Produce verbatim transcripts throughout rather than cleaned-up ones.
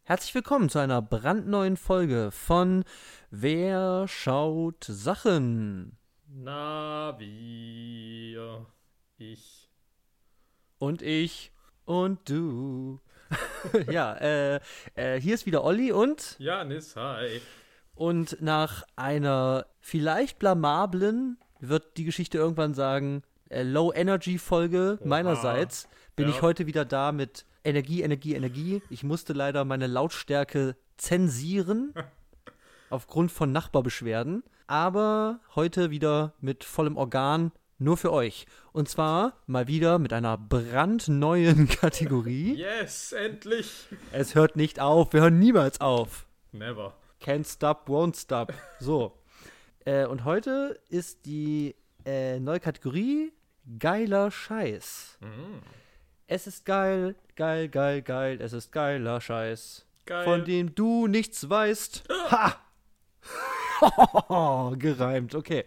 Herzlich willkommen zu einer brandneuen Folge von Wer schaut Sachen? Na, wir. Ich. Und ich und du. ja, äh, äh, hier ist wieder Olli und Janis, hi. und nach einer vielleicht blamablen, wird die Geschichte irgendwann sagen, äh, Low-Energy-Folge Oha. meinerseits, bin ich Ja. heute wieder da mit Energie, Energie, Energie. Ich musste leider meine Lautstärke zensieren aufgrund von Nachbarbeschwerden. Aber heute wieder mit vollem Organ nur für euch. Und zwar mal wieder mit einer brandneuen Kategorie. Yes, endlich. Es hört nicht auf, wir hören niemals auf. Never. Can't stop, won't stop. So. äh, und heute ist die äh, neue Kategorie geiler Scheiß. Mhm. Es ist geil, geil, geil, geil, es ist geiler Scheiß. Geil. Von dem du nichts weißt. Ha! Gereimt, okay.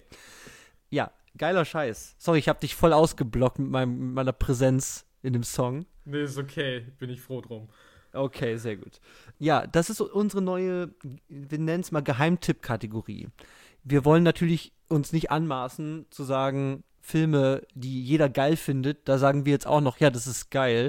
Ja, geiler Scheiß. Sorry, ich habe dich voll ausgeblockt mit, meinem, mit meiner Präsenz in dem Song. Nee, ist okay. Bin ich froh drum. Okay, sehr gut. Ja, das ist unsere neue, wir nennen es mal Geheimtipp-Kategorie. Wir wollen natürlich uns nicht anmaßen zu sagen, Filme, die jeder geil findet, da sagen wir jetzt auch noch, ja, das ist geil.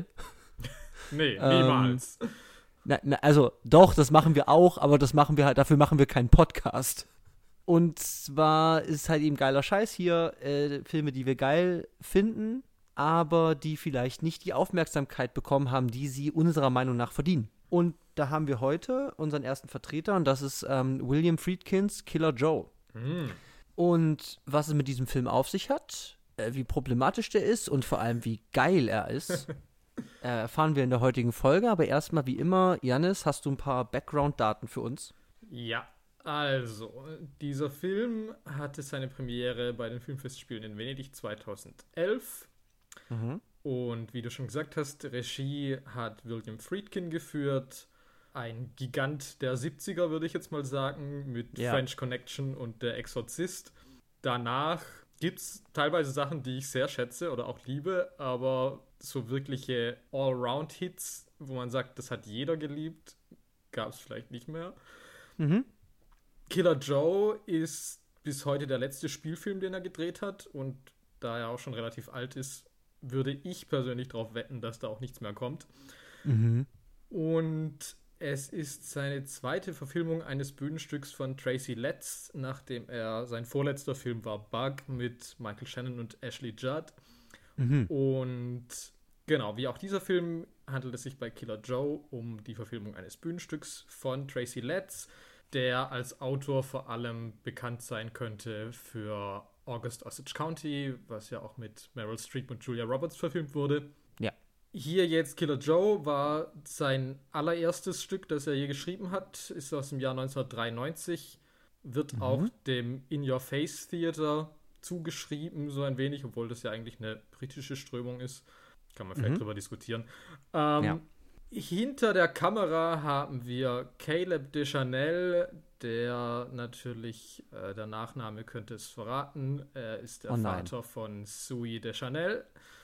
Nee, Ähm, niemals. Na, na, also doch, das machen wir auch, aber das machen wir halt, dafür machen wir keinen Podcast. Und zwar ist halt eben geiler Scheiß hier, äh, Filme, die wir geil finden, aber die vielleicht nicht die Aufmerksamkeit bekommen haben, die sie unserer Meinung nach verdienen. Und da haben wir heute unseren ersten Vertreter und das ist ähm, William Friedkins Killer Joe. Mhm. Und was es mit diesem Film auf sich hat, äh, wie problematisch der ist und vor allem wie geil er ist, äh, erfahren wir in der heutigen Folge. Aber erstmal wie immer, Jannis, hast du ein paar Background-Daten für uns? Ja, also, dieser Film hatte seine Premiere bei den Filmfestspielen in Venedig zweitausendelf. Mhm. Und wie du schon gesagt hast, Regie hat William Friedkin geführt. Ein Gigant der siebziger, würde ich jetzt mal sagen, mit Ja. French Connection und Der Exorzist. Danach gibt es teilweise Sachen, die ich sehr schätze oder auch liebe, aber so wirkliche Allround-Hits, wo man sagt, das hat jeder geliebt, gab es vielleicht nicht mehr. Mhm. Killer Joe ist bis heute der letzte Spielfilm, den er gedreht hat, und da er auch schon relativ alt ist, würde ich persönlich darauf wetten, dass da auch nichts mehr kommt. Mhm. Und es ist seine zweite Verfilmung eines Bühnenstücks von Tracy Letts, nachdem er sein vorletzter Film war Bug mit Michael Shannon und Ashley Judd. Mhm. Und genau, wie auch dieser Film handelt es sich bei Killer Joe um die Verfilmung eines Bühnenstücks von Tracy Letts, der als Autor vor allem bekannt sein könnte für August Osage County, was ja auch mit Meryl Streep und Julia Roberts verfilmt wurde. Ja. Hier jetzt Killer Joe war sein allererstes Stück, das er je geschrieben hat, ist aus dem Jahr neunzehnhundertdreiundneunzig, wird Mhm. auch dem In Your Face Theater zugeschrieben, so ein wenig, obwohl das ja eigentlich eine britische Strömung ist. Kann man vielleicht Mhm. drüber diskutieren. Ähm, Ja. Hinter der Kamera haben wir Caleb Deschanel, der natürlich, äh, der Nachname könnte es verraten, er ist der Oh nein. Vater von Zooey Deschanel.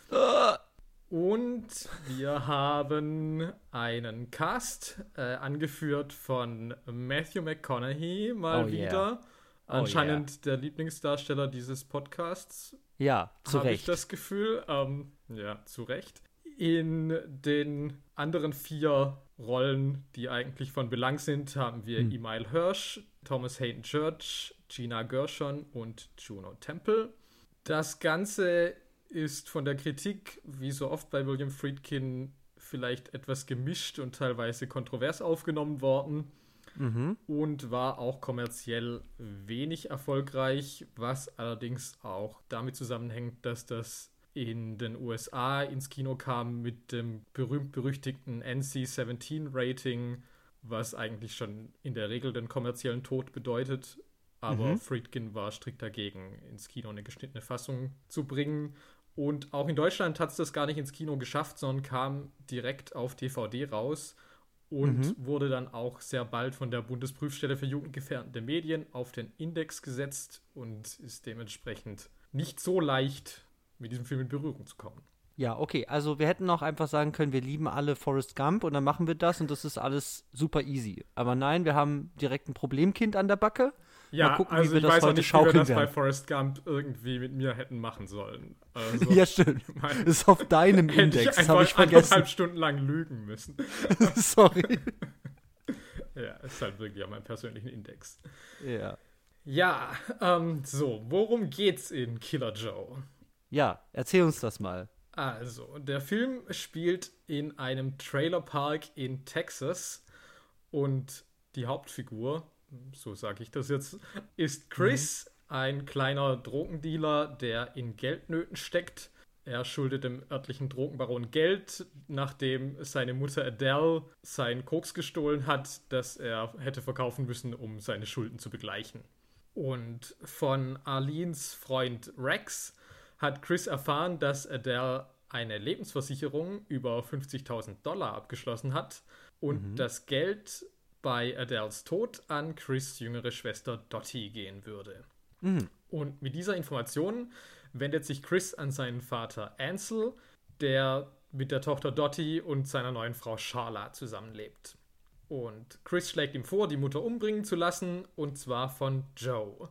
Und wir haben einen Cast, äh, angeführt von Matthew McConaughey, mal Oh yeah. wieder. Oh Anscheinend der Lieblingsdarsteller dieses Podcasts, Ja, zu habe ich Recht. das Gefühl. Ähm, ja, zu Recht. In den anderen vier Rollen, die eigentlich von Belang sind, haben wir Hm. Emile Hirsch, Thomas Hayden Church, Gina Gershon und Juno Temple. Das Ganze ist von der Kritik, wie so oft bei William Friedkin, vielleicht etwas gemischt und teilweise kontrovers aufgenommen worden Mhm. und war auch kommerziell wenig erfolgreich, was allerdings auch damit zusammenhängt, dass das in den U S A ins Kino kam mit dem berühmt-berüchtigten N C siebzehn Rating, was eigentlich schon in der Regel den kommerziellen Tod bedeutet. Aber Mhm. Friedkin war strikt dagegen, ins Kino eine geschnittene Fassung zu bringen. Und auch in Deutschland hat es das gar nicht ins Kino geschafft, sondern kam direkt auf D V D raus und Mhm. wurde dann auch sehr bald von der Bundesprüfstelle für jugendgefährdende Medien auf den Index gesetzt und ist dementsprechend nicht so leicht, mit diesem Film in Berührung zu kommen. Ja, okay. Also wir hätten auch einfach sagen können, wir lieben alle Forrest Gump und dann machen wir das und das ist alles super easy. Aber nein, wir haben direkt ein Problemkind an der Backe. Ja, Mal gucken, also wie wir ich das weiß auch heute nicht, wie wir schaukeln das bei werden. Forrest Gump irgendwie mit mir hätten machen sollen. Also, Ja, stimmt. mein- Das ist auf deinem hätte Index, ich habe einfach ich vergessen. anderthalb Stunden lang lügen müssen. Sorry. Ja, ist halt wirklich auf meinem persönlichen Index. Ja. Ja, ähm, so, worum geht's in Killer Joe? Ja, erzähl uns das mal. Also, der Film spielt in einem Trailerpark in Texas und die Hauptfigur, so sage ich das jetzt, ist Chris, mhm. ein kleiner Drogendealer, der in Geldnöten steckt. Er schuldet dem örtlichen Drogenbaron Geld, nachdem seine Mutter Adele sein Koks gestohlen hat, das er hätte verkaufen müssen, um seine Schulden zu begleichen. Und von Arlenes Freund Rex hat Chris erfahren, dass Adele eine Lebensversicherung über fünfzigtausend Dollar abgeschlossen hat und mhm. das Geld bei Adeles Tod an Chris' jüngere Schwester Dottie gehen würde. Mhm. Und mit dieser Information wendet sich Chris an seinen Vater Ansel, der mit der Tochter Dottie und seiner neuen Frau Charla zusammenlebt. Und Chris schlägt ihm vor, die Mutter umbringen zu lassen, und zwar von Joe.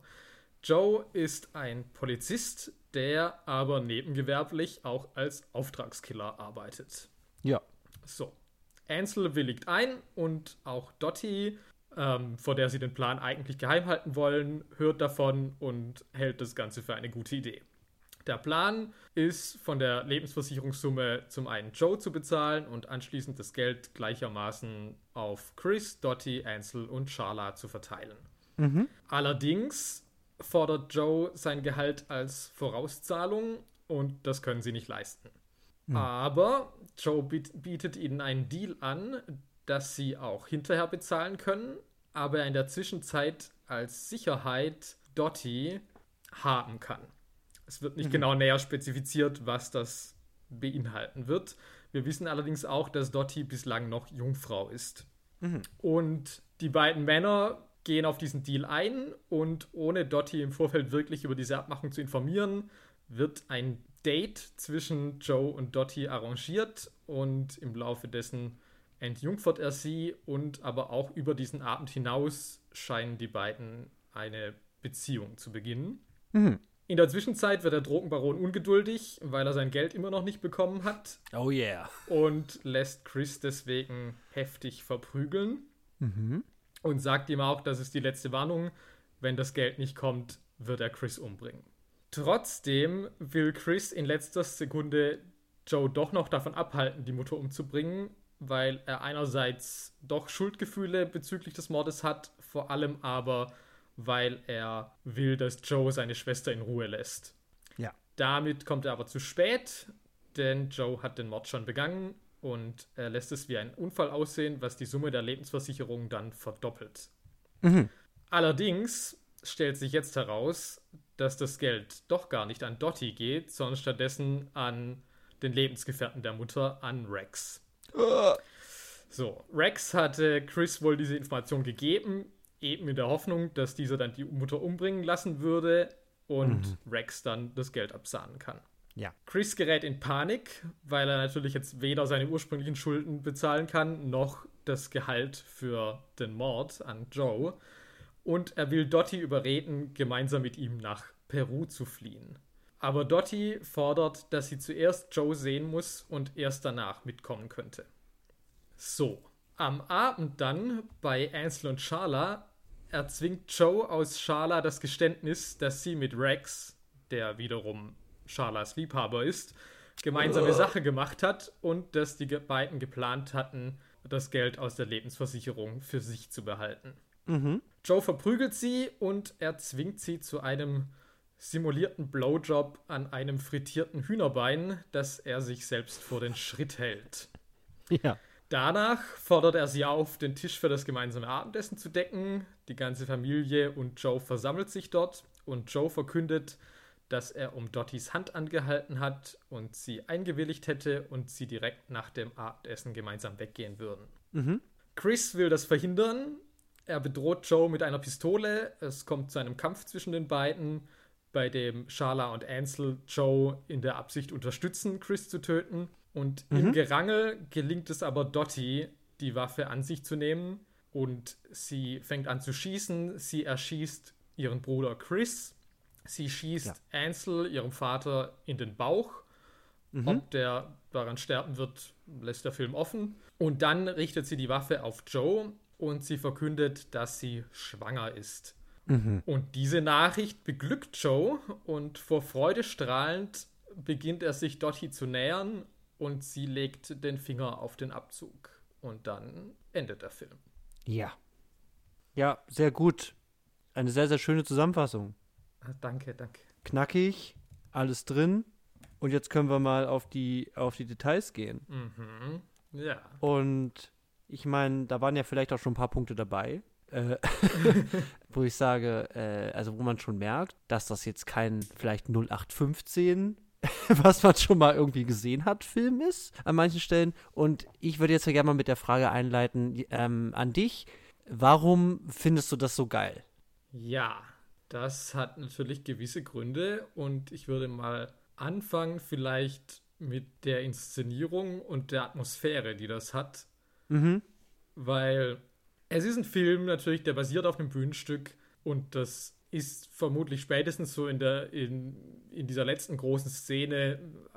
Joe ist ein Polizist, der aber nebengewerblich auch als Auftragskiller arbeitet. Ja. So. Ansel willigt ein und auch Dottie, ähm, vor der sie den Plan eigentlich geheim halten wollen, hört davon und hält das Ganze für eine gute Idee. Der Plan ist, von der Lebensversicherungssumme zum einen Joe zu bezahlen und anschließend das Geld gleichermaßen auf Chris, Dottie, Ansel und Charla zu verteilen. Mhm. Allerdings fordert Joe sein Gehalt als Vorauszahlung und das können sie nicht leisten. Mhm. Aber Joe bietet ihnen einen Deal an, dass sie auch hinterher bezahlen können, aber er in der Zwischenzeit als Sicherheit Dottie haben kann. Es wird nicht mhm. genau näher spezifiziert, was das beinhalten wird. Wir wissen allerdings auch, dass Dottie bislang noch Jungfrau ist. Mhm. Und die beiden Männer gehen auf diesen Deal ein und ohne Dottie im Vorfeld wirklich über diese Abmachung zu informieren, wird ein Date zwischen Joe und Dottie arrangiert und im Laufe dessen entjungfert er sie und aber auch über diesen Abend hinaus scheinen die beiden eine Beziehung zu beginnen. Mhm. In der Zwischenzeit wird der Drogenbaron ungeduldig, weil er sein Geld immer noch nicht bekommen hat. Oh yeah. Und lässt Chris deswegen heftig verprügeln. Mhm. Und sagt ihm auch, das ist die letzte Warnung. Wenn das Geld nicht kommt, wird er Chris umbringen. Trotzdem will Chris in letzter Sekunde Joe doch noch davon abhalten, die Mutter umzubringen, weil er einerseits doch Schuldgefühle bezüglich des Mordes hat, vor allem aber, weil er will, dass Joe seine Schwester in Ruhe lässt. Ja. Damit kommt er aber zu spät, denn Joe hat den Mord schon begangen und er lässt es wie ein Unfall aussehen, was die Summe der Lebensversicherung dann verdoppelt. Mhm. Allerdings stellt sich jetzt heraus, dass das Geld doch gar nicht an Dottie geht, sondern stattdessen an den Lebensgefährten der Mutter, an Rex. Uh. So, Rex hatte Chris wohl diese Information gegeben, eben in der Hoffnung, dass dieser dann die Mutter umbringen lassen würde und mhm. Rex dann das Geld absahnen kann. Ja. Chris gerät in Panik, weil er natürlich jetzt weder seine ursprünglichen Schulden bezahlen kann, noch das Gehalt für den Mord an Joe. Und er will Dottie überreden, gemeinsam mit ihm nach Peru zu fliehen. Aber Dottie fordert, dass sie zuerst Joe sehen muss und erst danach mitkommen könnte. So, am Abend dann bei Ansel und Charla erzwingt Joe aus Charla das Geständnis, dass sie mit Rex, der wiederum Charlas Liebhaber ist, gemeinsame oh. Sache gemacht hat und dass die beiden geplant hatten, das Geld aus der Lebensversicherung für sich zu behalten. Mhm. Joe verprügelt sie und er zwingt sie zu einem simulierten Blowjob an einem frittierten Hühnerbein, das er sich selbst vor den Schritt hält. Ja. Danach fordert er sie auf, den Tisch für das gemeinsame Abendessen zu decken. Die ganze Familie und Joe versammelt sich dort und Joe verkündet, dass er um Dotties Hand angehalten hat und sie eingewilligt hätte und sie direkt nach dem Abendessen gemeinsam weggehen würden. Mhm. Chris will das verhindern. Er bedroht Joe mit einer Pistole. Es kommt zu einem Kampf zwischen den beiden bei dem Sharla und Ansel Joe in der Absicht unterstützen, Chris zu töten. Und mhm. im Gerangel gelingt es aber Dottie, die Waffe an sich zu nehmen. Und sie fängt an zu schießen. Sie erschießt ihren Bruder Chris. Sie schießt ja. Ansel, ihrem Vater, in den Bauch. Mhm. Ob der daran sterben wird, lässt der Film offen. Und dann richtet sie die Waffe auf Joe und sie verkündet, dass sie schwanger ist. Mhm. Und diese Nachricht beglückt Joe und vor Freude strahlend beginnt er sich Dottie zu nähern und sie legt den Finger auf den Abzug. Und dann endet der Film. Ja. Ja, sehr gut. Eine sehr, sehr schöne Zusammenfassung. Ah, danke, danke. Knackig, alles drin. Und jetzt können wir mal auf die, auf die Details gehen. Mhm. Ja. Und ich meine, da waren ja vielleicht auch schon ein paar Punkte dabei, äh, wo ich sage, äh, also wo man schon merkt, dass das jetzt kein vielleicht null acht fünfzehn, was man schon mal irgendwie gesehen hat, Film ist, an manchen Stellen. Und ich würde jetzt ja gerne mal mit der Frage einleiten, ähm, an dich, warum findest du das so geil? Ja, das hat natürlich gewisse Gründe und ich würde mal anfangen vielleicht mit der Inszenierung und der Atmosphäre, die das hat. Mhm. Weil es ist ein Film natürlich, der basiert auf einem Bühnenstück und das ist vermutlich spätestens so in der in, in dieser letzten großen Szene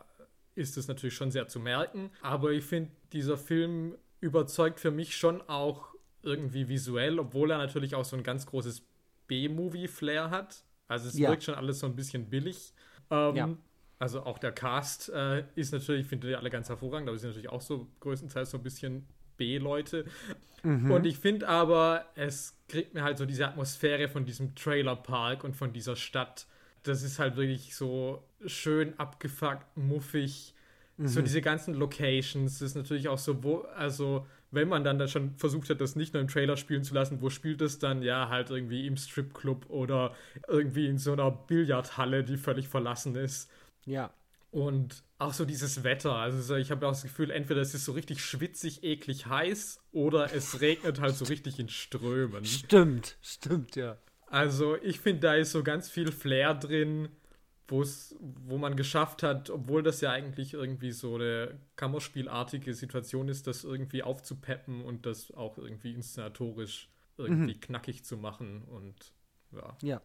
ist es natürlich schon sehr zu merken. Aber ich finde, dieser Film überzeugt für mich schon auch irgendwie visuell, obwohl er natürlich auch so ein ganz großes B-Movie-Flair hat. Also es ja. wirkt schon alles so ein bisschen billig. Ähm, ja. Also auch der Cast äh, ist natürlich, ich finde die alle ganz hervorragend, aber sie sind natürlich auch so größtenteils so ein bisschen B-Leute. Mhm. Und ich finde aber, es kriegt mir halt so diese Atmosphäre von diesem Trailerpark und von dieser Stadt. Das ist halt wirklich so schön abgefuckt, muffig. Mhm. So diese ganzen Locations, das ist natürlich auch so, wo, also wenn man dann, dann schon versucht hat, das nicht nur im Trailer spielen zu lassen, wo spielt es dann? Ja, halt irgendwie im Stripclub oder irgendwie in so einer Billardhalle, die völlig verlassen ist. Ja. Und auch so dieses Wetter, also ich habe auch das Gefühl, entweder es ist so richtig schwitzig, eklig heiß oder es regnet halt so richtig in Strömen. Stimmt, stimmt, ja. Also ich finde, da ist so ganz viel Flair drin, wo's, wo man geschafft hat, obwohl das ja eigentlich irgendwie so eine kammerspielartige Situation ist, das irgendwie aufzupeppen und das auch irgendwie inszenatorisch irgendwie mhm. knackig zu machen und ja. Ja.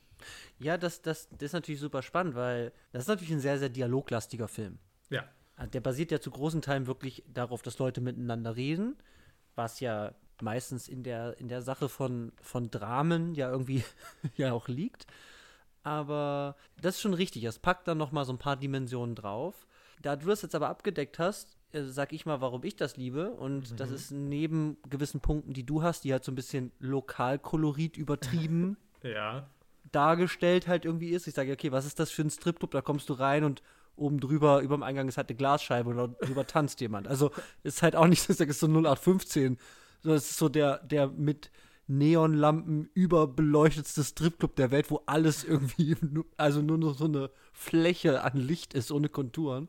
Ja, das, das, das ist natürlich super spannend, weil das ist natürlich ein sehr, sehr dialoglastiger Film. Ja. Der basiert ja zu großen Teilen wirklich darauf, dass Leute miteinander reden, was ja meistens in der, in der Sache von, von Dramen ja irgendwie ja auch liegt. Aber das ist schon richtig, es packt dann noch mal so ein paar Dimensionen drauf. Da du das jetzt aber abgedeckt hast, äh, sag ich mal, warum ich das liebe. Und mhm. das ist neben gewissen Punkten, die du hast, die halt so ein bisschen Lokalkolorit übertrieben ja. dargestellt halt irgendwie ist. Ich sage, okay, was ist das für ein Stripclub? Da kommst du rein und oben drüber, über dem Eingang ist halt eine Glasscheibe und da drüber tanzt jemand. Also ist halt auch nicht, das ist so null acht fünfzehn, sondern es ist so der, der mit Neonlampen überbeleuchtetste Stripclub der Welt, wo alles irgendwie, also nur noch so eine Fläche an Licht ist, ohne Konturen.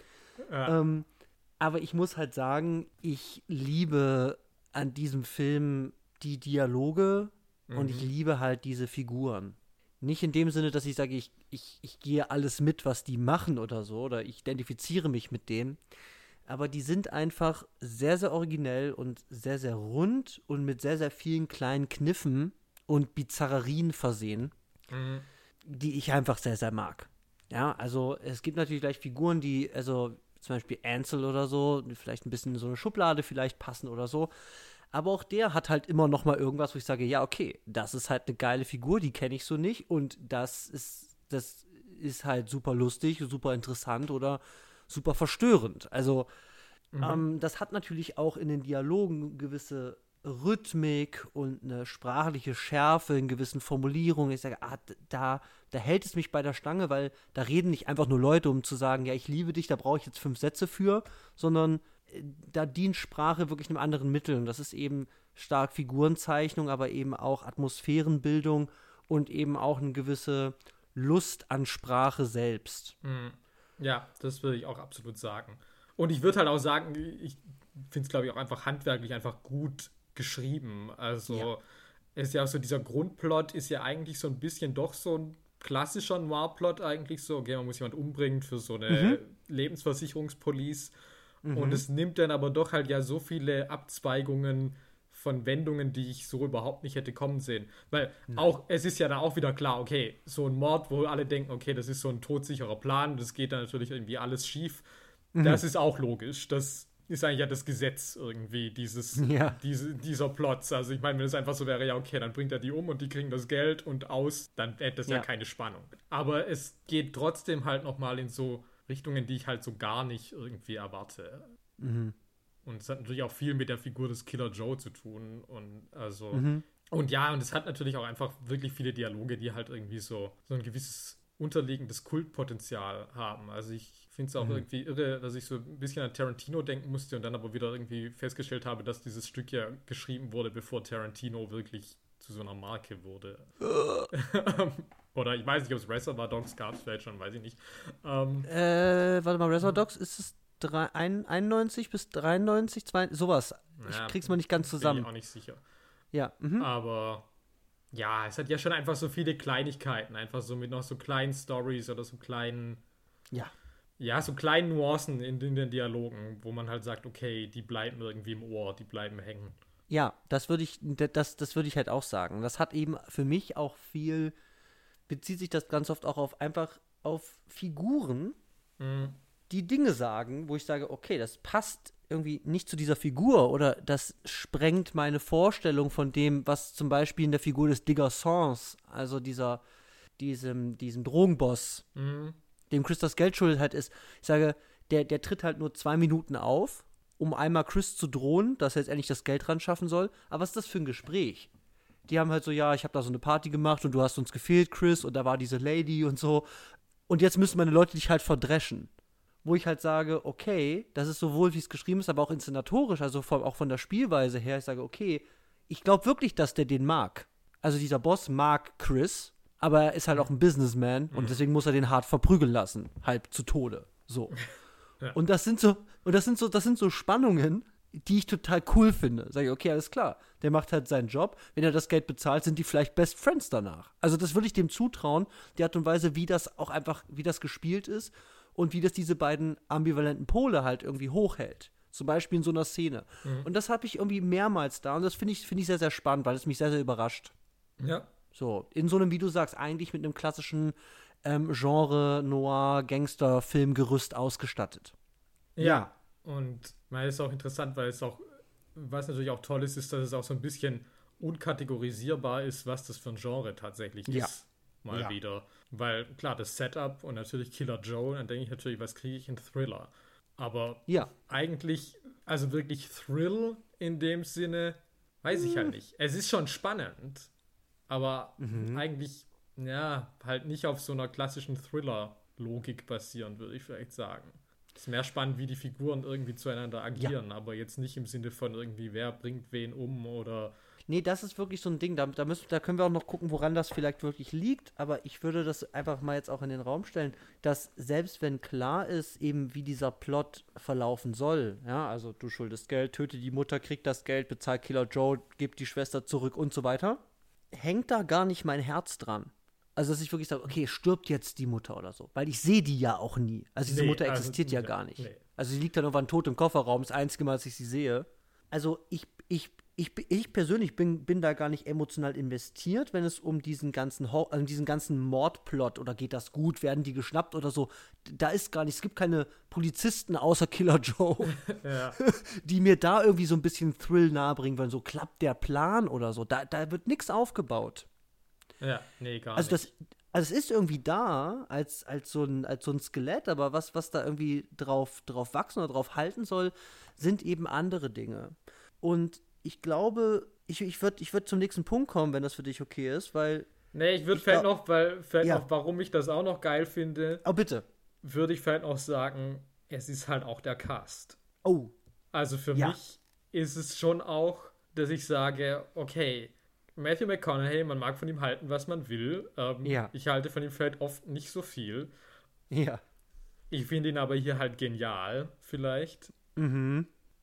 Ja. Ähm, aber ich muss halt sagen, ich liebe an diesem Film die Dialoge mhm. und ich liebe halt diese Figuren. Nicht in dem Sinne, dass ich sage, ich, ich, ich gehe alles mit, was die machen oder so, oder ich identifiziere mich mit denen. Aber die sind einfach sehr, sehr originell und sehr, sehr rund und mit sehr, sehr vielen kleinen Kniffen und Bizarrerien versehen, mhm. die ich einfach sehr, sehr mag. Ja, also es gibt natürlich gleich Figuren, die, also zum Beispiel Ansel oder so, die vielleicht ein bisschen in so eine Schublade vielleicht passen oder so. Aber auch der hat halt immer noch mal irgendwas, wo ich sage, ja, okay, das ist halt eine geile Figur, die kenne ich so nicht und das ist, das ist halt super lustig, super interessant oder super verstörend. Also mhm. ähm, das hat natürlich auch in den Dialogen gewisse Rhythmik und eine sprachliche Schärfe in gewissen Formulierungen. Ich sage, ah, da, da hält es mich bei der Stange, weil da reden nicht einfach nur Leute, um zu sagen, ja, ich liebe dich, da brauche ich jetzt fünf Sätze für, sondern da dient Sprache wirklich einem anderen Mittel. Und das ist eben stark Figurenzeichnung, aber eben auch Atmosphärenbildung und eben auch eine gewisse Lust an Sprache selbst. Ja, das würde ich auch absolut sagen. Und ich würde halt auch sagen, ich finde es, glaube ich, auch einfach handwerklich einfach gut geschrieben. Also ja. ist ja auch so, dieser Grundplot ist ja eigentlich so ein bisschen doch so ein klassischer Noir-Plot eigentlich so, okay, man muss jemand umbringen für so eine Mhm. Lebensversicherungspolice. Mhm. Und es nimmt dann aber doch halt ja so viele Abzweigungen von Wendungen, die ich so überhaupt nicht hätte kommen sehen. Weil auch, es ist ja dann auch wieder klar, okay, so ein Mord, wo alle denken, okay, das ist so ein todsicherer Plan, das geht dann natürlich irgendwie alles schief. Mhm. Das ist auch logisch. Das ist eigentlich ja das Gesetz irgendwie, dieses, Ja. diese, dieser Plot. Also ich meine, wenn es einfach so wäre, ja, okay, dann bringt er die um und die kriegen das Geld und aus, dann hätte das ja, Ja. keine Spannung. Aber es geht trotzdem halt nochmal in so Richtungen, die ich halt so gar nicht irgendwie erwarte. Mhm. Und es hat natürlich auch viel mit der Figur des Killer Joe zu tun. Und also. Mhm. Und ja, und es hat natürlich auch einfach wirklich viele Dialoge, die halt irgendwie so, so ein gewisses unterliegendes Kultpotenzial haben. Also ich finde es auch Mhm. irgendwie irre, dass ich so ein bisschen an Tarantino denken musste und dann aber wieder irgendwie festgestellt habe, dass dieses Stück ja geschrieben wurde, bevor Tarantino wirklich zu so einer Marke wurde. Oder ich weiß nicht, ob es Reservoir Dogs gab, vielleicht schon, weiß ich nicht. Ähm, Äh, warte mal, Reservoir Dogs, ist es drei- ein- einundneunzig bis dreiundneunzig, zwei, sowas. Ich ja, krieg's mal nicht ganz Bin zusammen. ich auch nicht sicher. Ja. Mhm. Aber ja, es hat ja schon einfach so viele Kleinigkeiten, einfach so mit noch so kleinen Stories oder so kleinen, Ja. ja, so kleinen Nuancen in, in den Dialogen, wo man halt sagt, okay, die bleiben irgendwie im Ohr, die bleiben hängen. Ja, das würde ich, das, das würde ich halt auch sagen. Das hat eben für mich auch viel, bezieht sich das ganz oft auch auf einfach auf Figuren, Mhm. die Dinge sagen, wo ich sage, okay, das passt irgendwie nicht zu dieser Figur oder das sprengt meine Vorstellung von dem, was zum Beispiel in der Figur des Digger Sans, also dieser, diesem, diesem Drogenboss, Mhm. dem Chris das Geld schuldet halt ist. Ich sage, der, der tritt halt nur zwei Minuten auf, um einmal Chris zu drohen, dass er jetzt endlich das Geld ran schaffen soll. Aber was ist das für ein Gespräch? Die haben halt so, ja, ich habe da so eine Party gemacht und du hast uns gefehlt, Chris, und da war diese Lady und so. Und jetzt müssen meine Leute dich halt verdreschen. Wo ich halt sage, okay, das ist sowohl, wie es geschrieben ist, aber auch inszenatorisch, also von, auch von der Spielweise her. Ich sage, okay, ich glaube wirklich, dass der den mag. Also dieser Boss mag Chris, aber er ist halt auch ein Businessman und deswegen muss er den hart verprügeln lassen, halb zu Tode. So. Ja. Und das sind so, und das sind so, das sind so Spannungen, die ich total cool finde. Sag ich, okay, alles klar, der macht halt seinen Job. Wenn er das Geld bezahlt, sind die vielleicht Best Friends danach. Also das würde ich dem zutrauen, die Art und Weise, wie das auch einfach, wie das gespielt ist und wie das diese beiden ambivalenten Pole halt irgendwie hochhält. Zum Beispiel in so einer Szene. Mhm. Und das habe ich irgendwie mehrmals da und das finde ich, finde ich sehr, sehr spannend, weil es mich sehr, sehr überrascht. Ja. So, in so einem, wie du sagst, eigentlich mit einem klassischen ähm, Genre-Noir-Gangster-Filmgerüst ausgestattet. Ja. Und man ist auch interessant, weil es auch, was natürlich auch toll ist, ist, dass es auch so ein bisschen unkategorisierbar ist, was das für ein Genre tatsächlich Ja. ist. Mal Ja. wieder. Weil, klar, das Setup und natürlich Killer Joe, dann denke ich natürlich, was kriege ich in Thriller? Aber Ja. eigentlich, also wirklich Thrill in dem Sinne, weiß ich halt nicht. Es ist schon spannend, aber Mhm. eigentlich, ja, halt nicht auf so einer klassischen Thriller-Logik basierend, würde ich vielleicht sagen. Es ist mehr spannend, wie die Figuren irgendwie zueinander agieren, aber jetzt nicht im Sinne von irgendwie, wer bringt wen um oder. Nee, das ist wirklich so ein Ding, da, da, müssen, da können wir auch noch gucken, woran das vielleicht wirklich liegt, aber ich würde das einfach mal jetzt auch in den Raum stellen, dass selbst wenn klar ist, eben wie dieser Plot verlaufen soll, ja, also du schuldest Geld, töte die Mutter, krieg das Geld, bezahl Killer Joe, gib die Schwester zurück und so weiter, hängt da gar nicht mein Herz dran. Also, dass ich wirklich sage, okay, stirbt jetzt die Mutter oder so. Weil ich sehe die ja auch nie. Also, diese Nee, Mutter also, existiert ja nee, gar nicht. nee. Also, sie liegt dann irgendwann tot im Kofferraum, das einzige Mal, dass ich sie sehe. Also, ich, ich, ich, ich persönlich bin, bin da gar nicht emotional investiert, wenn es um diesen ganzen, Ho- äh, diesen ganzen Mordplot oder geht das gut, werden die geschnappt oder so. Da ist gar nicht, es gibt keine Polizisten außer Killer Joe, Ja. die mir da irgendwie so ein bisschen Thrill nahebringen wollen. So klappt der Plan oder so. Da, da wird nichts aufgebaut. Ja, nee, gar Also nicht. das, also es ist irgendwie da als, als, so ein, als so ein Skelett, aber was, was da irgendwie drauf, drauf wachsen oder drauf halten soll, sind eben andere Dinge. Und ich glaube, ich, ich würde ich würd zum nächsten Punkt kommen, wenn das für dich okay ist, weil. Nee, ich würde Ich vielleicht glaub- noch, weil vielleicht Ja. noch, warum ich das auch noch geil finde, Oh, bitte. würde ich vielleicht auch sagen, es ist halt auch der Cast. Oh, Also für Ja. mich ist es schon auch, dass ich sage, okay, Matthew McConaughey, man mag von ihm halten, was man will. Ähm, Ja. Ich halte von ihm vielleicht oft nicht so viel. ja. Ich finde ihn aber hier halt genial, vielleicht. Mhm.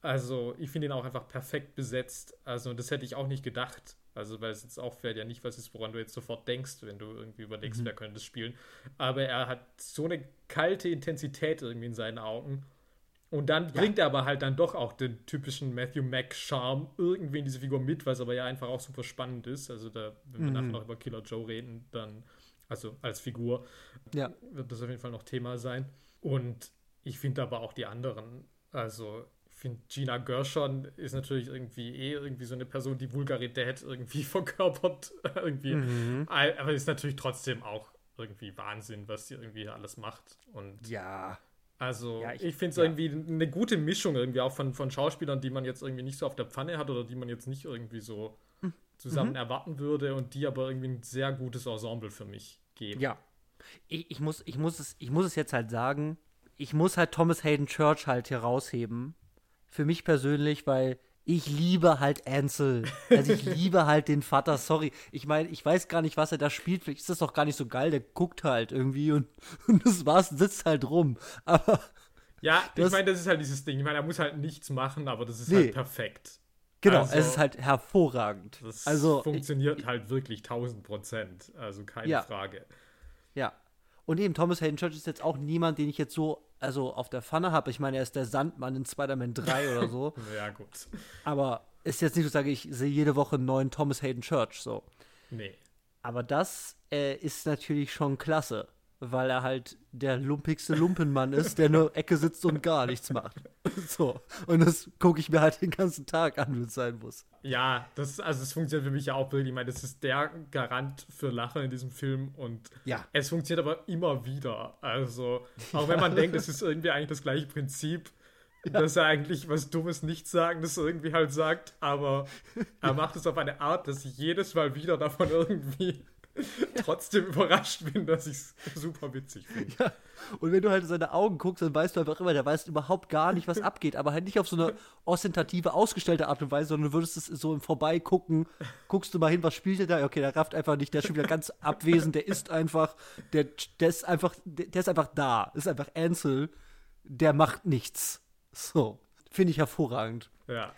Also, ich finde ihn auch einfach perfekt besetzt. Also, das hätte ich auch nicht gedacht. Also, weil es jetzt auch vielleicht ja nicht was ist, woran du jetzt sofort denkst, wenn du irgendwie überlegst, mhm. wer könnte das spielen. Aber er hat so eine kalte Intensität irgendwie in seinen Augen. Und dann ja. bringt er aber halt dann doch auch den typischen Matthew Mack-Charme irgendwie in diese Figur mit, was aber ja einfach auch super spannend ist. Also, da, wenn wir mhm. nachher noch über Killer Joe reden, dann, also als Figur, ja. wird das auf jeden Fall noch Thema sein. Und ich finde aber auch die anderen, also ich finde Gina Gershon ist natürlich irgendwie eh irgendwie so eine Person, die Vulgarität irgendwie verkörpert. irgendwie. Mhm. Aber ist natürlich trotzdem auch irgendwie Wahnsinn, was sie irgendwie hier alles macht. Und ja. Also ja, ich, ich finde es ja. irgendwie eine gute Mischung irgendwie auch von, von Schauspielern, die man jetzt irgendwie nicht so auf der Pfanne hat oder die man jetzt nicht irgendwie so zusammen mhm. erwarten würde und die aber irgendwie ein sehr gutes Ensemble für mich geben. Ja. Ich, ich, muss, ich, muss es, ich muss es jetzt halt sagen, ich muss halt Thomas Hayden Church halt hier rausheben. Für mich persönlich, weil ich liebe halt Ansel. Also ich liebe halt den Vater, sorry. Ich meine, ich weiß gar nicht, was er da spielt. Vielleicht ist das doch gar nicht so geil. Der guckt halt irgendwie und, und das war's, sitzt halt rum. Aber ja, ich meine, das ist halt dieses Ding. Ich meine, er muss halt nichts machen, aber das ist nee. halt perfekt. Genau, also, es ist halt hervorragend. Das also, funktioniert ich, halt wirklich tausend Prozent. Also keine ja. Frage. Ja. Und eben, Thomas Hayden Church ist jetzt auch niemand, den ich jetzt so also auf der Pfanne habe. Ich meine, er ist der Sandmann in Spider-Man drei oder so. Ja, gut. Aber ist jetzt nicht so, sage ich, sehe jede Woche einen neuen Thomas Hayden Church, so. Nee. Aber das äh, ist natürlich schon klasse, weil er halt der lumpigste Lumpenmann ist, der nur Ecke sitzt und gar nichts macht. So. Und das gucke ich mir halt den ganzen Tag an, wenn es sein muss. Ja, das, also es funktioniert für mich ja auch wirklich. Ich meine, das ist der Garant für Lachen in diesem Film und ja. es funktioniert aber immer wieder. Also, auch wenn man denkt, es ist irgendwie eigentlich das gleiche Prinzip, ja. dass er eigentlich was Dummes nicht sagen, das irgendwie halt sagt, aber er ja. macht es auf eine Art, dass ich jedes Mal wieder davon irgendwie trotzdem überrascht bin, dass ich es super witzig finde. Ja. Und wenn du halt in seine Augen guckst, dann weißt du einfach immer, der weiß überhaupt gar nicht, was abgeht. Aber halt nicht auf so eine ostentative, ausgestellte Art und Weise, sondern du würdest es so im Vorbeigucken, guckst du mal hin, was spielt der da? Okay, der rafft einfach nicht, der ist schon wieder ganz abwesend, der ist einfach, der, der ist einfach, der, der ist einfach da. Ist einfach Ansel, der macht nichts. So, finde ich hervorragend. Ja.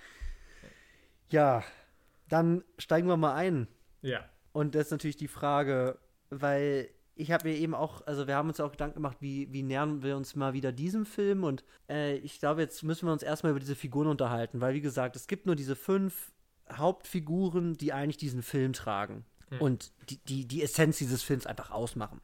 Ja, dann steigen wir mal ein. Ja. Und das ist natürlich die Frage, weil ich habe mir eben auch, also wir haben uns auch Gedanken gemacht, wie, wie nähern wir uns mal wieder diesem Film und äh, ich glaube, jetzt müssen wir uns erstmal über diese Figuren unterhalten, weil wie gesagt, es gibt nur diese fünf Hauptfiguren, die eigentlich diesen Film tragen mhm. und die, die, die Essenz dieses Films einfach ausmachen.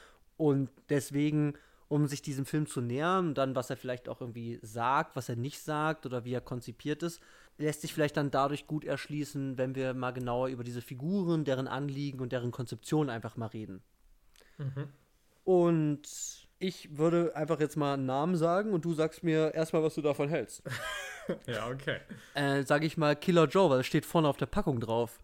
Und deswegen, um sich diesem Film zu nähern, dann was er vielleicht auch irgendwie sagt, was er nicht sagt oder wie er konzipiert ist, lässt sich vielleicht dann dadurch gut erschließen, wenn wir mal genauer über diese Figuren, deren Anliegen und deren Konzeption einfach mal reden. Mhm. Und ich würde einfach jetzt mal einen Namen sagen und du sagst mir erstmal, was du davon hältst. Ja, okay. Äh, sag ich mal Killer Joe, weil das steht vorne auf der Packung drauf.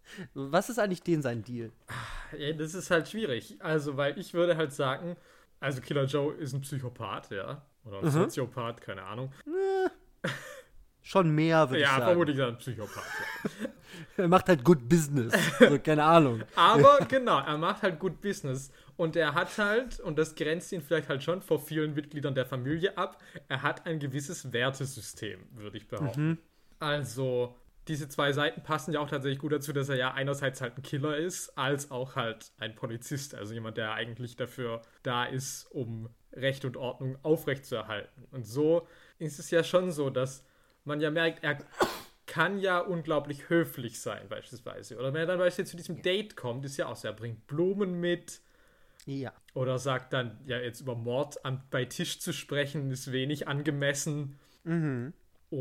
Was ist eigentlich den sein Deal? Ja, das ist halt schwierig. Also, weil ich würde halt sagen, also Killer Joe ist ein Psychopath, ja. Oder ein mhm. Soziopath, keine Ahnung. Äh. Schon mehr, würde ja, ich sagen. Ja, vermutlich ein Psychopath, ja. Er macht halt Good Business. Also, keine Ahnung. Aber genau, er macht halt Good Business. Und er hat halt, und das grenzt ihn vielleicht halt schon vor vielen Mitgliedern der Familie ab, er hat ein gewisses Wertesystem, würde ich behaupten. Mhm. Also, diese zwei Seiten passen ja auch tatsächlich gut dazu, dass er ja einerseits halt ein Killer ist, als auch halt ein Polizist. Also jemand, der eigentlich dafür da ist, um Recht und Ordnung aufrechtzuerhalten. Und so ist es ja schon so, dass man ja merkt, er kann ja unglaublich höflich sein, beispielsweise. Oder wenn er dann beispielsweise zu diesem Date kommt, ist ja auch so, er bringt Blumen mit. Ja. Oder sagt dann, ja, jetzt über Mord am, bei Tisch zu sprechen, ist wenig angemessen. Mhm.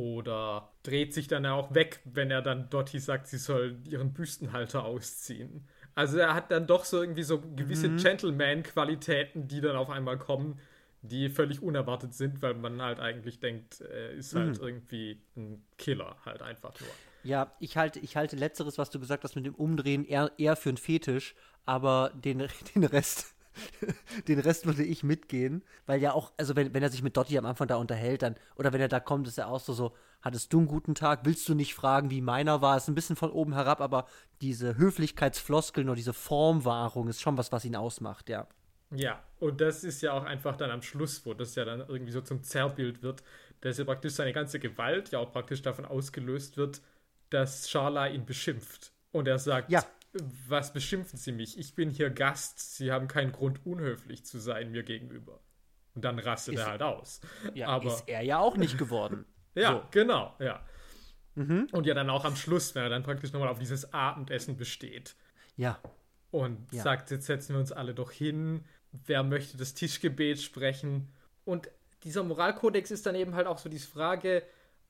Oder dreht sich dann auch weg, wenn er dann Dottie sagt, sie soll ihren Büstenhalter ausziehen. Also er hat dann doch so irgendwie so gewisse mhm. Gentleman-Qualitäten, die dann auf einmal kommen, die völlig unerwartet sind, weil man halt eigentlich denkt, er ist halt mhm. irgendwie ein Killer, halt einfach nur. Ja, ich halte, ich halte Letzteres, was du gesagt hast mit dem Umdrehen, eher, eher für einen Fetisch, aber den, den Rest, den Rest würde ich mitgehen, weil ja auch, also wenn, wenn er sich mit Dottie am Anfang da unterhält, dann, oder wenn er da kommt, ist er auch so, so, hattest du einen guten Tag, willst du nicht fragen, wie meiner war, ist ein bisschen von oben herab, aber diese Höflichkeitsfloskeln oder diese Formwahrung ist schon was, was ihn ausmacht, ja. Ja, und das ist ja auch einfach dann am Schluss, wo das ja dann irgendwie so zum Zerrbild wird, dass ja praktisch seine ganze Gewalt ja auch praktisch davon ausgelöst wird, dass Sharla ihn beschimpft. Und er sagt, ja. Was beschimpfen Sie mich? Ich bin hier Gast. Sie haben keinen Grund, unhöflich zu sein mir gegenüber. Und dann rastet ist, er halt aus. Ja, aber ist er ja auch nicht geworden. Ja, so. genau, ja. Mhm. Und ja dann auch am Schluss, wenn er dann praktisch nochmal auf dieses Abendessen besteht. Ja. Und ja. sagt, jetzt setzen wir uns alle doch hin. Wer möchte das Tischgebet sprechen? Und dieser Moralkodex ist dann eben halt auch so die Frage,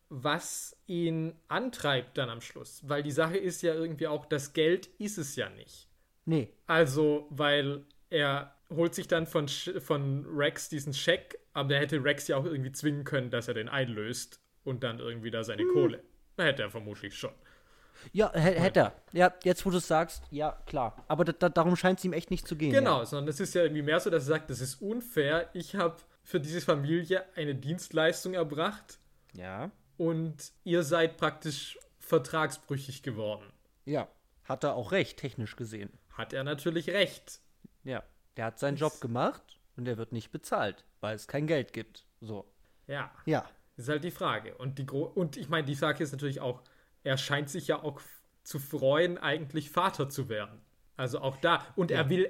was ihn antreibt dann am Schluss. Weil die Sache ist ja irgendwie auch, das Geld ist es ja nicht. Nee. Also, weil er holt sich dann von, von Rex diesen Scheck, aber er hätte Rex ja auch irgendwie zwingen können, dass er den einlöst und dann irgendwie da seine hm. Kohle. Hätte er vermutlich schon. Ja, hätte er. Ja, jetzt wo du es sagst, ja, klar. Aber da, da, darum scheint es ihm echt nicht zu gehen. Genau, ja. sondern es ist ja irgendwie mehr so, dass er sagt, das ist unfair. Ich habe für diese Familie eine Dienstleistung erbracht. Ja. Und ihr seid praktisch vertragsbrüchig geworden. Ja, hat er auch recht, technisch gesehen. Hat er natürlich recht. Ja, der hat seinen Job gemacht und der wird nicht bezahlt, weil es kein Geld gibt. So. Ja. Ja. Das ist halt die Frage. Und, die Gro- und ich meine, die Frage ist natürlich auch, er scheint sich ja auch f- zu freuen, eigentlich Vater zu werden. Also auch da. Und ja. er will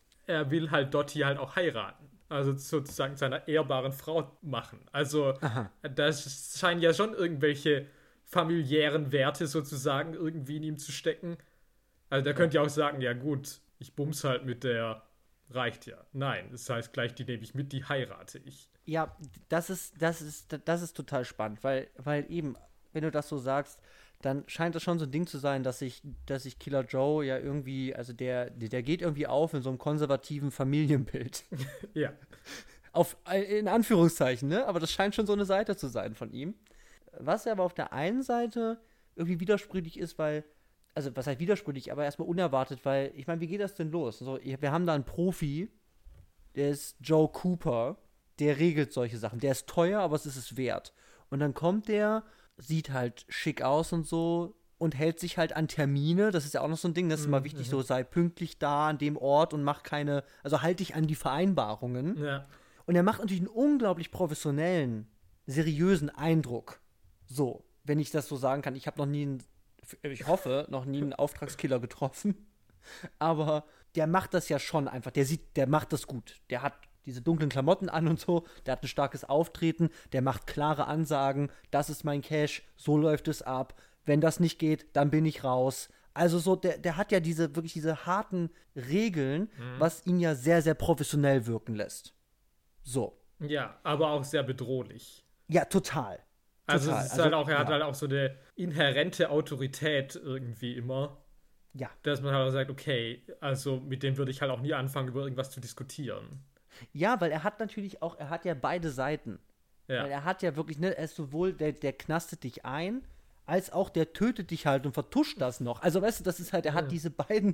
er will halt Dottie halt auch heiraten. Also sozusagen seiner ehrbaren Frau machen. Also Aha. das scheinen ja schon irgendwelche familiären Werte sozusagen irgendwie in ihm zu stecken. Also da könnt ihr auch sagen, ja gut, ich bums halt mit der, reicht ja. Nein, das heißt gleich, die nehme ich mit, die heirate ich. Ja, das ist, das ist, das ist total spannend, weil, weil eben, wenn du das so sagst, dann scheint es schon so ein Ding zu sein, dass sich dass sich Killer Joe ja irgendwie, also der, der geht irgendwie auf in so einem konservativen Familienbild. Ja. Auf, in Anführungszeichen, ne? Aber das scheint schon so eine Seite zu sein von ihm. Was aber auf der einen Seite irgendwie widersprüchlich ist, weil, also was heißt widersprüchlich, aber erstmal unerwartet, weil, ich meine, wie geht das denn los? So, wir haben da einen Profi, der ist Joe Cooper, der regelt solche Sachen. Der ist teuer, aber es ist es wert. Und dann kommt der, sieht halt schick aus und so und hält sich halt an Termine. Das ist ja auch noch so ein Ding, das ist immer wichtig, so sei pünktlich da an dem Ort und mach keine, also halt dich an die Vereinbarungen. Ja. Und er macht natürlich einen unglaublich professionellen, seriösen Eindruck. So, wenn ich das so sagen kann. Ich habe noch nie, einen, ich hoffe, noch nie einen Auftragskiller getroffen. Aber der macht das ja schon einfach. Der sieht, der macht das gut. Der hat diese dunklen Klamotten an und so, der hat ein starkes Auftreten, der macht klare Ansagen, das ist mein Cash, so läuft es ab, wenn das nicht geht, dann bin ich raus. Also so, der, der hat ja diese, wirklich diese harten Regeln, mhm. was ihn ja sehr, sehr professionell wirken lässt. So. Ja, aber auch sehr bedrohlich. Ja, total. Also total. es ist also, halt auch, er ja. hat halt auch so eine inhärente Autorität irgendwie immer. Ja. Dass man halt auch sagt, okay, also mit dem würde ich halt auch nie anfangen, über irgendwas zu diskutieren. Ja, weil er hat natürlich auch, er hat ja beide Seiten. Ja. Weil er hat ja wirklich, ne, er ist sowohl, der, der knastet dich ein, als auch der tötet dich halt und vertuscht das noch. Also weißt du, das ist halt, er hat ja. diese beiden,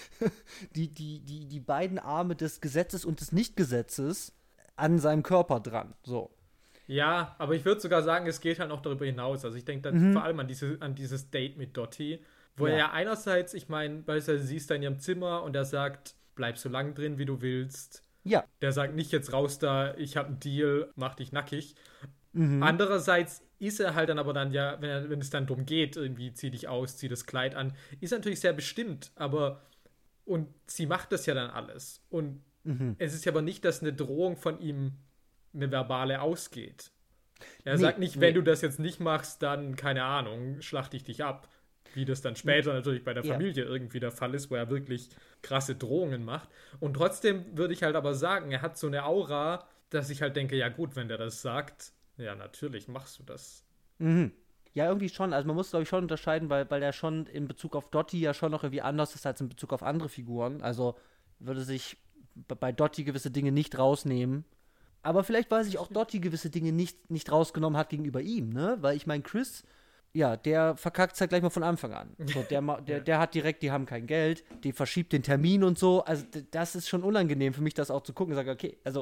die, die, die, die beiden Arme des Gesetzes und des Nichtgesetzes an seinem Körper dran. So. Ja, aber ich würde sogar sagen, es geht halt noch darüber hinaus. Also ich denke dann mhm. vor allem an, diese, an dieses Date mit Dottie, wo ja. er ja einerseits, ich meine, beispielsweise siehst du in ihrem Zimmer und er sagt, bleib so lang drin, wie du willst. Ja. Der sagt nicht jetzt raus da, ich habe einen Deal, mach dich nackig. Mhm. Andererseits ist er halt dann aber dann ja, wenn, er, wenn es dann darum geht, irgendwie zieh dich aus, zieh das Kleid an, ist er natürlich sehr bestimmt, aber und sie macht das ja dann alles. Und mhm. es ist ja aber nicht, dass eine Drohung von ihm eine verbale ausgeht. Er nee, sagt nicht, nee. wenn du das jetzt nicht machst, dann, keine Ahnung, schlacht ich dich ab. Wie das dann später natürlich bei der Familie ja. irgendwie der Fall ist, wo er wirklich krasse Drohungen macht. Und trotzdem würde ich halt aber sagen, er hat so eine Aura, dass ich halt denke, ja gut, wenn der das sagt, ja natürlich machst du das. Mhm. Ja, irgendwie schon. Also man muss, glaube ich, schon unterscheiden, weil, weil er schon in Bezug auf Dottie ja schon noch irgendwie anders ist als in Bezug auf andere Figuren. Also würde sich bei Dottie gewisse Dinge nicht rausnehmen. Aber vielleicht, weil sich auch Dottie gewisse Dinge nicht, nicht rausgenommen hat gegenüber ihm, ne? Weil ich meine, Chris, ja, der verkackt es halt gleich mal von Anfang an. So, der, der, der hat direkt, die haben kein Geld, die verschiebt den Termin und so. Also das ist schon unangenehm für mich, das auch zu gucken. Ich sage, okay, also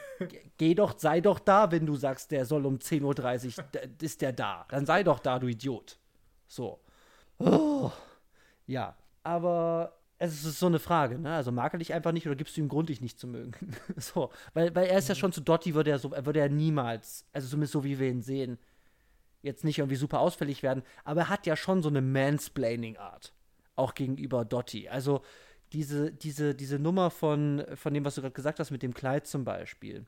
geh doch, sei doch da, wenn du sagst, der soll um zehn Uhr dreißig, ist der da. Dann sei doch da, du Idiot. So. Oh. Ja, aber Es ist so eine Frage, ne? Also mag er dich einfach nicht oder gibst du ihm Grund, dich nicht zu mögen? So, weil, weil er ist ja schon zu Dottie, würde er so, würde er niemals, also zumindest so wie wir ihn sehen, jetzt nicht irgendwie super ausfällig werden, aber er hat ja schon so eine Mansplaining-Art, auch gegenüber Dottie. Also diese, diese, diese Nummer von, von dem, was du gerade gesagt hast, mit dem Kleid zum Beispiel,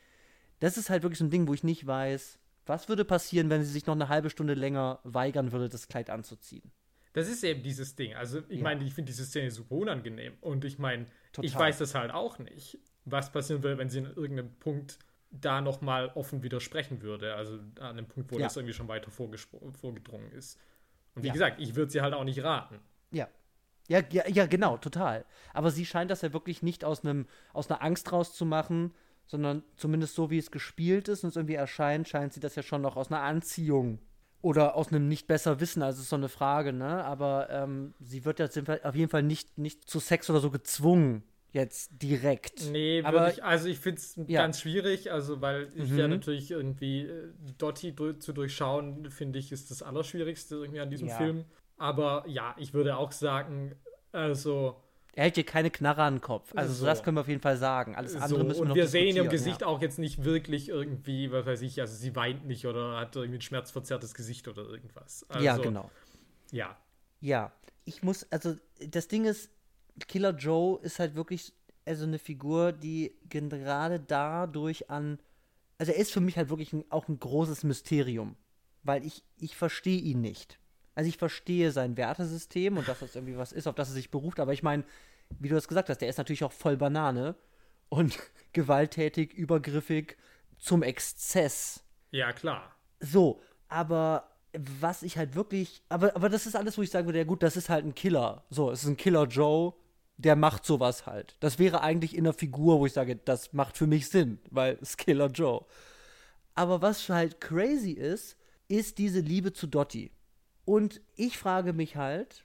das ist halt wirklich so ein Ding, wo ich nicht weiß, was würde passieren, wenn sie sich noch eine halbe Stunde länger weigern würde, das Kleid anzuziehen. Das ist eben dieses Ding. Also, ich Ja. meine, ich finde diese Szene super unangenehm. Und ich meine, ich Total. weiß das halt auch nicht, was passieren würde, wenn sie in irgendeinem Punkt da nochmal offen widersprechen würde. Also an einem Punkt, wo Ja. das irgendwie schon weiter vorgespro- vorgedrungen ist. Und wie Ja. gesagt, ich würde sie halt auch nicht raten. Ja. Ja, ja, ja, genau, total. Aber sie scheint das ja wirklich nicht aus einem, aus einer Angst rauszumachen, sondern zumindest so, wie es gespielt ist und es irgendwie erscheint, scheint sie das ja schon noch aus einer Anziehung oder aus einem nicht besser Wissen, also es ist so eine Frage, ne? Aber ähm, sie wird jetzt auf jeden Fall nicht, nicht zu Sex oder so gezwungen, jetzt direkt. Nee, Aber- würde ich, also ich finde es Ja. ganz schwierig, also weil ich Mhm. ja natürlich irgendwie äh, Dottie dur- zu durchschauen, finde ich, ist das Allerschwierigste irgendwie an diesem Ja. Film. Aber ja, ich würde auch sagen, also Er hält dir keine Knarre an den Kopf. Also So. das können wir auf jeden Fall sagen. Alles andere so, müssen wir und noch wir sehen diskutieren. im Gesicht ja. auch jetzt nicht wirklich irgendwie, was weiß ich, also sie weint nicht oder hat irgendwie ein schmerzverzerrtes Gesicht oder irgendwas. Also, Ja, genau. Ja, Ja, ich muss, also das Ding ist, Killer Joe ist halt wirklich also eine Figur, die gerade dadurch an, also er ist für mich halt wirklich ein, auch ein großes Mysterium, weil ich, ich verstehe ihn nicht. Also ich verstehe sein Wertesystem und dass das irgendwie was ist, auf das er sich beruft, aber ich meine, wie du das gesagt hast, der ist natürlich auch voll Banane und gewalttätig, übergriffig zum Exzess. ja, klar. So, aber was ich halt wirklich, aber, aber das ist alles, wo ich sagen würde, ja gut, das ist halt ein Killer. So, es ist ein Killer Joe, der macht sowas halt. Das wäre eigentlich in einer Figur, wo ich sage, das macht für mich Sinn, weil es ist Killer Joe. Aber was halt crazy ist, ist diese Liebe zu Dottie. Und ich frage mich halt,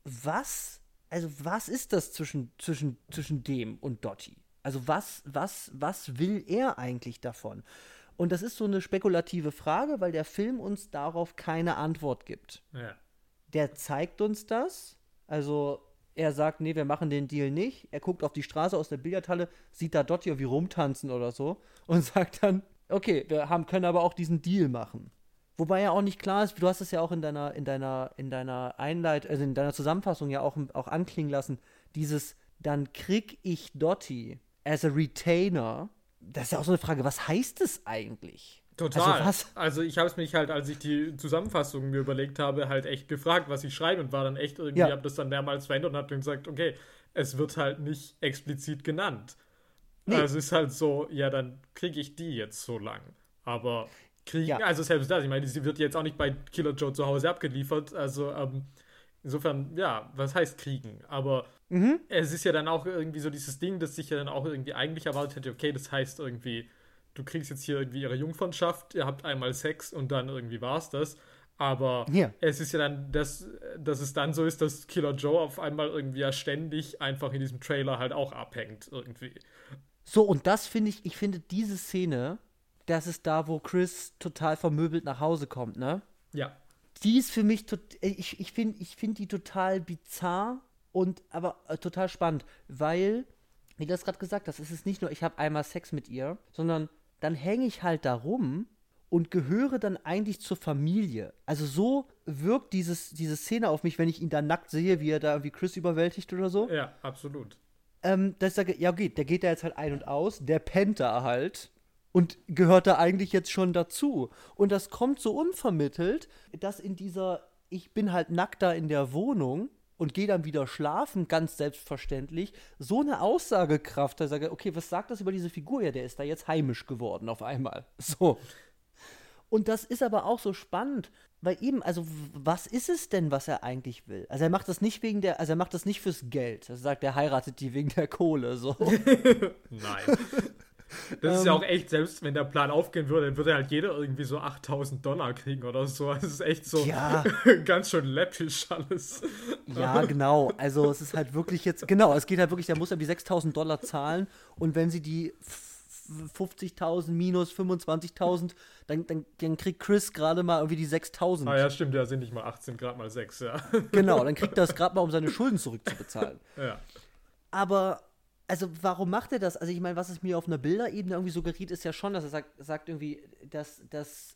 was, also was ist das zwischen, zwischen, zwischen dem und Dottie? Also was, was, was will er eigentlich davon? Und das ist so eine spekulative Frage, weil der Film uns darauf keine Antwort gibt. Ja. Der zeigt uns das, also er sagt, nee, wir machen den Deal nicht. Er guckt auf die Straße aus der Billardhalle, sieht da Dottie irgendwie rumtanzen oder so und sagt dann, okay, wir haben, können aber auch diesen Deal machen. Wobei ja auch nicht klar ist, du hast es ja auch in deiner, in deiner, in deiner Einleit, also in deiner Zusammenfassung ja auch, auch anklingen lassen, dieses, dann krieg ich Dottie as a retainer. Das ist ja auch so eine Frage, was heißt es eigentlich? Total. Also was? Also ich habe es mich halt, als ich die Zusammenfassung mir überlegt habe, halt echt gefragt, was ich schreibe und war dann echt irgendwie, Ja. habe das dann mehrmals verändert und habe dann gesagt, okay, es wird halt nicht explizit genannt. Nee. Also es ist halt so, ja, dann kriege ich die jetzt so lang. Aber kriegen, Ja. also selbst das, ich meine, sie wird jetzt auch nicht bei Killer Joe zu Hause abgeliefert, also ähm, insofern, ja, was heißt kriegen? Aber Mhm. es ist ja dann auch irgendwie so dieses Ding, das sich ja dann auch irgendwie eigentlich erwartet hätte, okay, das heißt irgendwie, du kriegst jetzt hier irgendwie ihre Jungfernschaft, ihr habt einmal Sex und dann irgendwie war's das. Aber Ja. es ist ja dann, dass, dass es dann so ist, dass Killer Joe auf einmal irgendwie ja ständig einfach in diesem Trailer halt auch abhängt irgendwie. So, und das finde ich, ich finde diese Szene, das ist da, wo Chris total vermöbelt nach Hause kommt, ne? Ja. Die ist für mich, tot, ich, ich finde ich find die total bizarr und aber äh, total spannend, weil, wie du das gerade gesagt hast, es ist nicht nur, ich habe einmal Sex mit ihr, sondern dann hänge ich halt da rum und gehöre dann eigentlich zur Familie. Also so wirkt dieses, diese Szene auf mich, wenn ich ihn da nackt sehe, wie er da irgendwie Chris überwältigt oder so. Ja, absolut. Ähm, dass ich sage, ja okay, der geht da jetzt halt ein und aus, der pennt da halt und gehört da eigentlich jetzt schon dazu. Und das kommt so unvermittelt, dass in dieser, ich bin halt nackt da in der Wohnung und gehe dann wieder schlafen, ganz selbstverständlich, so eine Aussagekraft, da sage ich, okay, was sagt das über diese Figur? Ja, der ist da jetzt heimisch geworden auf einmal. So. Und das ist aber auch so spannend, weil eben, also w- was ist es denn, was er eigentlich will? Also er macht das nicht wegen der, also er macht das nicht fürs Geld. Er sagt, er heiratet die wegen der Kohle, so. Nein. Das ist ja auch echt, selbst wenn der Plan aufgehen würde, dann würde halt jeder irgendwie so achttausend Dollar kriegen oder so. Das ist echt so Ja. ganz schön läppisch alles. Ja, genau. Also es ist halt wirklich jetzt, genau, es geht halt wirklich, der muss irgendwie sechstausend Dollar zahlen und wenn sie die f- fünfzigtausend minus fünfundzwanzigtausend, dann, dann, dann kriegt Chris gerade mal irgendwie die sechstausend. Ah ja, stimmt, ja, sind nicht mal achtzehn, gerade mal sechs, ja. Genau, dann kriegt er es gerade mal, um seine Schulden zurückzubezahlen. Ja. Aber, also warum macht er das? Also ich meine, was es mir auf einer Bilderebene irgendwie suggeriert, ist ja schon, dass er sagt, sagt irgendwie, dass, dass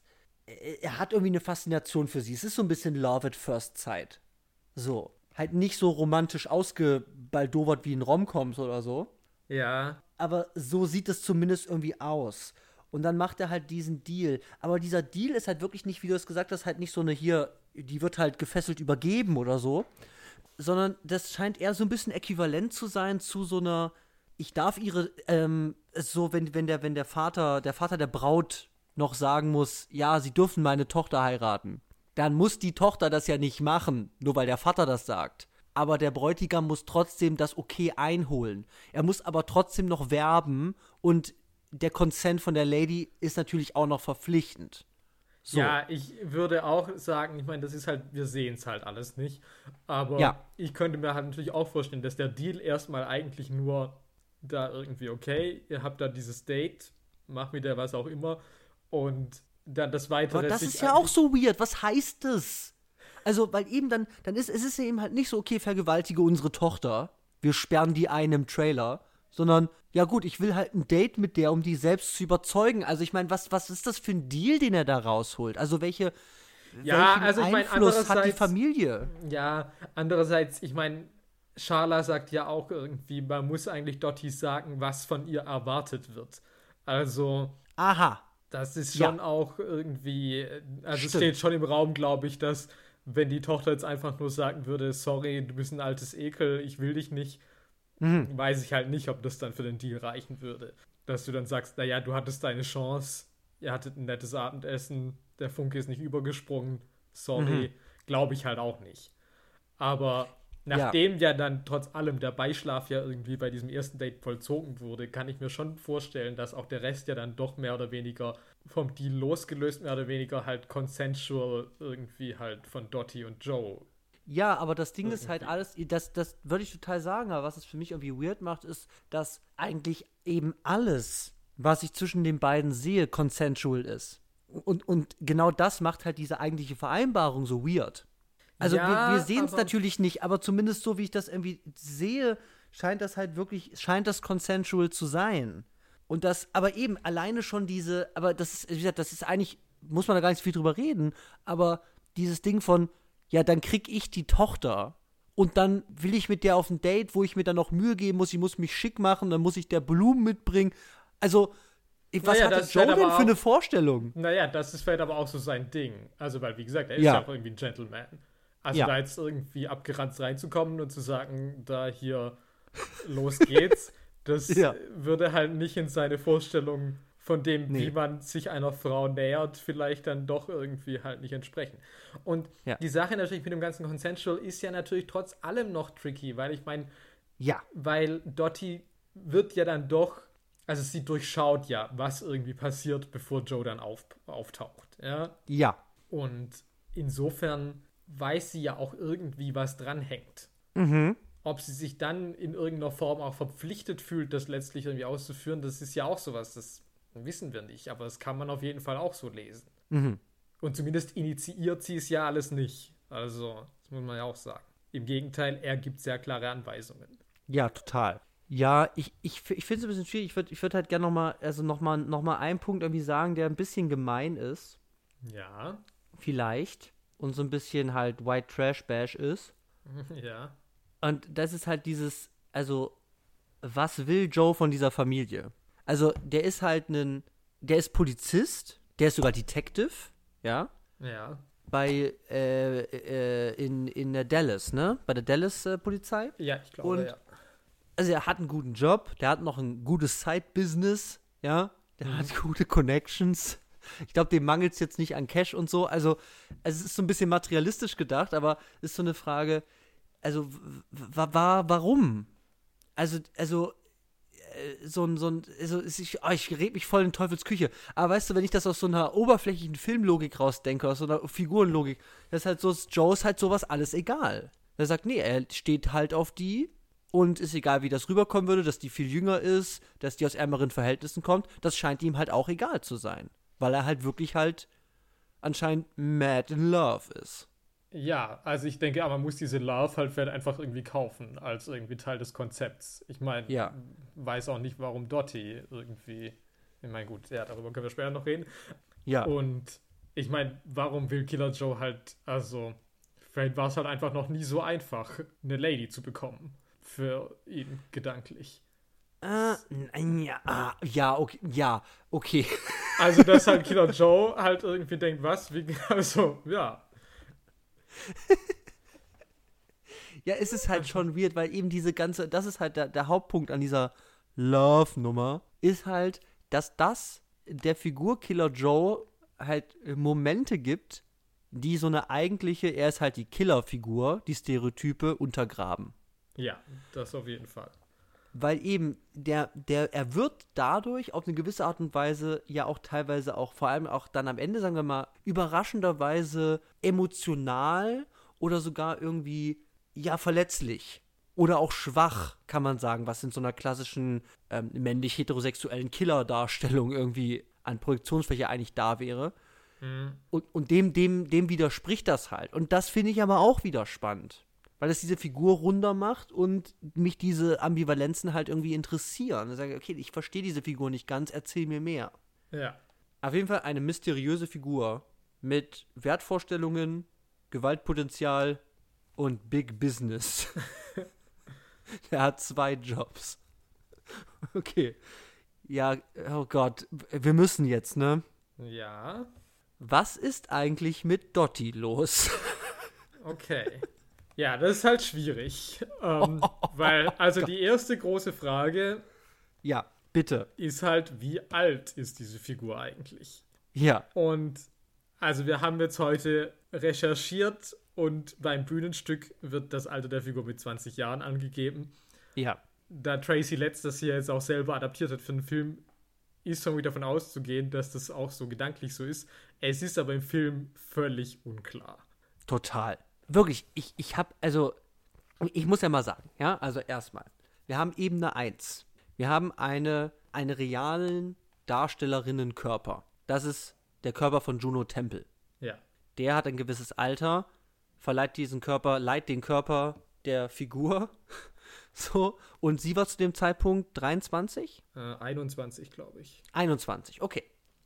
er hat irgendwie eine Faszination für sie. Es ist so ein bisschen Love at First Sight. So. Halt nicht so romantisch ausgebaldowert wie in Romcoms oder so. Ja. Aber so sieht es zumindest irgendwie aus. Und dann macht er halt diesen Deal. Aber dieser Deal ist halt wirklich nicht, wie du es gesagt hast, halt nicht so eine hier, die wird halt gefesselt übergeben oder so. Sondern das scheint eher so ein bisschen äquivalent zu sein zu so einer, ich darf ihre, ähm, so, wenn, wenn der, wenn der Vater, der Vater der Braut noch sagen muss, ja, sie dürfen meine Tochter heiraten, dann muss die Tochter das ja nicht machen, nur weil der Vater das sagt. Aber der Bräutigam muss trotzdem das Okay einholen. Er muss aber trotzdem noch werben und der Consent von der Lady ist natürlich auch noch verpflichtend. So. Ja, ich würde auch sagen, ich meine, das ist halt, wir sehen es halt alles nicht. Aber ja. ich könnte mir halt natürlich auch vorstellen, dass der Deal erstmal eigentlich nur da irgendwie, okay, ihr habt da dieses Date, mach mit der was auch immer. Und dann das Weitere. Aber das ist ja auch so weird. Was heißt das? Also, weil eben dann, dann ist es ist ja eben halt nicht so, okay, vergewaltige unsere Tochter, wir sperren die ein im Trailer, sondern, ja gut, ich will halt ein Date mit der, um die selbst zu überzeugen. Also ich meine, was, was ist das für ein Deal, den er da rausholt? Also welche, ja, welchen also ich mein, Einfluss hat die Familie? Ja, andererseits, ich meine, Sharla sagt ja auch irgendwie, man muss eigentlich Dottie sagen, was von ihr erwartet wird. Also, aha. Das ist schon ja. auch irgendwie, also Stimmt. es steht schon im Raum, glaube ich, dass wenn die Tochter jetzt einfach nur sagen würde, sorry, du bist ein altes Ekel, ich will dich nicht, mhm. weiß ich halt nicht, ob das dann für den Deal reichen würde. Dass du dann sagst, naja, du hattest deine Chance, ihr hattet ein nettes Abendessen, der Funke ist nicht übergesprungen, sorry, mhm. glaube ich halt auch nicht. Aber nachdem ja. ja dann trotz allem der Beischlaf ja irgendwie bei diesem ersten Date vollzogen wurde, kann ich mir schon vorstellen, dass auch der Rest ja dann doch mehr oder weniger vom Deal losgelöst, mehr oder weniger halt consensual irgendwie halt von Dottie und Joe. Ja, aber das Ding irgendwie. ist halt alles, das, das würde ich total sagen, aber was es für mich irgendwie weird macht, ist, dass eigentlich eben alles, was ich zwischen den beiden sehe, consensual ist. Und, und genau das macht halt diese eigentliche Vereinbarung so weird. Also ja, wir, wir sehen es natürlich nicht, aber zumindest so, wie ich das irgendwie sehe, scheint das halt wirklich, scheint das consensual zu sein. Und das, aber eben, alleine schon diese, aber das ist, wie gesagt, das ist eigentlich, muss man da gar nicht so viel drüber reden, aber dieses Ding von, ja, dann krieg ich die Tochter und dann will ich mit der auf ein Date, wo ich mir dann noch Mühe geben muss, ich muss mich schick machen, dann muss ich der Blumen mitbringen. Also, was naja, hat Joe denn für auch, eine Vorstellung? Naja, das ist vielleicht aber auch so sein Ding. Also, weil, wie gesagt, er ist ja, ja auch irgendwie ein Gentleman. Also ja. da jetzt irgendwie abgeranzt reinzukommen und zu sagen, da hier, los geht's, das ja. würde halt nicht in seine Vorstellung von dem, nee. wie man sich einer Frau nähert, vielleicht dann doch irgendwie halt nicht entsprechen. Und ja. die Sache natürlich mit dem ganzen Consensual ist ja natürlich trotz allem noch tricky, weil ich meine, ja. weil Dottie wird ja dann doch, also sie durchschaut ja, was irgendwie passiert, bevor Joe dann auf, auftaucht. Ja. Ja. Und insofern weiß sie ja auch irgendwie, was dranhängt. Mhm. Ob sie sich dann in irgendeiner Form auch verpflichtet fühlt, das letztlich irgendwie auszuführen, das ist ja auch sowas, das wissen wir nicht, aber das kann man auf jeden Fall auch so lesen. Mhm. Und zumindest initiiert sie es ja alles nicht. Also, das muss man ja auch sagen. Im Gegenteil, er gibt sehr klare Anweisungen. Ja, total. Ja, ich, ich, ich finde es ein bisschen schwierig. Ich würde ich würd halt gerne nochmal, also nochmal noch mal einen Punkt irgendwie sagen, der ein bisschen gemein ist. Ja. Vielleicht. Und so ein bisschen halt White Trash Bash ist. Ja. Und das ist halt dieses, also, was will Joe von dieser Familie? Also, der ist halt ein, der ist Polizist, der ist sogar Detective, ja? Ja. Bei, äh, äh, in, in der Dallas, ne? Bei der Dallas-Polizei. Äh, ja, ich glaube, Und, ja. Also, er hat einen guten Job, der hat noch ein gutes Side-Business, ja? Der mhm. hat gute Connections. Ich glaube, dem mangelt es jetzt nicht an Cash und so. Also, also, es ist so ein bisschen materialistisch gedacht, aber es ist so eine Frage, also, w- w- warum? Also, also, äh, so ein, so ein, also, ich, oh, ich rede mich voll in Teufels Küche. Aber weißt du, wenn ich das aus so einer oberflächlichen Filmlogik rausdenke, aus so einer Figurenlogik, das ist halt so, Joe ist halt sowas alles egal. Er sagt, nee, er steht halt auf die, Und ist egal, wie das rüberkommen würde, dass die viel jünger ist, dass die aus ärmeren Verhältnissen kommt, das scheint ihm halt auch egal zu sein. Weil er halt wirklich halt anscheinend mad in love ist. Ja, also ich denke, aber man muss diese Love halt vielleicht einfach irgendwie kaufen, als irgendwie Teil des Konzepts. Ich meine, Ja. weiß auch nicht, warum Dottie irgendwie, ich meine, gut, ja, darüber können wir später noch reden. Ja. Und ich meine, warum will Killer Joe halt, also, vielleicht war es halt einfach noch nie so einfach, eine Lady zu bekommen. Für ihn gedanklich. Äh, ja, ah, ja, okay, ja, okay. Also, dass halt Killer Joe halt irgendwie denkt, was? Wie, also, ja. Ja, es ist halt schon weird, weil eben diese ganze, das ist halt der, der Hauptpunkt an dieser Love-Nummer, ist halt, dass das der Figur Killer Joe halt Momente gibt, die so eine eigentliche, er ist halt die Killer-Figur, die Stereotype untergraben. Ja, das auf jeden Fall. Weil eben, der, der, er wird dadurch auf eine gewisse Art und Weise ja auch teilweise auch, vor allem auch dann am Ende, sagen wir mal, überraschenderweise emotional oder sogar irgendwie, ja, verletzlich. Oder auch schwach, kann man sagen, was in so einer klassischen ähm, männlich-heterosexuellen Killer-Darstellung irgendwie an Projektionsfläche eigentlich da wäre. Mhm. Und, und dem, dem, dem widerspricht das halt. Und das finde ich aber auch wieder spannend. Weil es diese Figur runder macht und mich diese Ambivalenzen halt irgendwie interessieren. Ich sage, okay, ich verstehe diese Figur nicht ganz, erzähl mir mehr. Ja. Auf jeden Fall eine mysteriöse Figur mit Wertvorstellungen, Gewaltpotenzial und Big Business. Er hat zwei Jobs. Okay. Ja, oh Gott, wir müssen jetzt, ne? Ja. Was ist eigentlich mit Dottie los? Okay. Ja, das ist halt schwierig. Ähm, weil, also die erste große Frage Ja, bitte. ist halt, wie alt ist diese Figur eigentlich? Ja. Und also wir haben jetzt heute recherchiert und beim Bühnenstück wird das Alter der Figur mit zwanzig Jahren angegeben. Ja. Da Tracy Letts das hier jetzt auch selber adaptiert hat für einen Film, ist schon wieder davon auszugehen, dass das auch so gedanklich so ist. Es ist aber im Film völlig unklar. Total. Wirklich, ich, ich hab, also, ich muss ja mal sagen, ja, also erstmal, wir haben Ebene eins. Wir haben eine, einen realen Darstellerinnenkörper. Das ist der Körper von Juno Temple. Ja. Der hat ein gewisses Alter, verleiht diesen Körper, leiht den Körper der Figur. So, und sie war zu dem Zeitpunkt dreiundzwanzig? Äh, einundzwanzig, glaube ich. einundzwanzig, okay.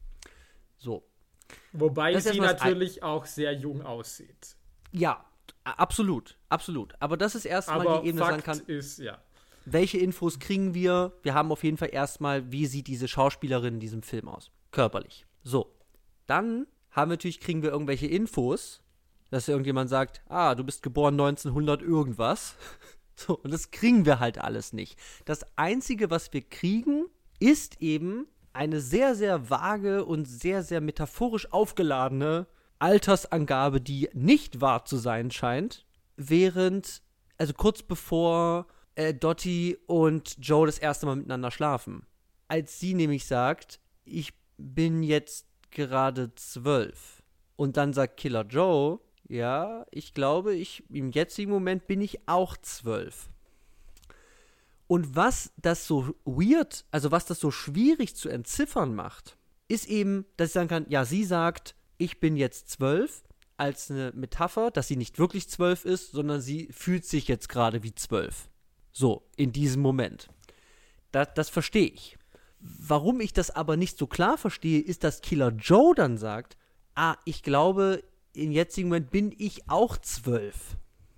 So. Wobei Das ist sie erstmal das natürlich auch sehr jung aussieht. Ja, absolut, absolut. Aber das ist erstmal Aber die Ebene, Fakt sagen kann, ist, ja. welche Infos kriegen wir? Wir haben auf jeden Fall erstmal, wie sieht diese Schauspielerin in diesem Film aus? Körperlich. So. Dann haben wir natürlich, kriegen wir irgendwelche Infos, dass irgendjemand sagt, ah, du bist geboren neunzehnhundert irgendwas. So, und das kriegen wir halt alles nicht. Das Einzige, was wir kriegen, ist eben eine sehr, sehr vage und sehr, sehr metaphorisch aufgeladene Altersangabe, die nicht wahr zu sein scheint, während, also kurz bevor äh, Dottie und Joe das erste Mal miteinander schlafen. Als sie nämlich sagt, ich bin jetzt gerade zwölf. Und dann sagt Killer Joe, ja, ich glaube, ich im jetzigen Moment bin ich auch zwölf. Und was das so weird, also was das so schwierig zu entziffern macht, ist eben, dass ich sagen kann, ja, sie sagt, ich bin jetzt zwölf, als eine Metapher, dass sie nicht wirklich zwölf ist, sondern sie fühlt sich jetzt gerade wie zwölf. So, in diesem Moment. Das, das verstehe ich. Warum ich das aber nicht so klar verstehe, ist, dass Killer Joe dann sagt, ah, ich glaube, im jetzigen Moment bin ich auch zwölf.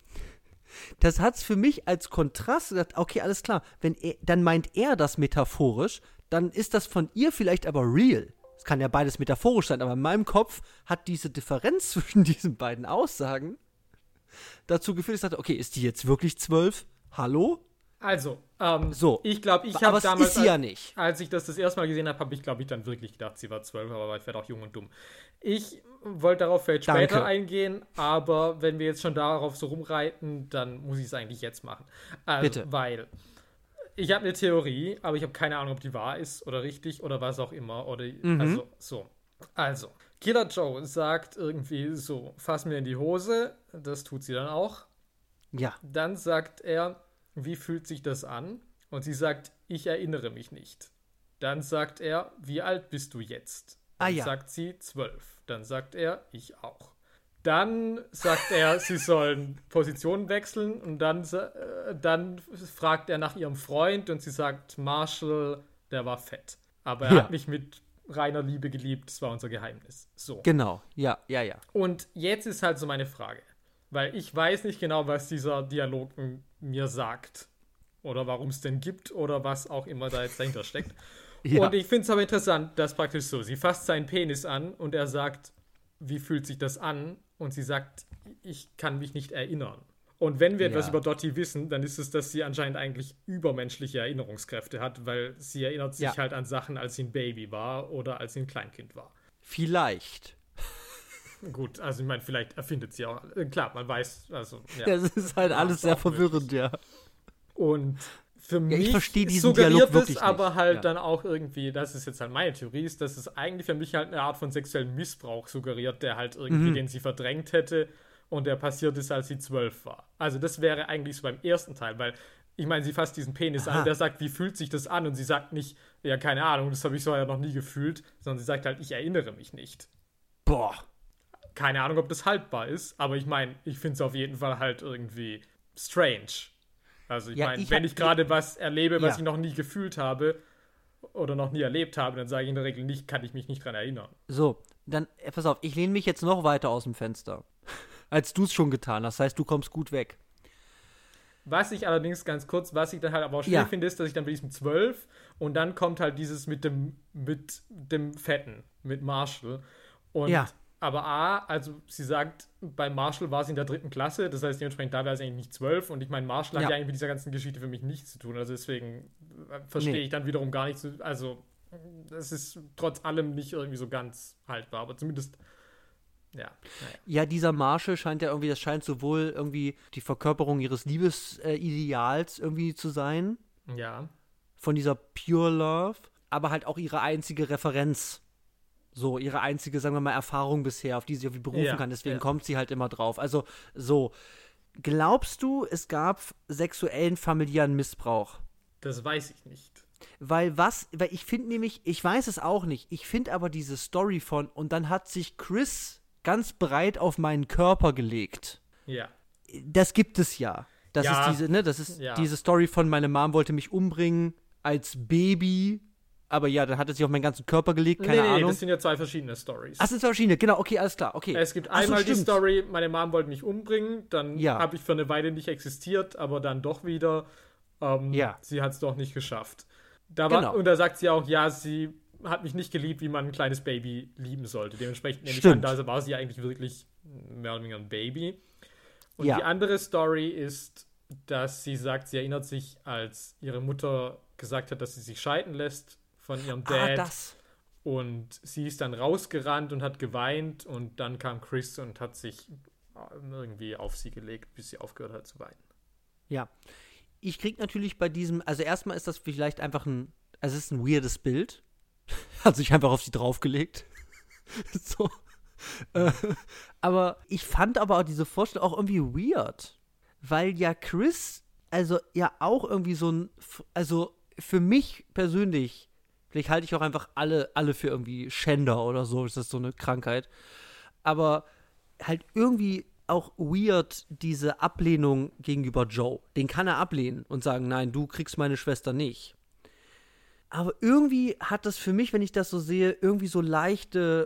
Das hat es für mich als Kontrast gesagt, okay, alles klar, wenn er, dann meint er das metaphorisch, dann ist das von ihr vielleicht aber real. Es kann ja beides metaphorisch sein, aber in meinem Kopf hat diese Differenz zwischen diesen beiden Aussagen dazu geführt, dass ich dachte, okay, ist die jetzt wirklich zwölf? Hallo? Also, ähm, So. ich glaube, ich Aber habe es damals, ist sie ja nicht. als ich das das erste Mal gesehen habe, habe ich, glaube ich, dann wirklich gedacht, sie war zwölf, aber ich werde auch jung und dumm. Ich wollte darauf vielleicht Danke. später eingehen, aber wenn wir jetzt schon darauf so rumreiten, dann muss ich es eigentlich jetzt machen. Also, Bitte. Weil ich habe eine Theorie, aber ich habe keine Ahnung, ob die wahr ist oder richtig oder was auch immer. Oder, Mhm. Also, so. Also, Killer Joe sagt irgendwie so, fass mir in die Hose. Das tut sie dann auch. Ja. Dann sagt er, wie fühlt sich das an? Und sie sagt, ich erinnere mich nicht. Dann sagt er, wie alt bist du jetzt? Dann ah, ja. sagt sie, zwölf. Dann sagt er, ich auch. Dann sagt er, sie sollen Positionen wechseln und dann, äh, dann fragt er nach ihrem Freund und sie sagt, Marshall, der war fett. Aber er ja. hat mich mit reiner Liebe geliebt, das war unser Geheimnis. So. Genau, ja, ja, ja. Und jetzt ist halt so meine Frage, weil ich weiß nicht genau, was dieser Dialog mir sagt oder warum es denn gibt oder was auch immer da jetzt dahinter steckt. ja. Und ich finde es aber interessant, dass praktisch so, sie fasst seinen Penis an und er sagt, wie fühlt sich das an? Und sie sagt, ich kann mich nicht erinnern. Und wenn wir ja. etwas über Dottie wissen, dann ist es, dass sie anscheinend eigentlich übermenschliche Erinnerungskräfte hat, weil sie erinnert sich ja. halt an Sachen, als sie ein Baby war oder als sie ein Kleinkind war. Vielleicht. Gut, also ich meine, vielleicht erfindet sie auch. Klar, man weiß, also ja. Das ist halt alles sehr verwirrend, ja. Und für ja, mich suggeriert Dialog es aber nicht. halt ja. dann auch irgendwie, das ist jetzt halt meine Theorie, ist, dass es eigentlich für mich halt eine Art von sexuellem Missbrauch suggeriert, der halt irgendwie, mhm. den sie verdrängt hätte und der passiert ist, als sie zwölf war. Also das wäre eigentlich so beim ersten Teil, weil ich meine, sie fasst diesen Penis Aha. an und der sagt, wie fühlt sich das an? Und sie sagt nicht, ja, keine Ahnung, das habe ich so ja noch nie gefühlt, sondern sie sagt halt, ich erinnere mich nicht. Boah. Keine Ahnung, ob das haltbar ist, aber ich meine, ich finde es auf jeden Fall halt irgendwie strange. Also ich ja, meine, wenn ich gerade was erlebe, was ja. ich noch nie gefühlt habe oder noch nie erlebt habe, dann sage ich in der Regel nicht, kann ich mich nicht dran erinnern. So, dann, pass auf, ich lehne mich jetzt noch weiter aus dem Fenster, als du es schon getan hast. Das heißt, du kommst gut weg. Was ich allerdings ganz kurz, was ich dann halt aber auch schwierig ja. finde, ist, dass ich dann bei diesem zwölf und dann kommt halt dieses mit dem, mit dem Fetten, mit Marshall. Und ja. Aber A, also sie sagt, bei Marshall war sie in der dritten Klasse, das heißt dementsprechend, da wäre sie eigentlich nicht zwölf und ich meine, Marshall ja. hat ja eigentlich mit dieser ganzen Geschichte für mich nichts zu tun, also deswegen verstehe nee. ich dann wiederum gar nicht so, also es ist trotz allem nicht irgendwie so ganz haltbar, aber zumindest, ja. Naja. Ja, dieser Marshall scheint ja irgendwie, das scheint sowohl irgendwie die Verkörperung ihres Liebesideals äh, irgendwie zu sein. Ja. Von dieser Pure Love, aber halt auch ihre einzige Referenz. So, ihre einzige, sagen wir mal, Erfahrung bisher, auf die sie irgendwie berufen ja, kann. Deswegen ja. kommt sie halt immer drauf. Also, so. Glaubst du, es gab sexuellen familiären Missbrauch? Das weiß ich nicht. Weil was, weil ich finde nämlich, ich weiß es auch nicht, ich finde aber diese Story von, und dann hat sich Chris ganz breit auf meinen Körper gelegt. Ja. Das gibt es ja. Das ja. ist diese, ne, das ist ja. diese Story von, meine Mom wollte mich umbringen als Baby. Aber ja, dann hat er sich auf meinen ganzen Körper gelegt, keine nee, nee, Ahnung. das sind ja zwei verschiedene Stories. Ach, das sind zwei verschiedene, genau, okay, alles klar, okay. Es gibt Ach so, einmal die stimmt. Story, meine Mom wollte mich umbringen, dann ja. habe ich für eine Weile nicht existiert, aber dann doch wieder, ähm, ja. sie hat es doch nicht geschafft. Da war, genau. Und da sagt sie auch, ja, sie hat mich nicht geliebt, wie man ein kleines Baby lieben sollte. Dementsprechend nehme ich an, da war sie eigentlich wirklich mehr oder weniger ein Baby. Und ja. die andere Story ist, dass sie sagt, sie erinnert sich, als ihre Mutter gesagt hat, dass sie sich scheiden lässt von ihrem Dad. Ah, das. Und sie ist dann rausgerannt und hat geweint und dann kam Chris und hat sich irgendwie auf sie gelegt, bis sie aufgehört hat zu weinen. Ja. Ich krieg natürlich bei diesem, also erstmal ist das vielleicht einfach ein, also es ist ein weirdes Bild. Hat sich einfach auf sie draufgelegt. so. Äh, aber ich fand aber auch diese Vorstellung auch irgendwie weird. Weil ja Chris, also ja auch irgendwie so ein, also für mich persönlich, vielleicht halte ich auch einfach alle, alle für irgendwie Schänder oder so, ist das so eine Krankheit. Aber halt irgendwie auch weird diese Ablehnung gegenüber Joe. Den kann er ablehnen und sagen, nein, du kriegst meine Schwester nicht. Aber irgendwie hat das für mich, wenn ich das so sehe, irgendwie so leichte,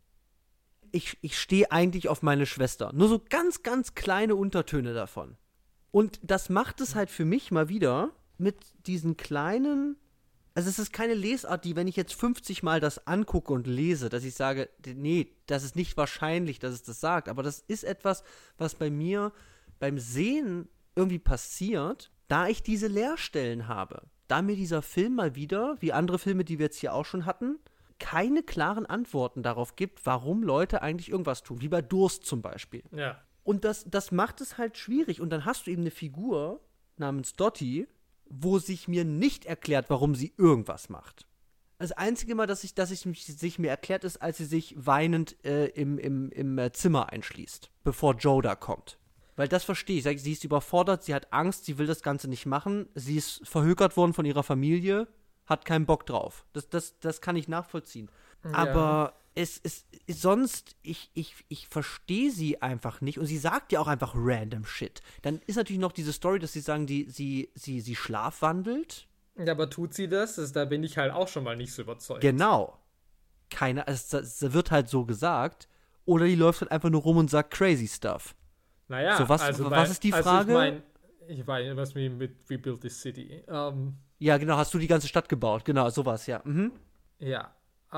ich, ich stehe eigentlich auf meine Schwester. Nur so ganz, ganz kleine Untertöne davon. Und das macht es halt für mich mal wieder mit diesen kleinen, also es ist keine Lesart, die, wenn ich jetzt fünfzig Mal das angucke und lese, dass ich sage, nee, das ist nicht wahrscheinlich, dass es das sagt, aber das ist etwas, was bei mir beim Sehen irgendwie passiert, da ich diese Leerstellen habe. Da mir dieser Film mal wieder, wie andere Filme, die wir jetzt hier auch schon hatten, keine klaren Antworten darauf gibt, warum Leute eigentlich irgendwas tun, wie bei Durst zum Beispiel. Ja. Und das, das macht es halt schwierig. Und dann hast du eben eine Figur namens Dottie, wo sich mir nicht erklärt, warum sie irgendwas macht. Das einzige Mal, dass, ich, dass ich mich, sich mir erklärt, ist, als sie sich weinend äh, im, im, im Zimmer einschließt, bevor Joe da kommt. Weil das verstehe ich. Sag, sie ist überfordert, sie hat Angst, sie will das Ganze nicht machen. Sie ist verhökert worden von ihrer Familie, hat keinen Bock drauf. Das, das, das kann ich nachvollziehen. Ja. Aber es ist sonst, ich, ich, ich verstehe sie einfach nicht. Und sie sagt ja auch einfach random Shit. Dann ist natürlich noch diese Story, dass sie sagen, die, sie, sie, sie schlafwandelt. Ja, aber tut sie das? das? Da bin ich halt auch schon mal nicht so überzeugt. Genau. Keine, also, es wird halt so gesagt. Oder die läuft halt einfach nur rum und sagt crazy stuff. Naja, so, was, also was bei, ist die also Frage? Ich meine, ich weiß, was wir mit Rebuild This City. Ähm, ja, genau, hast du die ganze Stadt gebaut. Genau, sowas, ja. Mhm. Ja,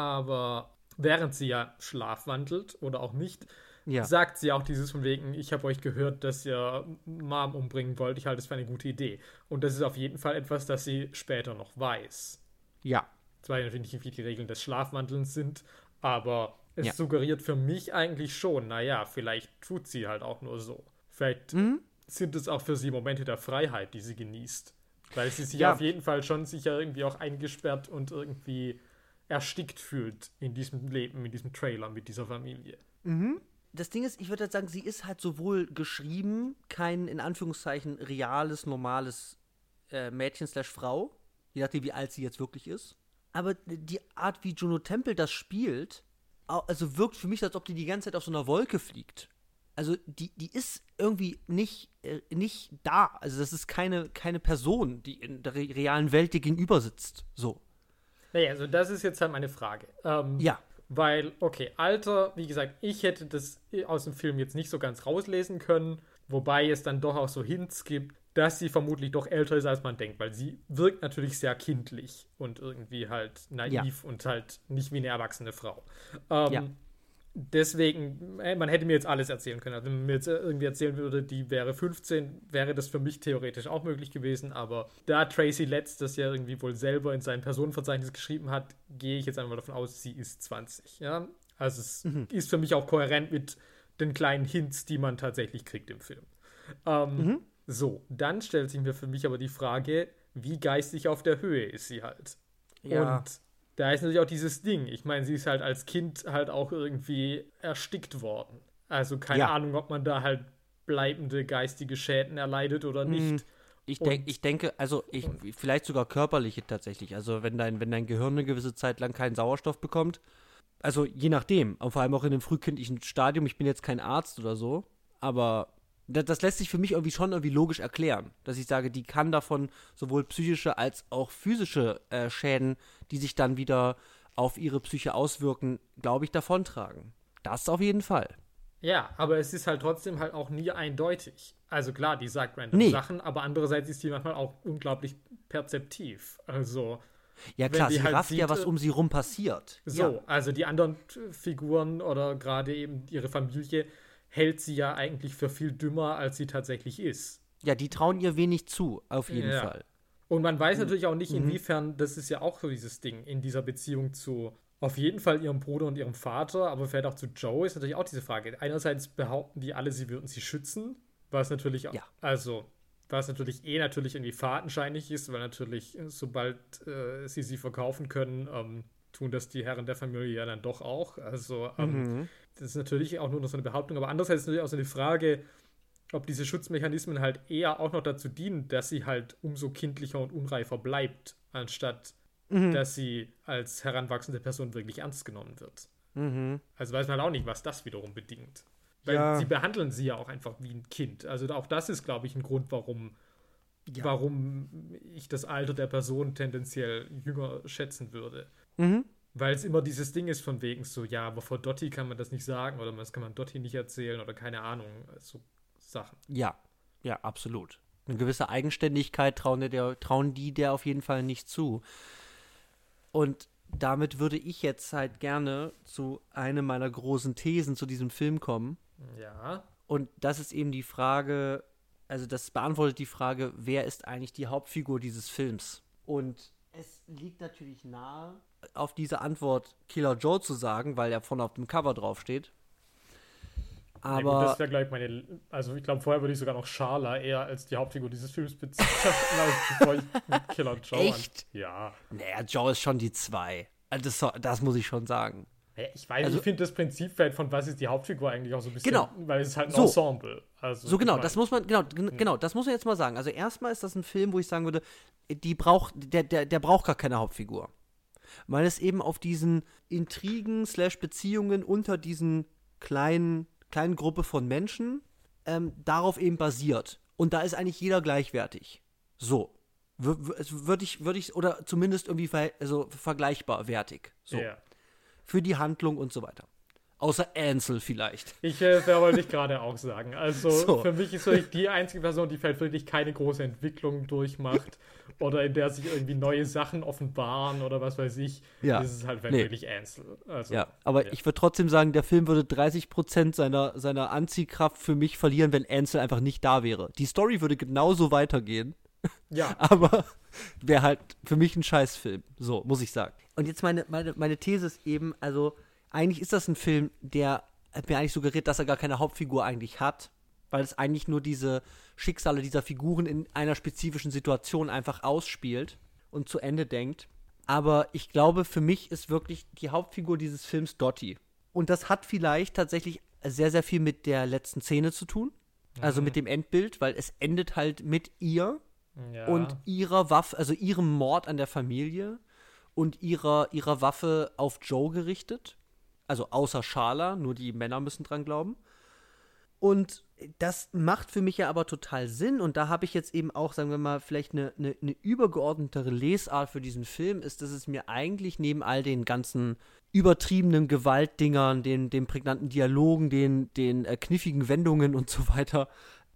aber während sie ja schlafwandelt oder auch nicht, ja. sagt sie auch dieses von wegen, ich habe euch gehört, dass ihr Mom umbringen wollt, ich halte es für eine gute Idee. Und das ist auf jeden Fall etwas, das sie später noch weiß. Ja. Zwar natürlich nicht, wie die Regeln des Schlafwandelns sind, aber es ja. suggeriert für mich eigentlich schon, naja, vielleicht tut sie halt auch nur so. Vielleicht mhm. sind es auch für sie Momente der Freiheit, die sie genießt. Weil sie sich ja. auf jeden Fall schon sicher irgendwie auch eingesperrt und irgendwie erstickt fühlt in diesem Leben, in diesem Trailer mit dieser Familie. Mhm. Das Ding ist, ich würde halt sagen, sie ist halt sowohl geschrieben, kein, in Anführungszeichen, reales, normales äh, Mädchen slash Frau, je nachdem, wie alt sie jetzt wirklich ist. Aber die Art, wie Juno Temple das spielt, also wirkt für mich, als ob die die ganze Zeit auf so einer Wolke fliegt. Also die, die ist irgendwie nicht, äh, nicht da. Also das ist keine, keine Person, die in der re- realen Welt dir gegenüber sitzt. So. Naja, also das ist jetzt halt meine Frage. Ähm, ja. Weil, okay, Alter, wie gesagt, ich hätte das aus dem Film jetzt nicht so ganz rauslesen können, wobei es dann doch auch so Hints gibt, dass sie vermutlich doch älter ist, als man denkt, weil sie wirkt natürlich sehr kindlich und irgendwie halt naiv ja. und halt nicht wie eine erwachsene Frau. Ähm, ja. Deswegen, man hätte mir jetzt alles erzählen können. Also wenn man mir jetzt irgendwie erzählen würde, die wäre fünfzehn, wäre das für mich theoretisch auch möglich gewesen. Aber da Tracy Letts das ja irgendwie wohl selber in seinem Personenverzeichnis geschrieben hat, gehe ich jetzt einmal davon aus, sie ist zwanzig. Ja? Also es mhm. ist für mich auch kohärent mit den kleinen Hints, die man tatsächlich kriegt im Film. Ähm, mhm. So, dann stellt sich mir für mich aber die Frage, wie geistig auf der Höhe ist sie halt? Ja. Und da ist natürlich auch dieses Ding. Ich meine, sie ist halt als Kind halt auch irgendwie erstickt worden. Also keine ja. Ahnung, ob man da halt bleibende geistige Schäden erleidet oder nicht. Ich, denk, ich denke, also ich, vielleicht sogar körperliche tatsächlich. Also wenn dein, wenn dein Gehirn eine gewisse Zeit lang keinen Sauerstoff bekommt, also je nachdem, vor allem auch in einem frühkindlichen Stadium, ich bin jetzt kein Arzt oder so, aber das, das lässt sich für mich irgendwie schon irgendwie logisch erklären, dass ich sage, die kann davon sowohl psychische als auch physische äh, Schäden, die sich dann wieder auf ihre Psyche auswirken, glaube ich, davontragen. Das auf jeden Fall. Ja, aber es ist halt trotzdem halt auch nie eindeutig. Also klar, die sagt random nee. Sachen, aber andererseits ist die manchmal auch unglaublich perzeptiv. Also ja klar, sie halt rafft sieht, ja, was um sie rum passiert. So, ja. also die anderen Figuren oder gerade eben ihre Familie hält sie ja eigentlich für viel dümmer, als sie tatsächlich ist. Ja, die trauen ihr wenig zu, auf jeden ja. Fall. Und man weiß natürlich auch nicht, inwiefern, das ist ja auch so dieses Ding, in dieser Beziehung zu auf jeden Fall ihrem Bruder und ihrem Vater, aber vielleicht auch zu Joe ist natürlich auch diese Frage. Einerseits behaupten die alle, sie würden sie schützen, was natürlich auch, ja. also, was natürlich eh natürlich irgendwie fadenscheinig ist, weil natürlich, sobald äh, sie sie verkaufen können, ähm, tun das die Herren der Familie ja dann doch auch. Also, ähm, mhm. das ist natürlich auch nur noch so eine Behauptung, aber andererseits ist natürlich auch so eine Frage, ob diese Schutzmechanismen halt eher auch noch dazu dienen, dass sie halt umso kindlicher und unreifer bleibt, anstatt mhm. dass sie als heranwachsende Person wirklich ernst genommen wird. Mhm. Also weiß man halt auch nicht, was das wiederum bedingt. Weil ja. sie behandeln sie ja auch einfach wie ein Kind. Also auch das ist, glaube ich, ein Grund, warum, ja. warum ich das Alter der Person tendenziell jünger schätzen würde. Mhm. Weil es immer dieses Ding ist von wegen so, ja, aber vor Dottie kann man das nicht sagen oder das kann man Dottie nicht erzählen oder keine Ahnung, so Sachen. Ja, ja, absolut. Eine gewisse Eigenständigkeit trauen, der, trauen die der auf jeden Fall nicht zu. Und damit würde ich jetzt halt gerne zu einer meiner großen Thesen zu diesem Film kommen. Ja. Und das ist eben die Frage, also das beantwortet die Frage, wer ist eigentlich die Hauptfigur dieses Films? Und es liegt natürlich nahe, auf diese Antwort Killer Joe zu sagen, weil er vorne auf dem Cover draufsteht. Aber ja, gut, das wäre gleich meine, also ich glaube, vorher würde ich sogar noch Sharla eher als die Hauptfigur dieses Films bezeichnen, bevor ich mit Killer Joe Echt? An. Ja. Naja, Joe ist schon die zwei. Das, das muss ich schon sagen. Ich weiß, also, ich finde das Prinzip von was ist die Hauptfigur eigentlich auch so ein bisschen, genau. weil es ist halt ein so. Ensemble. Also, so genau, ich mein, das muss man, genau, genau, das muss man jetzt mal sagen. Also erstmal ist das ein Film, wo ich sagen würde, die braucht, der, der, der braucht gar keine Hauptfigur. Weil es eben auf diesen Intrigen slash Beziehungen unter diesen kleinen, kleinen Gruppe von Menschen ähm, darauf eben basiert. Und da ist eigentlich jeder gleichwertig. So. Würde ich, würde ich, oder zumindest irgendwie ver- also vergleichbar wertig. So. Yeah. Für die Handlung und so weiter. Außer Ansel vielleicht. Ich äh, wollte ich gerade auch sagen. Also so. für mich ist wirklich die einzige Person, die vielleicht wirklich keine große Entwicklung durchmacht oder in der sich irgendwie neue Sachen offenbaren oder was weiß ich. Ja. Das ist halt nee. wirklich Ansel. Also, ja, aber ja. ich würde trotzdem sagen, der Film würde dreißig Prozent seiner, seiner Anziehkraft für mich verlieren, wenn Ansel einfach nicht da wäre. Die Story würde genauso weitergehen. Ja. Aber wäre halt für mich ein Scheißfilm. So, muss ich sagen. Und jetzt meine, meine, meine These ist eben, also eigentlich ist das ein Film, der mir eigentlich suggeriert, dass er gar keine Hauptfigur eigentlich hat, weil es eigentlich nur diese Schicksale dieser Figuren in einer spezifischen Situation einfach ausspielt und zu Ende denkt. Aber ich glaube, für mich ist wirklich die Hauptfigur dieses Films Dottie. Und das hat vielleicht tatsächlich sehr, sehr viel mit der letzten Szene zu tun. Also mhm. mit dem Endbild, weil es endet halt mit ihr ja. und ihrer Waffe, also ihrem Mord an der Familie und ihrer, ihrer Waffe auf Joe gerichtet. Also außer Sharla, nur die Männer müssen dran glauben. Und das macht für mich ja aber total Sinn. Und da habe ich jetzt eben auch, sagen wir mal, vielleicht eine, eine, eine übergeordnetere Lesart für diesen Film, ist, dass es mir eigentlich neben all den ganzen übertriebenen Gewaltdingern, den, den prägnanten Dialogen, den, den äh, kniffigen Wendungen und so weiter,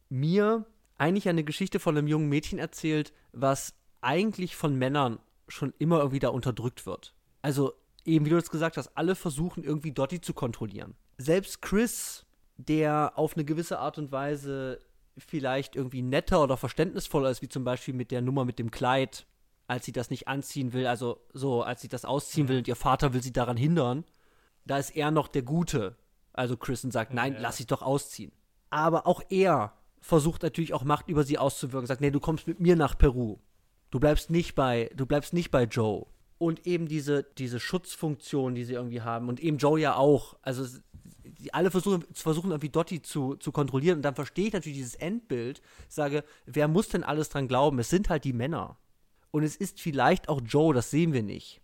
mir eigentlich eine Geschichte von einem jungen Mädchen erzählt, was eigentlich von Männern schon immer irgendwie da unterdrückt wird. Also eben, wie du das gesagt hast, alle versuchen irgendwie Dottie zu kontrollieren. Selbst Chris, der auf eine gewisse Art und Weise vielleicht irgendwie netter oder verständnisvoller ist, wie zum Beispiel mit der Nummer mit dem Kleid, als sie das nicht anziehen will, also so, als sie das ausziehen will und ihr Vater will sie daran hindern, da ist er noch der Gute, also Chris, und sagt, nein, ja. lass sie doch ausziehen. Aber auch er versucht natürlich auch Macht über sie auszuwirken, sagt, nee, du kommst mit mir nach Peru. Du bleibst nicht bei, du bleibst nicht bei Joe. Und eben diese, diese Schutzfunktion, die sie irgendwie haben. Und eben Joe ja auch. Also die alle versuchen, versuchen irgendwie Dottie zu, zu kontrollieren. Und dann verstehe ich natürlich dieses Endbild. Sage, wer muss denn alles dran glauben? Es sind halt die Männer. Und es ist vielleicht auch Joe, das sehen wir nicht.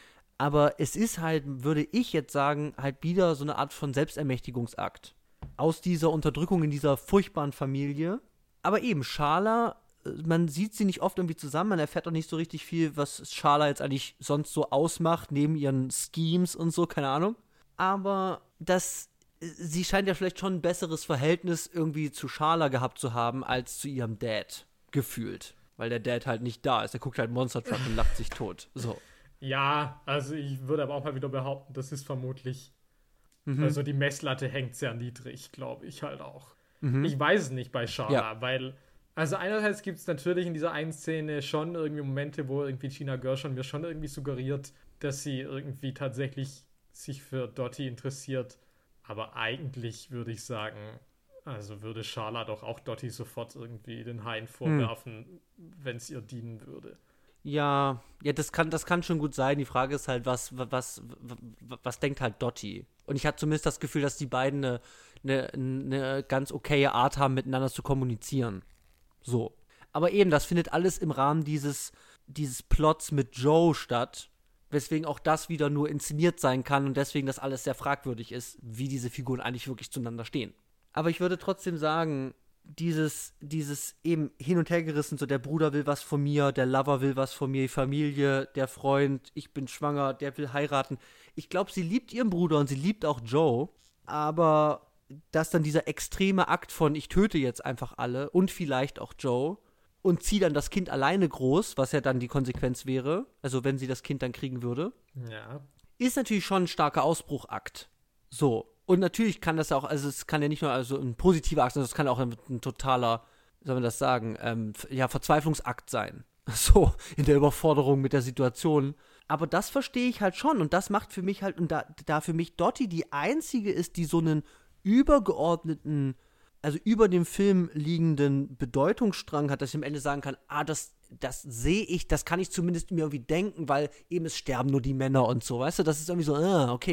Aber es ist halt, würde ich jetzt sagen, halt wieder so eine Art von Selbstermächtigungsakt. Aus dieser Unterdrückung in dieser furchtbaren Familie. Aber eben, Sharla, man sieht sie nicht oft irgendwie zusammen, man erfährt auch nicht so richtig viel, was Sharla jetzt eigentlich sonst so ausmacht, neben ihren Schemes und so, keine Ahnung. Aber das, sie scheint ja vielleicht schon ein besseres Verhältnis irgendwie zu Sharla gehabt zu haben, als zu ihrem Dad, gefühlt. Weil der Dad halt nicht da ist, er guckt halt Monster Truck und lacht sich tot, so. Ja, also ich würde aber auch mal wieder behaupten, das ist vermutlich, mhm. also die Messlatte hängt sehr niedrig, glaube ich halt auch. Mhm. Ich weiß es nicht bei Sharla, ja. weil Also einerseits gibt es natürlich in dieser einen Szene schon irgendwie Momente, wo irgendwie Gina Gershon mir schon irgendwie suggeriert, dass sie irgendwie tatsächlich sich für Dottie interessiert. Aber eigentlich würde ich sagen, also würde Sharla doch auch Dottie sofort irgendwie den Hain vorwerfen, hm. wenn es ihr dienen würde. Ja, ja, das kann, das kann schon gut sein. Die Frage ist halt, was, was, was, was denkt halt Dottie? Und ich hatte zumindest das Gefühl, dass die beiden eine, eine, eine ganz okaye Art haben, miteinander zu kommunizieren. So. Aber eben, das findet alles im Rahmen dieses, dieses Plots mit Joe statt, weswegen auch das wieder nur inszeniert sein kann und deswegen das alles sehr fragwürdig ist, wie diese Figuren eigentlich wirklich zueinander stehen. Aber ich würde trotzdem sagen, dieses, dieses eben hin und her gerissen, so der Bruder will was von mir, der Lover will was von mir, die Familie, der Freund, ich bin schwanger, der will heiraten. Ich glaube, sie liebt ihren Bruder und sie liebt auch Joe, aber dass dann dieser extreme Akt von ich töte jetzt einfach alle und vielleicht auch Joe und ziehe dann das Kind alleine groß, was ja dann die Konsequenz wäre, also wenn sie das Kind dann kriegen würde, ja. ist natürlich schon ein starker Ausbruchakt. So. Und natürlich kann das auch, also es kann ja nicht nur also ein positiver Akt, sondern es kann auch ein, ein totaler, wie soll man das sagen, ähm, ja, Verzweiflungsakt sein. So, in der Überforderung mit der Situation. Aber das verstehe ich halt schon und das macht für mich halt, und da, da für mich Dottie die einzige ist, die so einen übergeordneten, also über dem Film liegenden Bedeutungsstrang hat, dass ich am Ende sagen kann, ah, das, das sehe ich, das kann ich zumindest mir irgendwie denken, weil eben es sterben nur die Männer und so, weißt du, das ist irgendwie so, ah, okay.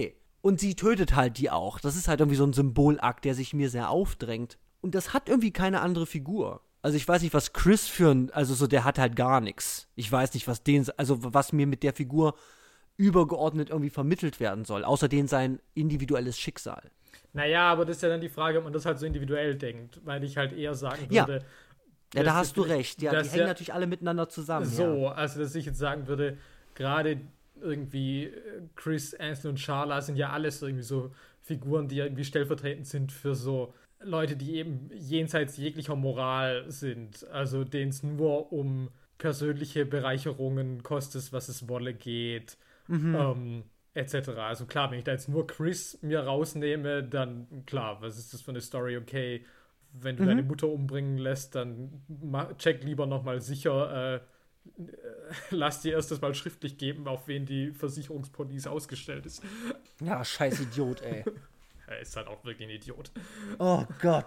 Und sie tötet halt die auch. Das ist halt irgendwie so ein Symbolakt, der sich mir sehr aufdrängt. Und das hat irgendwie keine andere Figur. Also ich weiß nicht, was Chris für ein, also so, der hat halt gar nichts. Ich weiß nicht, was den, also was mir mit der Figur übergeordnet irgendwie vermittelt werden soll. Außer den sein individuelles Schicksal. Naja, aber das ist ja dann die Frage, ob man das halt so individuell denkt. Weil ich halt eher sagen Ja. würde. Ja, da hast du recht. Ja, die hängen ja, natürlich alle miteinander zusammen. So, ja. also dass ich jetzt sagen würde, gerade irgendwie Chris, Anthony und Charla sind ja alles irgendwie so Figuren, die irgendwie stellvertretend sind für so Leute, die eben jenseits jeglicher Moral sind. Also denen es nur um persönliche Bereicherungen, koste es, was es wolle, geht, mhm. ähm, et cetera. Also klar, wenn ich da jetzt nur Chris mir rausnehme, dann klar, was ist das für eine Story? Okay, wenn du mhm. deine Mutter umbringen lässt, dann check lieber nochmal sicher, äh, lass dir erst das mal schriftlich geben, auf wen die Versicherungspolice ausgestellt ist. Ja, scheiß Idiot, ey. Er ist halt auch wirklich ein Idiot. Oh Gott.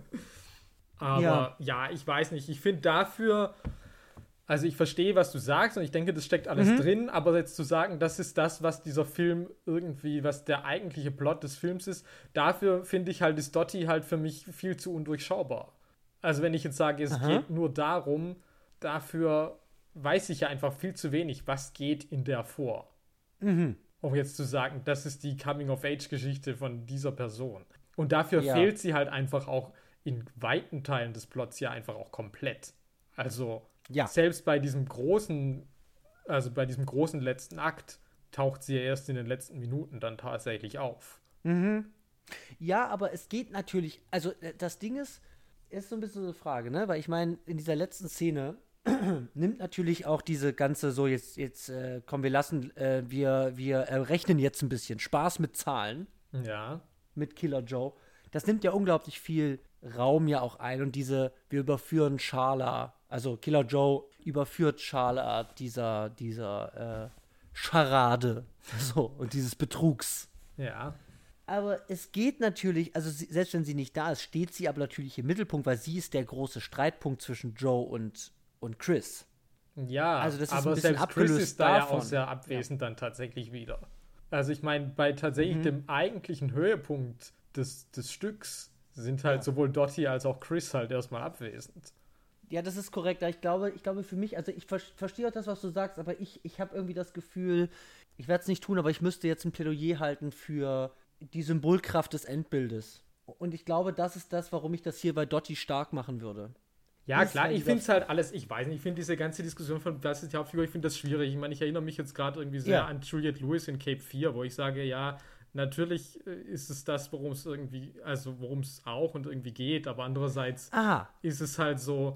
Aber ja, ja ich weiß nicht. Ich finde dafür, also ich verstehe, was du sagst und ich denke, das steckt alles mhm. drin, aber jetzt zu sagen, das ist das, was dieser Film irgendwie, was der eigentliche Plot des Films ist, dafür finde ich halt, ist Dottie halt für mich viel zu undurchschaubar. Also wenn ich jetzt sage, es Aha. geht nur darum, dafür weiß ich ja einfach viel zu wenig, was geht in der vor. Mhm. Um jetzt zu sagen, das ist die Coming-of-Age-Geschichte von dieser Person. Und dafür ja. fehlt sie halt einfach auch in weiten Teilen des Plots ja einfach auch komplett. Also ja. selbst bei diesem großen, also bei diesem großen letzten Akt taucht sie ja erst in den letzten Minuten dann tatsächlich auf. Mhm. Ja, aber es geht natürlich, also das Ding ist, ist so ein bisschen so eine Frage, ne? Weil ich meine, in dieser letzten Szene nimmt natürlich auch diese ganze, so jetzt, jetzt äh, komm, wir lassen, äh, wir, wir äh, rechnen jetzt ein bisschen Spaß mit Zahlen. Ja. Mit Killer Joe. Das nimmt ja unglaublich viel Raum ja auch ein und diese, wir überführen Charla, also Killer Joe überführt Charla dieser, dieser äh, Scharade, so, und dieses Betrugs. Ja. Aber es geht natürlich, also sie, selbst wenn sie nicht da ist, steht sie aber natürlich im Mittelpunkt, weil sie ist der große Streitpunkt zwischen Joe und und Chris. Ja, also das ist aber ein bisschen selbst Chris ist da davon. ja auch sehr abwesend ja. dann tatsächlich wieder. Also ich meine, bei tatsächlich mhm. dem eigentlichen Höhepunkt des, des Stücks sind halt ja. sowohl Dottie als auch Chris halt erstmal abwesend. Ja, das ist korrekt. Ich glaube, ich glaube für mich, also ich ver- verstehe auch das, was du sagst, aber ich, ich habe irgendwie das Gefühl, ich werde es nicht tun, aber ich müsste jetzt ein Plädoyer halten für die Symbolkraft des Endbildes. Und ich glaube, das ist das, warum ich das hier bei Dottie stark machen würde. Ja, klar, ich finde es halt alles, ich weiß nicht, ich finde diese ganze Diskussion von, was ist die Hauptfigur, ich finde das schwierig. Ich meine, ich erinnere mich jetzt gerade irgendwie sehr ja. an Juliette Lewis in Cape vier, wo ich sage, ja, natürlich ist es das, worum es irgendwie, also worum es auch und irgendwie geht, aber andererseits Aha. ist es halt so,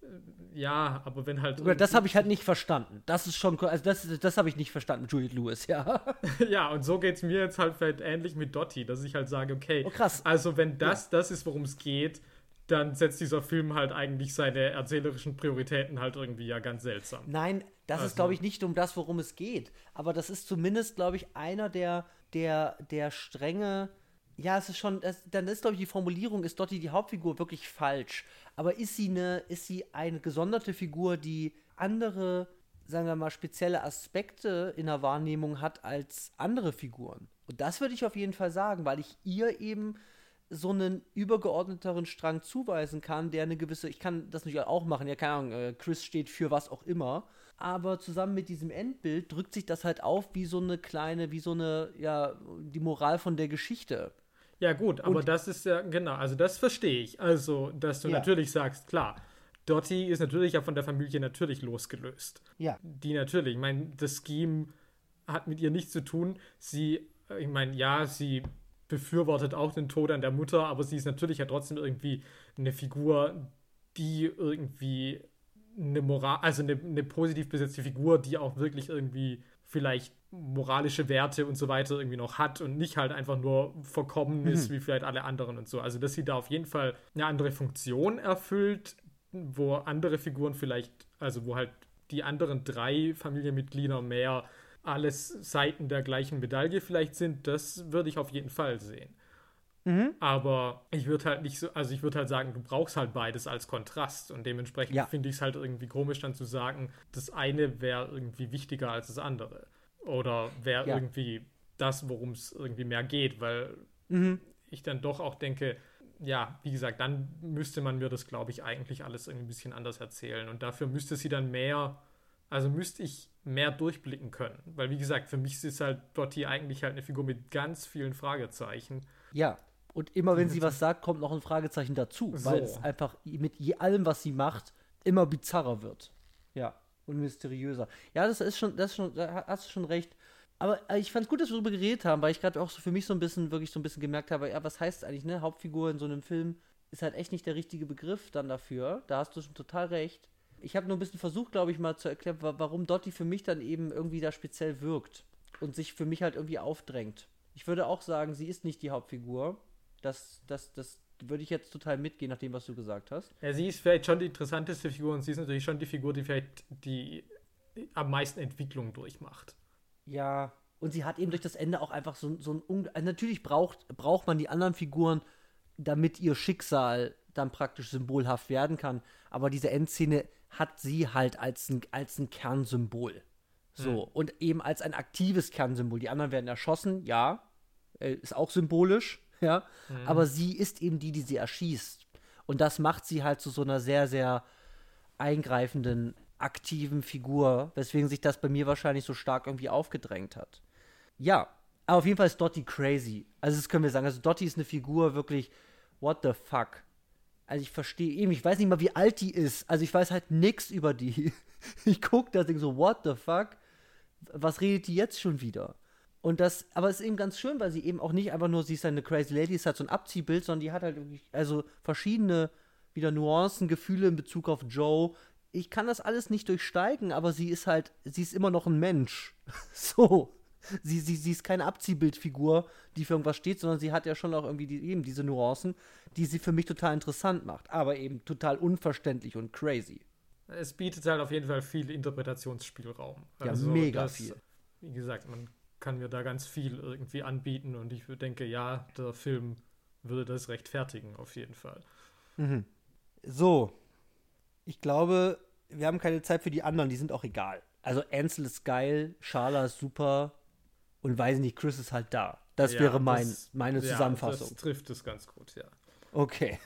ja, aber wenn halt... Das habe ich halt nicht verstanden. Das ist schon, also das, das habe ich nicht verstanden, Juliette Lewis, ja. Ja, und so geht es mir jetzt halt vielleicht ähnlich mit Dottie, dass ich halt sage, okay, oh, krass. Also wenn das ja. das ist, worum es geht, dann setzt dieser Film halt eigentlich seine erzählerischen Prioritäten halt irgendwie ja ganz seltsam. Nein, das also. ist, glaube ich, nicht um das, worum es geht. Aber das ist zumindest, glaube ich, einer der, der, der Stränge. Ja, es ist schon, das, dann ist, glaube ich, die Formulierung, ist Dottie die Hauptfigur wirklich falsch. Aber ist sie eine, ist sie eine gesonderte Figur, die andere, sagen wir mal, spezielle Aspekte in der Wahrnehmung hat als andere Figuren? Und das würde ich auf jeden Fall sagen, weil ich ihr eben so einen übergeordneteren Strang zuweisen kann, der eine gewisse, ich kann das natürlich auch machen, ja, keine Ahnung, äh, Chris steht für was auch immer, aber zusammen mit diesem Endbild drückt sich das halt auf wie so eine kleine, wie so eine, ja, die Moral von der Geschichte. Ja gut, aber und das ist ja, genau, also das verstehe ich, also, dass du ja. natürlich sagst, klar, Dottie ist natürlich ja von der Familie natürlich losgelöst. Ja. Die natürlich, ich meine, das Scheme hat mit ihr nichts zu tun, sie, ich meine, ja, sie befürwortet auch den Tod an der Mutter, aber sie ist natürlich ja trotzdem irgendwie eine Figur, die irgendwie eine Moral, also eine, eine positiv besetzte Figur, die auch wirklich irgendwie vielleicht moralische Werte und so weiter irgendwie noch hat und nicht halt einfach nur verkommen mhm. ist wie vielleicht alle anderen und so. Also dass sie da auf jeden Fall eine andere Funktion erfüllt, wo andere Figuren vielleicht, also wo halt die anderen drei Familienmitglieder mehr alles Seiten der gleichen Medaille vielleicht sind, das würde ich auf jeden Fall sehen. Mhm. Aber ich würde halt nicht so, also ich würde halt sagen, du brauchst halt beides als Kontrast und dementsprechend ja. finde ich es halt irgendwie komisch dann zu sagen, das eine wäre irgendwie wichtiger als das andere. Oder wäre ja. irgendwie das, worum es irgendwie mehr geht, weil Mhm. ich dann doch auch denke, ja, wie gesagt, dann müsste man mir das, glaube ich, eigentlich alles irgendwie ein bisschen anders erzählen. Und dafür müsste sie dann mehr, also müsste ich mehr durchblicken können. Weil, wie gesagt, für mich ist halt Dottie eigentlich halt eine Figur mit ganz vielen Fragezeichen. Ja. Und immer wenn Die- sie was sagt, kommt noch ein Fragezeichen dazu, So. weil es einfach mit je allem, was sie macht, immer bizarrer wird. Ja. Und mysteriöser. Ja, das ist schon, das ist schon, da hast du schon recht. Aber äh, ich fand's gut, dass wir darüber geredet haben, weil ich gerade auch so für mich so ein bisschen, wirklich so ein bisschen gemerkt habe, ja, was heißt eigentlich, ne? Hauptfigur in so einem Film ist halt echt nicht der richtige Begriff dann dafür. Da hast du schon total recht. Ich habe nur ein bisschen versucht, glaube ich, mal zu erklären, wa- warum Dottie für mich dann eben irgendwie da speziell wirkt und sich für mich halt irgendwie aufdrängt. Ich würde auch sagen, sie ist nicht die Hauptfigur. Das, das, das würde ich jetzt total mitgehen, nach dem, was du gesagt hast. Ja, sie ist vielleicht schon die interessanteste Figur und sie ist natürlich schon die Figur, die vielleicht die am meisten Entwicklung durchmacht. Ja, und sie hat eben durch das Ende auch einfach so, so ein. Un also natürlich braucht, braucht man die anderen Figuren, damit ihr Schicksal dann praktisch symbolhaft werden kann. Aber diese Endszene hat sie halt als ein, als ein Kernsymbol. So. Hm. Und eben als ein aktives Kernsymbol. Die anderen werden erschossen, ja. Äh, ist auch symbolisch, ja. Mhm. Aber sie ist eben die, die sie erschießt. Und das macht sie halt zu so einer sehr, sehr eingreifenden, aktiven Figur, weswegen sich das bei mir wahrscheinlich so stark irgendwie aufgedrängt hat. Ja, aber auf jeden Fall ist Dottie crazy. Also das können wir sagen. Also Dottie ist eine Figur wirklich, what the fuck. Also ich verstehe eben, ich weiß nicht mal, wie alt die ist. Also ich weiß halt nichts über die. Ich gucke das Ding so, what the fuck? Was redet die jetzt schon wieder? Und das, aber es ist eben ganz schön, weil sie eben auch nicht einfach nur, sie ist eine crazy Lady, ist halt so ein Abziehbild, sondern die hat halt wirklich, also verschiedene wieder Nuancen, Gefühle in Bezug auf Joe. Ich kann das alles nicht durchsteigen, aber sie ist halt, sie ist immer noch ein Mensch. So. Sie, sie, sie ist keine Abziehbildfigur, die für irgendwas steht, sondern sie hat ja schon auch irgendwie die, eben diese Nuancen, die sie für mich total interessant macht, aber eben total unverständlich und crazy. Es bietet halt auf jeden Fall viel Interpretationsspielraum. Ja, Also mega das, viel. Wie gesagt, man kann mir da ganz viel irgendwie anbieten und ich denke, ja, der Film würde das rechtfertigen, auf jeden Fall. Mhm. So, ich glaube, wir haben keine Zeit für die anderen, die sind auch egal. Also Ansel ist geil, Sharla ist super und weiß nicht, Chris ist halt da. Das Ja, wäre mein, das- meine ja, Zusammenfassung. Das trifft es ganz gut, ja. Okay.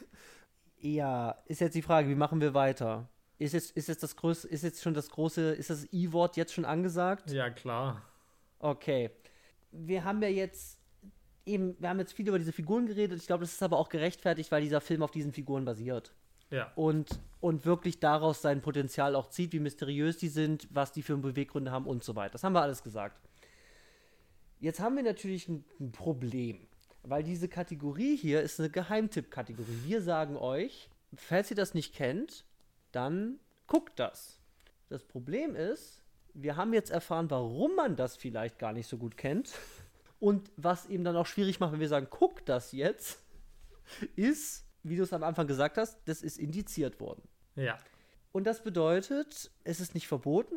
Ja, ist jetzt die Frage, wie machen wir weiter? Ist jetzt, ist jetzt das größte, ist jetzt schon das große, ist das I-Wort jetzt schon angesagt? Ja, klar. Okay. Wir haben ja jetzt eben, wir haben jetzt viel über diese Figuren geredet. Ich glaube, das ist aber auch gerechtfertigt, weil dieser Film auf diesen Figuren basiert. Ja. Und, und wirklich daraus sein Potenzial auch zieht, wie mysteriös die sind, was die für Beweggründe haben und so weiter. Das haben wir alles gesagt. Jetzt haben wir natürlich ein, ein Problem, weil diese Kategorie hier ist eine Geheimtipp-Kategorie. Wir sagen euch, falls ihr das nicht kennt, dann guckt das. Das Problem ist, wir haben jetzt erfahren, warum man das vielleicht gar nicht so gut kennt. Und was eben dann auch schwierig macht, wenn wir sagen, guckt das jetzt, ist, wie du es am Anfang gesagt hast, das ist indiziert worden. Ja. Und das bedeutet, es ist nicht verboten,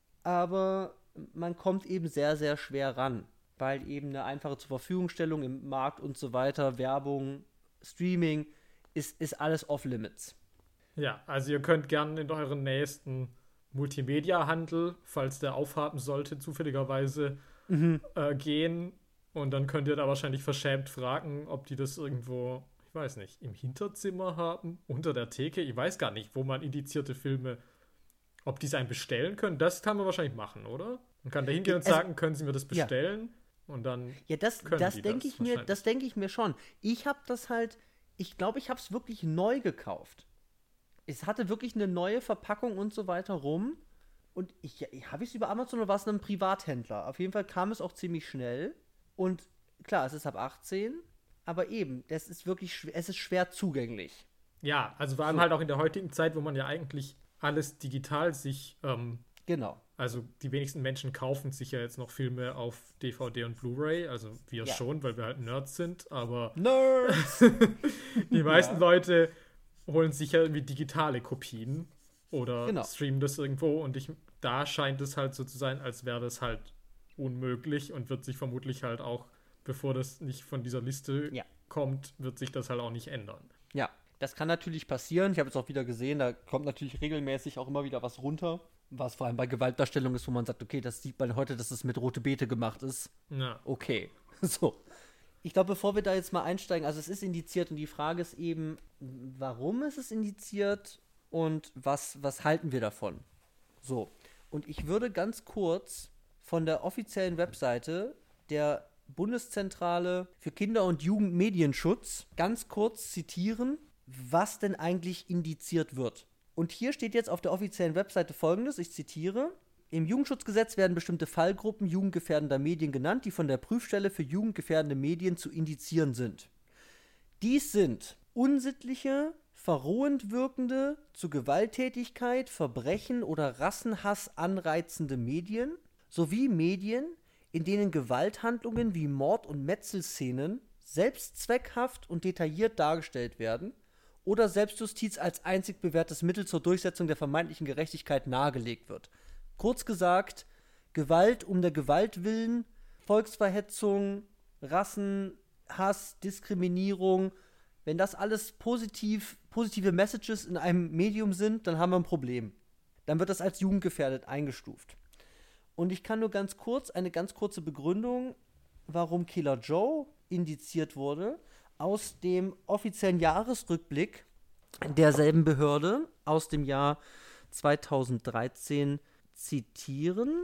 aber man kommt eben sehr, sehr schwer ran, weil eben eine einfache Zurverfügungstellung im Markt und so weiter, Werbung, Streaming, ist, ist alles off-limits. Ja, also ihr könnt gerne in euren nächsten Multimedia-Handel, falls der aufhaben sollte, zufälligerweise Mhm. äh, gehen. Und dann könnt ihr da wahrscheinlich verschämt fragen, ob die das irgendwo, ich weiß nicht, im Hinterzimmer haben, unter der Theke. Ich weiß gar nicht, wo man indizierte Filme, ob die es einem bestellen können. Das kann man wahrscheinlich machen, oder? Man kann da hingehen und Also- sagen, können Sie mir das Ja. bestellen? Und dann, Ja, das, Können das die denke das ich mir, wahrscheinlich. das denke ich mir schon. Ich habe das halt, ich glaube, ich habe es wirklich neu gekauft. Es hatte wirklich eine neue Verpackung und so weiter rum. Und ich, habe ich es über Amazon oder war es einem Privathändler? Auf jeden Fall kam es auch ziemlich schnell. Und klar, es ist ab achtzehn, aber eben, das ist wirklich, schw- es ist schwer zugänglich. ja, also vor allem So. halt auch in der heutigen Zeit, wo man ja eigentlich alles digital sich, ähm, Genau. also die wenigsten Menschen kaufen sich ja jetzt noch Filme auf D V D und Blu-ray, also wir Ja. schon, weil wir halt Nerds sind, aber Nerds! die meisten Ja. Leute holen sich ja irgendwie digitale Kopien oder Genau. streamen das irgendwo und ich, da scheint es halt so zu sein, als wäre das halt unmöglich und wird sich vermutlich halt auch, bevor das nicht von dieser Liste Ja. kommt, wird sich das halt auch nicht ändern. Ja, das kann natürlich passieren. Ich habe es auch wieder gesehen, da kommt natürlich regelmäßig auch immer wieder was runter. Was vor allem bei Gewaltdarstellung ist, wo man sagt, okay, das sieht man heute, dass es mit rote Beete gemacht ist. Ja. Okay, so. Ich glaube, bevor wir da jetzt mal einsteigen, also es ist indiziert und die Frage ist eben, warum ist es indiziert und was, was halten wir davon? So, und ich würde ganz kurz von der offiziellen Webseite der Bundeszentrale für Kinder- und Jugendmedienschutz ganz kurz zitieren, was denn eigentlich indiziert wird. Und hier steht jetzt auf der offiziellen Webseite Folgendes, ich zitiere: Im Jugendschutzgesetz werden bestimmte Fallgruppen jugendgefährdender Medien genannt, die von der Prüfstelle für jugendgefährdende Medien zu indizieren sind. Dies sind unsittliche, verrohend wirkende, zu Gewalttätigkeit, Verbrechen oder Rassenhass anreizende Medien sowie Medien, in denen Gewalthandlungen wie Mord- und Metzelszenen selbstzweckhaft und detailliert dargestellt werden oder Selbstjustiz als einzig bewährtes Mittel zur Durchsetzung der vermeintlichen Gerechtigkeit nahegelegt wird. Kurz gesagt, Gewalt um der Gewalt willen, Volksverhetzung, Rassenhass, Diskriminierung, wenn das alles positiv, positive Messages in einem Medium sind, dann haben wir ein Problem. Dann wird das als jugendgefährdet eingestuft. Und ich kann nur ganz kurz, eine ganz kurze Begründung, warum Killer Joe indiziert wurde, aus dem offiziellen Jahresrückblick derselben Behörde aus dem Jahr zweitausenddreizehn zitieren.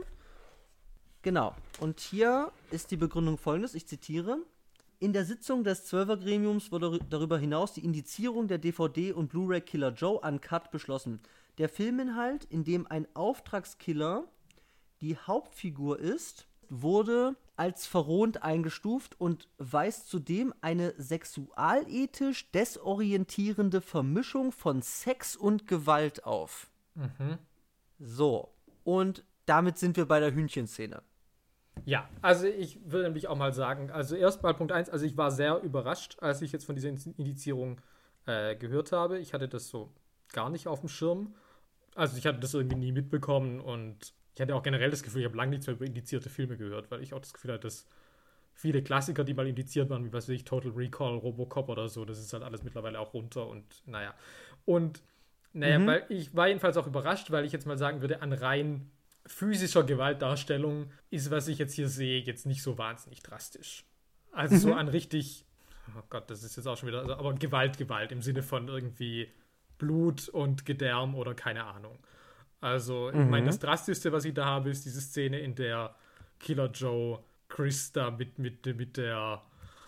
Genau. Und hier ist die Begründung folgendes, ich zitiere: In der Sitzung des Zwölfergremiums wurde darüber hinaus die Indizierung der D V D und Blu-ray Killer Joe Uncut beschlossen. Der Filminhalt, in dem ein Auftragskiller die Hauptfigur ist, wurde als verrohend eingestuft und weist zudem eine sexualethisch desorientierende Vermischung von Sex und Gewalt auf. Mhm. So, und damit sind wir bei der Hühnchenszene. Ja, also ich würde nämlich auch mal sagen, also erstmal Punkt eins, also ich war sehr überrascht, als ich jetzt von dieser Indizierung äh, gehört habe. Ich hatte das so gar nicht auf dem Schirm. Also ich hatte das irgendwie nie mitbekommen und ich hatte auch generell das Gefühl, ich habe lange nichts mehr über indizierte Filme gehört, weil ich auch das Gefühl hatte, dass viele Klassiker, die mal indiziert waren, wie was weiß ich, Total Recall, Robocop oder so, das ist halt alles mittlerweile auch runter und naja. Und naja, mhm. weil ich war jedenfalls auch überrascht, weil ich jetzt mal sagen würde, an rein physischer Gewaltdarstellung ist, was ich jetzt hier sehe, jetzt nicht so wahnsinnig drastisch. Also mhm. so an richtig, oh Gott, das ist jetzt auch schon wieder, also, aber Gewalt, Gewalt im Sinne von irgendwie Blut und Gedärm oder keine Ahnung. Also, mhm. ich meine, das Drastischste, was ich da habe, ist diese Szene, in der Killer Joe Chris da mit, mit, mit der,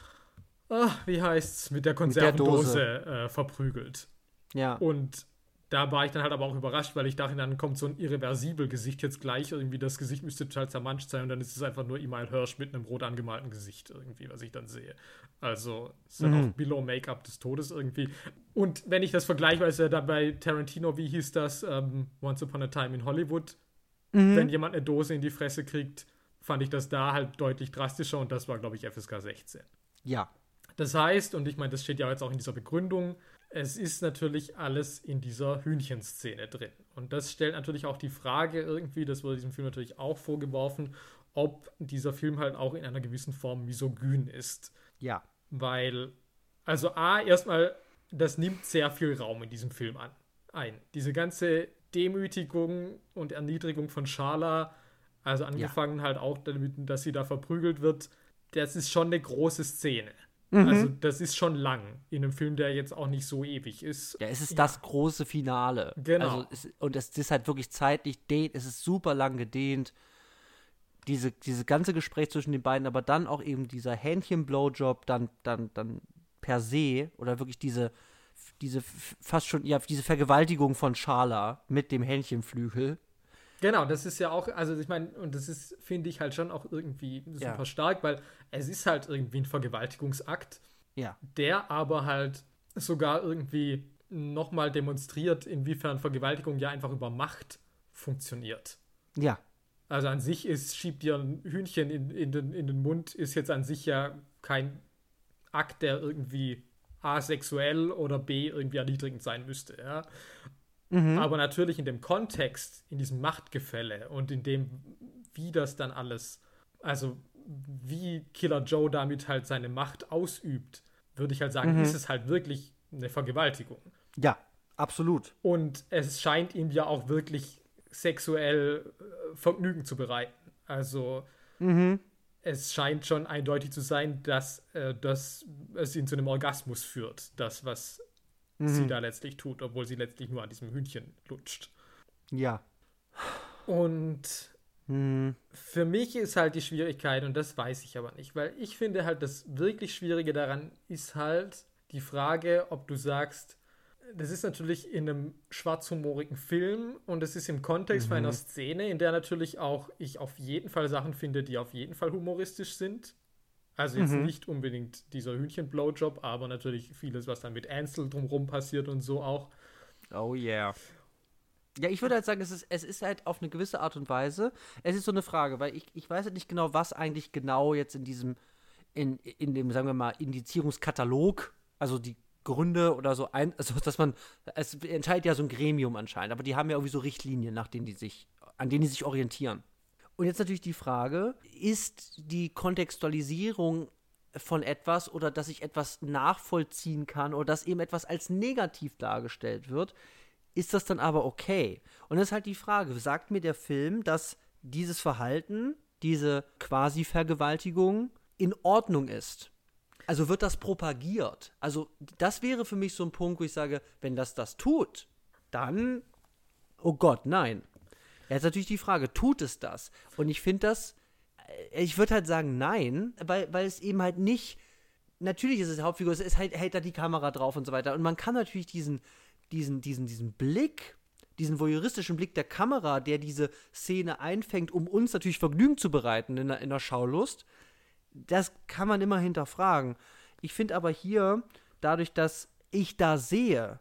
ah, wie heißt's, mit der Konservendose äh, verprügelt. Ja. Und da war ich dann halt aber auch überrascht, weil ich dachte, dann kommt so ein irreversibel Gesicht jetzt gleich. Irgendwie das Gesicht müsste total zermanscht sein und dann ist es einfach nur Emile Hirsch mit einem rot angemalten Gesicht irgendwie, was ich dann sehe. Also, es ist dann mhm. auch Below Make-up des Todes irgendwie. Und wenn ich das vergleiche, weil es ja da bei Tarantino, wie hieß das, um, Once Upon a Time in Hollywood, mhm. wenn jemand eine Dose in die Fresse kriegt, fand ich das da halt deutlich drastischer und das war, glaube ich, F S K sechzehn. Ja. Das heißt, und ich meine, das steht ja jetzt auch in dieser Begründung, es ist natürlich alles in dieser Hühnchenszene drin. Und das stellt natürlich auch die Frage irgendwie, das wurde diesem Film natürlich auch vorgeworfen, ob dieser Film halt auch in einer gewissen Form misogyn ist. Ja. Weil, also A, erstmal, das nimmt sehr viel Raum in diesem Film an. Ein. Diese ganze Demütigung und Erniedrigung von Sharla, also angefangen ja. halt auch damit, dass sie da verprügelt wird, das ist schon eine große Szene. Mhm. Also das ist schon lang in einem Film, der jetzt auch nicht so ewig ist. Ja, es ist ja. das große Finale. Genau. Also es, und es ist halt wirklich zeitlich dehnt, es ist super lang gedehnt. Diese, diese ganze Gespräch zwischen den beiden, aber dann auch eben dieser Hähnchen-Blowjob dann, dann, dann per se oder wirklich diese, diese fast schon, ja, diese Vergewaltigung von Sharla mit dem Hähnchenflügel. Genau, das ist ja auch, also ich meine, und das ist, finde ich halt schon auch irgendwie super ja. stark, weil es ist halt irgendwie ein Vergewaltigungsakt, ja. der aber halt sogar irgendwie nochmal demonstriert, inwiefern Vergewaltigung ja einfach über Macht funktioniert. Ja. Also an sich ist, schiebt dir ein Hühnchen in, in, den, in den Mund, ist jetzt an sich ja kein Akt, der irgendwie A, sexuell oder B, irgendwie erniedrigend sein müsste, ja. Mhm. Aber natürlich in dem Kontext, in diesem Machtgefälle und in dem, wie das dann alles, also wie Killer Joe damit halt seine Macht ausübt, würde ich halt sagen, mhm. ist es halt wirklich eine Vergewaltigung. Ja, absolut. Und es scheint ihm ja auch wirklich sexuell äh, Vergnügen zu bereiten. Also Mhm. es scheint schon eindeutig zu sein, dass, äh, dass es ihn zu einem Orgasmus führt, das, was Mhm. sie da letztlich tut, obwohl sie letztlich nur an diesem Hühnchen lutscht. Ja. Und Mhm. für mich ist halt die Schwierigkeit, und das weiß ich aber nicht, weil ich finde halt, das wirklich Schwierige daran ist halt die Frage, ob du sagst, das ist natürlich in einem schwarzhumorigen Film und es ist im Kontext Mhm. von einer Szene, in der natürlich auch ich auf jeden Fall Sachen finde, die auf jeden Fall humoristisch sind. Also jetzt Mhm. nicht unbedingt dieser Hühnchen-Blowjob, aber natürlich vieles, was dann mit Ansel drumherum passiert und so auch. Oh yeah. Ja, ich würde halt sagen, es ist, es ist halt auf eine gewisse Art und Weise, es ist so eine Frage, weil ich, ich weiß halt nicht genau, was eigentlich genau jetzt in diesem, in, in dem, sagen wir mal, Indizierungskatalog, also die Gründe oder so ein, also dass man, es entscheidet ja so ein Gremium anscheinend, aber die haben ja irgendwie so Richtlinien, nach denen die sich, an denen die sich orientieren. Und jetzt natürlich die Frage, ist die Kontextualisierung von etwas oder dass ich etwas nachvollziehen kann oder dass eben etwas als negativ dargestellt wird, ist das dann aber okay? Und das ist halt die Frage, sagt mir der Film, dass dieses Verhalten, diese Quasi-Vergewaltigung in Ordnung ist? Also wird das propagiert? Also das wäre für mich so ein Punkt, wo ich sage, wenn das das tut, dann, oh Gott, nein. Jetzt natürlich die Frage, tut es das? Und ich finde das, ich würde halt sagen nein, weil, weil es eben halt nicht, natürlich ist es Hauptfigur, es ist halt, hält da die Kamera drauf und so weiter. Und man kann natürlich diesen, diesen, diesen, diesen Blick, diesen voyeuristischen Blick der Kamera, der diese Szene einfängt, um uns natürlich Vergnügen zu bereiten in der, in der Schaulust, das kann man immer hinterfragen. Ich finde aber hier, dadurch, dass ich da sehe,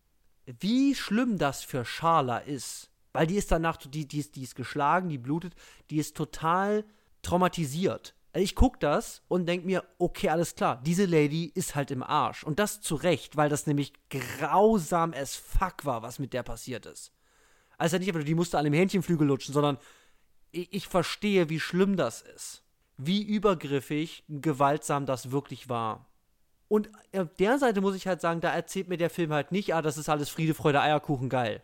wie schlimm das für Sharla ist, weil die ist danach, die, die, ist, die ist geschlagen, die blutet, die ist total traumatisiert. Also ich gucke das und denke mir, okay, alles klar, diese Lady ist halt im Arsch. Und das zu Recht, weil das nämlich grausam as fuck war, was mit der passiert ist. Also nicht einfach, die musste an dem Hähnchenflügel lutschen, sondern ich, ich verstehe, wie schlimm das ist. Wie übergriffig, gewaltsam das wirklich war. Und auf der Seite muss ich halt sagen, da erzählt mir der Film halt nicht, ah, das ist alles Friede, Freude, Eierkuchen, geil.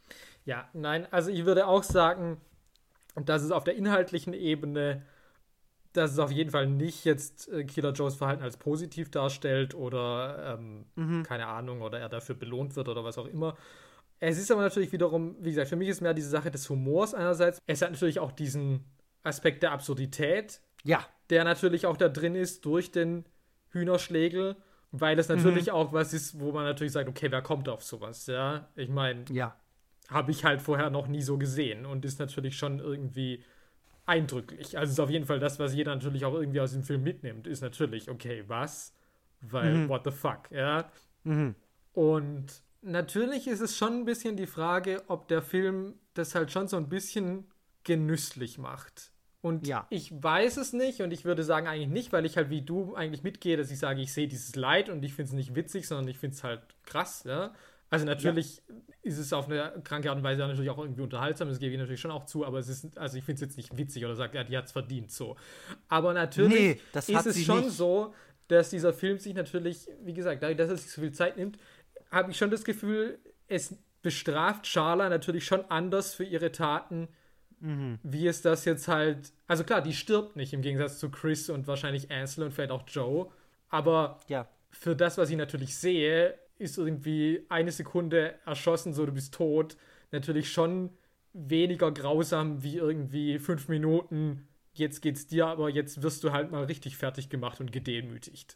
Ja, nein, also ich würde auch sagen, dass es auf der inhaltlichen Ebene, dass es auf jeden Fall nicht jetzt äh, Killer Joes Verhalten als positiv darstellt oder ähm, Mhm. keine Ahnung, oder er dafür belohnt wird oder was auch immer. Es ist aber natürlich wiederum, wie gesagt, für mich ist mehr diese Sache des Humors einerseits. Es hat natürlich auch diesen Aspekt der Absurdität, Ja. der natürlich auch da drin ist durch den Hühnerschlägel, weil es natürlich Mhm. auch was ist, wo man natürlich sagt, okay, wer kommt auf sowas, ja? Ich meine, Ja. habe ich halt vorher noch nie so gesehen und ist natürlich schon irgendwie eindrücklich. Also ist auf jeden Fall das, was jeder natürlich auch irgendwie aus dem Film mitnimmt, ist natürlich, okay, was? Weil, Mhm. what the fuck, ja? Mhm. Und natürlich ist es schon ein bisschen die Frage, ob der Film das halt schon so ein bisschen genüsslich macht. Und Ja. ich weiß es nicht und ich würde sagen eigentlich nicht, weil ich halt wie du eigentlich mitgehe, dass ich sage, ich sehe dieses Leid und ich finde es nicht witzig, sondern ich finde es halt krass, ja. Also natürlich ja. ist es auf eine kranke Art und Weise natürlich auch irgendwie unterhaltsam, das gebe ich natürlich schon auch zu, aber es ist, also ich finde es jetzt nicht witzig oder sage, ja, die hat es verdient, so. Aber natürlich Nee, das hat ist es sie schon nicht. so, dass dieser Film sich natürlich, wie gesagt, dadurch, dass er sich so viel Zeit nimmt, habe ich schon das Gefühl, es bestraft Sharla natürlich schon anders für ihre Taten, Mhm. wie es das jetzt halt, also klar, die stirbt nicht im Gegensatz zu Chris und wahrscheinlich Ansel und vielleicht auch Joe, aber Ja. für das, was ich natürlich sehe, ist irgendwie eine Sekunde erschossen, so du bist tot, natürlich schon weniger grausam wie irgendwie fünf Minuten, jetzt geht's dir, aber jetzt wirst du halt mal richtig fertig gemacht und gedemütigt.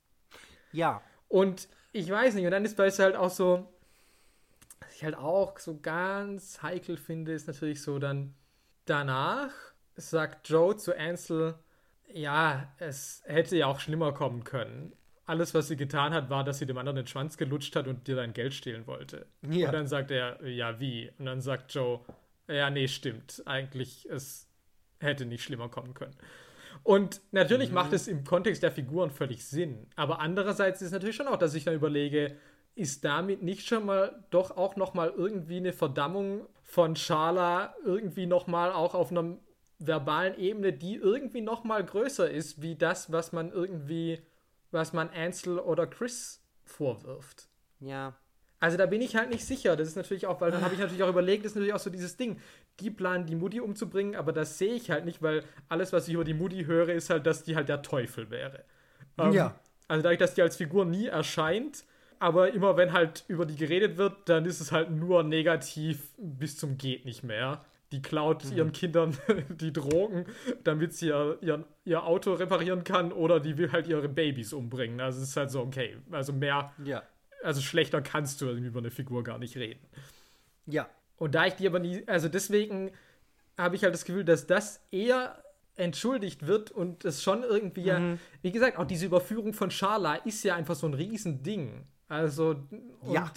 Ja. Und ich weiß nicht, und dann ist bei es halt auch so, was ich halt auch so ganz heikel finde, ist natürlich so dann danach sagt Joe zu Ansel, ja, es hätte ja auch schlimmer kommen können. Alles, was sie getan hat, war, dass sie dem anderen den Schwanz gelutscht hat und dir dein Geld stehlen wollte. Ja. Und dann sagt er, ja, wie? Und dann sagt Joe, ja, nee, stimmt. Eigentlich, es hätte nicht schlimmer kommen können. Und natürlich mhm. macht es im Kontext der Figuren völlig Sinn. Aber andererseits ist es natürlich schon auch, dass ich dann überlege, ist damit nicht schon mal doch auch noch mal irgendwie eine Verdammung von Sharla irgendwie noch mal auch auf einer verbalen Ebene, die irgendwie noch mal größer ist, wie das, was man irgendwie, was man Ansel oder Chris vorwirft. Ja. Also da bin ich halt nicht sicher. Das ist natürlich auch, weil dann habe ich natürlich auch überlegt, das ist natürlich auch so dieses Ding. Die planen, die Mutti umzubringen, aber das sehe ich halt nicht, weil alles, was ich über die Mutti höre, ist halt, dass die halt der Teufel wäre. Ähm, Ja. Also dadurch, dass die als Figur nie erscheint, aber immer wenn halt über die geredet wird, dann ist es halt nur negativ bis zum geht nicht mehr. Die klaut mhm. ihren Kindern die Drogen, damit sie ihr, ihr, ihr Auto reparieren kann, oder die will halt ihre Babys umbringen. Also es ist halt so, okay, also mehr, Ja. also schlechter kannst du über eine Figur gar nicht reden. Ja. Und da ich die aber nie, also deswegen habe ich halt das Gefühl, dass das eher entschuldigt wird und es schon irgendwie, mhm. ja, wie gesagt, auch diese Überführung von Sharla ist ja einfach so ein Riesending. Also, und, ja.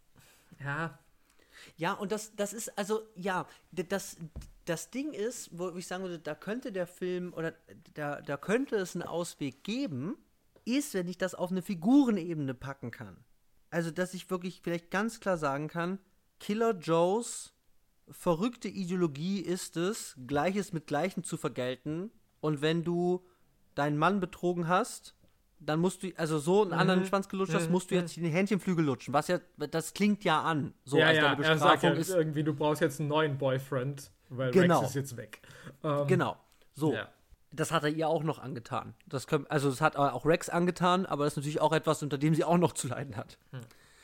Ja. Ja, und das, das ist, also, ja, das, das Ding ist, wo ich sagen würde, da könnte der Film, oder da, da könnte es einen Ausweg geben, ist, wenn ich das auf eine Figurenebene packen kann. Also, dass ich wirklich vielleicht ganz klar sagen kann, Killer Joes verrückte Ideologie ist es, Gleiches mit Gleichem zu vergelten, und wenn du deinen Mann betrogen hast, dann musst du, also so einen mhm. anderen Schwanz gelutscht hast, musst du jetzt die Hähnchenflügel lutschen, was ja, das klingt ja an, so ja, als ja, deine Bestrafung er sagt ja ist. Irgendwie, du brauchst jetzt einen neuen Boyfriend, weil genau. Rex ist jetzt weg. Ähm, genau, so. Ja. Das hat er ihr auch noch angetan. Das können, also das hat auch Rex angetan, aber das ist natürlich auch etwas, unter dem sie auch noch zu leiden hat. Hm.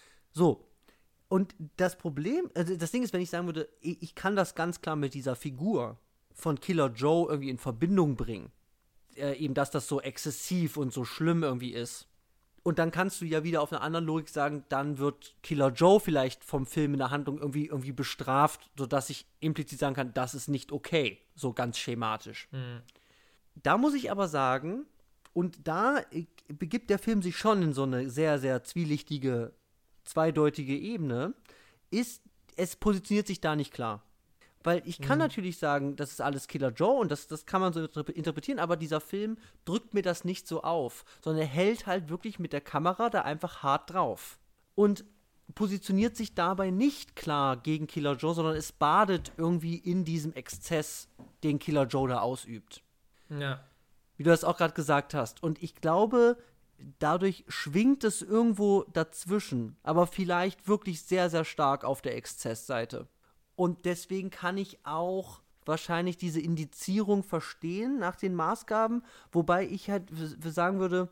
So. Und das Problem, also das Ding ist, wenn ich sagen würde, ich, ich kann das ganz klar mit dieser Figur von Killer Joe irgendwie in Verbindung bringen. Äh, eben, dass das so exzessiv und so schlimm irgendwie ist. Und dann kannst du ja wieder auf einer anderen Logik sagen, dann wird Killer Joe vielleicht vom Film in der Handlung irgendwie, irgendwie bestraft, sodass ich implizit sagen kann, das ist nicht okay. So ganz schematisch. Hm. Da muss ich aber sagen, und da begibt der Film sich schon in so eine sehr, sehr zwielichtige, zweideutige Ebene, ist, es positioniert sich da nicht klar. Weil ich kann mhm. natürlich sagen, das ist alles Killer Joe und das, das kann man so interpretieren, aber dieser Film drückt mir das nicht so auf, sondern er hält halt wirklich mit der Kamera da einfach hart drauf. Und positioniert sich dabei nicht klar gegen Killer Joe, sondern es badet irgendwie in diesem Exzess, den Killer Joe da ausübt. Ja. Wie du das auch gerade gesagt hast. Und ich glaube, dadurch schwingt es irgendwo dazwischen, aber vielleicht wirklich sehr, sehr stark auf der Exzessseite. Und deswegen kann ich auch wahrscheinlich diese Indizierung verstehen nach den Maßgaben, wobei ich halt sagen würde,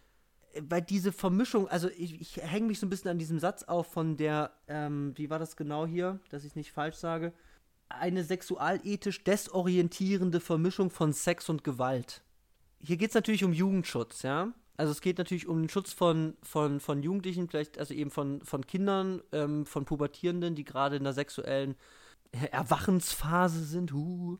weil diese Vermischung, also ich, ich hänge mich so ein bisschen an diesem Satz auf von der, ähm, wie war das genau hier, dass ich es nicht falsch sage, eine sexualethisch desorientierende Vermischung von Sex und Gewalt. Hier geht es natürlich um Jugendschutz, ja. Also es geht natürlich um den Schutz von, von, von Jugendlichen, vielleicht also eben von, von Kindern, ähm, von Pubertierenden, die gerade in der sexuellen Erwachensphase sind. Huh.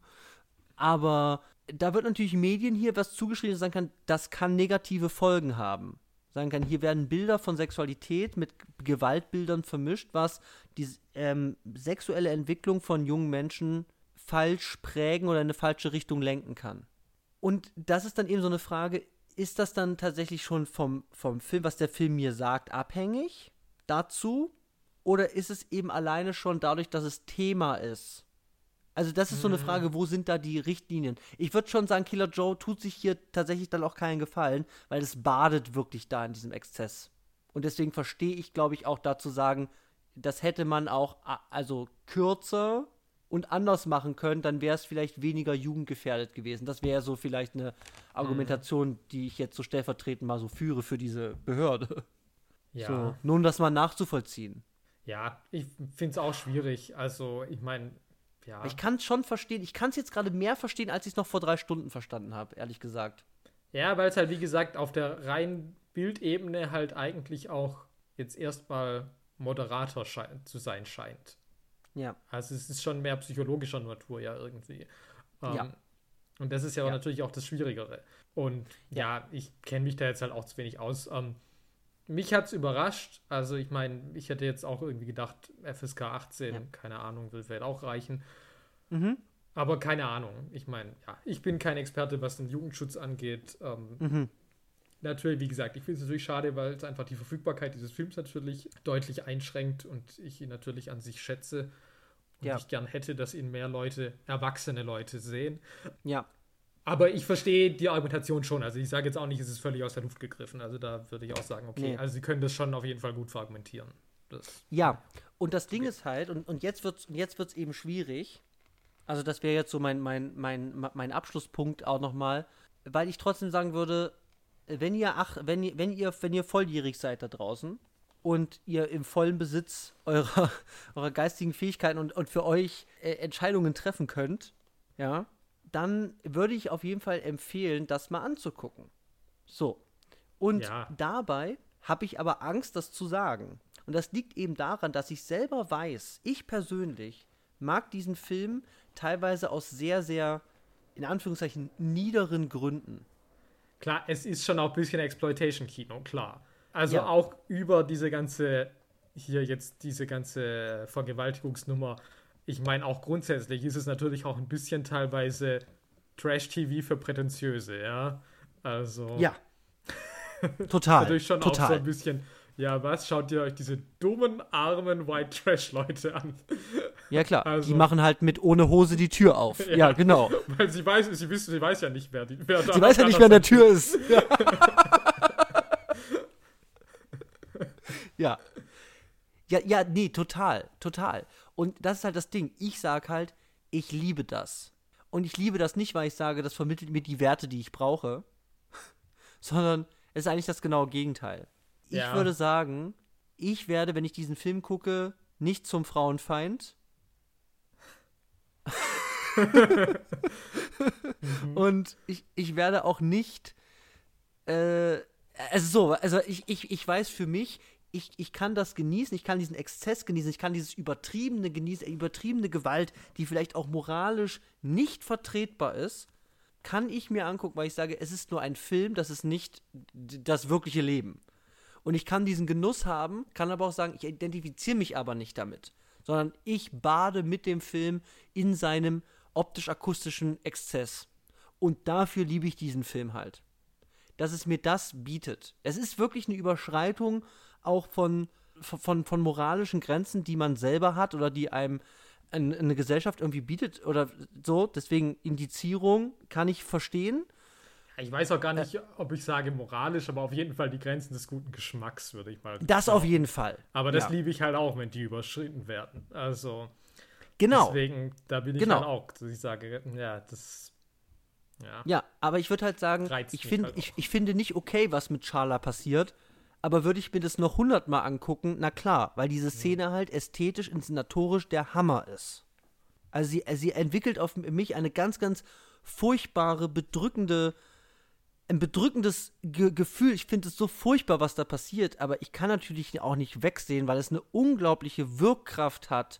Aber da wird natürlich Medien hier was zugeschrieben, das sagen kann, das kann negative Folgen haben. Sagen kann, hier werden Bilder von Sexualität mit Gewaltbildern vermischt, was die ähm, sexuelle Entwicklung von jungen Menschen falsch prägen oder in eine falsche Richtung lenken kann. Und das ist dann eben so eine Frage, ist das dann tatsächlich schon vom, vom Film, was der Film mir sagt, abhängig dazu? Oder ist es eben alleine schon dadurch, dass es Thema ist? Also das ist so eine Frage, wo sind da die Richtlinien? Ich würde schon sagen, Killer Joe tut sich hier tatsächlich dann auch keinen Gefallen, weil es badet wirklich da in diesem Exzess. Und deswegen verstehe ich, glaube ich, auch dazu sagen, das hätte man auch also kürzer und anders machen können, dann wäre es vielleicht weniger jugendgefährdet gewesen. Das wäre so vielleicht eine Argumentation, die ich jetzt so stellvertretend mal so führe für diese Behörde. Ja. So, nur um das mal nachzuvollziehen. Ja, ich finde es auch schwierig. Also, ich meine, ja. Ich kann es schon verstehen. Ich kann es jetzt gerade mehr verstehen, als ich es noch vor drei Stunden verstanden habe, ehrlich gesagt. Ja, weil es halt, wie gesagt, auf der reinen Bildebene halt eigentlich auch jetzt erstmal Moderator sche- zu sein scheint. Ja. Also es ist schon mehr psychologischer Natur ja irgendwie. Ähm, ja. Und das ist ja, ja. natürlich auch das Schwierigere. Und ja, ja ich kenne mich da jetzt halt auch zu wenig aus. Ähm, mich hat es überrascht. Also ich meine, ich hätte jetzt auch irgendwie gedacht, F S K achtzehn, ja. keine Ahnung, will vielleicht auch reichen. Mhm. Aber keine Ahnung. Ich meine, ja, ich bin kein Experte, was den Jugendschutz angeht. Ähm, mhm. Natürlich, wie gesagt, ich finde es natürlich schade, weil es einfach die Verfügbarkeit dieses Films natürlich deutlich einschränkt und ich ihn natürlich an sich schätze und ja. ich gern hätte, dass ihn mehr Leute, erwachsene Leute sehen. Ja. Aber ich verstehe die Argumentation schon. Also ich sage jetzt auch nicht, es ist völlig aus der Luft gegriffen. Also da würde ich auch sagen, okay, nee. Also sie können das schon auf jeden Fall gut verargumentieren. Das, ja, und das Ding okay. ist halt, und, und jetzt wird es jetzt wird's eben schwierig, also das wäre jetzt so mein, mein, mein, mein Abschlusspunkt auch nochmal, weil ich trotzdem sagen würde, wenn ihr, ach, wenn, ihr, wenn, ihr, wenn ihr volljährig seid da draußen und ihr im vollen Besitz eurer, eurer geistigen Fähigkeiten und, und für euch äh, Entscheidungen treffen könnt, ja, dann würde ich auf jeden Fall empfehlen, das mal anzugucken. So. Und ja. dabei habe ich aber Angst, das zu sagen. Und das liegt eben daran, dass ich selber weiß, ich persönlich mag diesen Film teilweise aus sehr, sehr, in Anführungszeichen, niederen Gründen. Klar, es ist schon auch ein bisschen Exploitation-Kino, klar. Also ja. auch über diese ganze, hier jetzt diese ganze Vergewaltigungsnummer. Ich meine, auch grundsätzlich ist es natürlich auch ein bisschen teilweise Trash-T V für Prätentiöse, ja. Also. Ja. Total. Natürlich schon total. auch so ein bisschen, ja, was? Schaut ihr euch diese dummen, armen White Trash-Leute an? Ja, klar. Also, die machen halt mit ohne Hose die Tür auf. Ja, ja genau. Weil sie weiß, sie wissen, sie weiß ja nicht, wer die wer Sie da weiß ja nicht, wer an der Tür ist. Ja. ja. Ja, ja, nee, total, total. Und das ist halt das Ding. Ich sag halt, ich liebe das. Und ich liebe das nicht, weil ich sage, das vermittelt mir die Werte, die ich brauche, sondern es ist eigentlich das genaue Gegenteil. Ich ja. würde sagen, ich werde, wenn ich diesen Film gucke, nicht zum Frauenfeind. Und ich, ich werde auch nicht äh, also so, also ich, ich, ich weiß für mich, ich, ich kann das genießen, ich kann diesen Exzess genießen, ich kann dieses übertriebene genießen, übertriebene Gewalt, die vielleicht auch moralisch nicht vertretbar ist, kann ich mir angucken, weil ich sage, es ist nur ein Film, das ist nicht das wirkliche Leben. Und ich kann diesen Genuss haben, kann aber auch sagen, ich identifiziere mich aber nicht damit, sondern ich bade mit dem Film in seinem optisch-akustischen Exzess. Und dafür liebe ich diesen Film halt. Dass es mir das bietet. Es ist wirklich eine Überschreitung auch von, von, von moralischen Grenzen, die man selber hat oder die einem eine, eine Gesellschaft irgendwie bietet oder so. Deswegen Indizierung kann ich verstehen. Ich weiß auch gar nicht, äh, ob ich sage moralisch, aber auf jeden Fall die Grenzen des guten Geschmacks, würde ich mal sagen. Das auf jeden Fall. Aber das ja. liebe ich halt auch, wenn die überschritten werden. Also, genau. Deswegen, da bin ich genau. halt auch, dass ich sage, ja, das Ja. ja, aber ich würde halt sagen, ich, find, halt ich, ich finde nicht okay, was mit Charla passiert, aber würde ich mir das noch hundertmal angucken, na klar, weil diese Szene ja. halt ästhetisch, inszenatorisch der Hammer ist. Also sie, sie entwickelt auf mich eine ganz, ganz furchtbare, bedrückende, ein bedrückendes Ge- Gefühl. Ich finde es so furchtbar, was da passiert, aber ich kann natürlich auch nicht wegsehen, weil es eine unglaubliche Wirkkraft hat,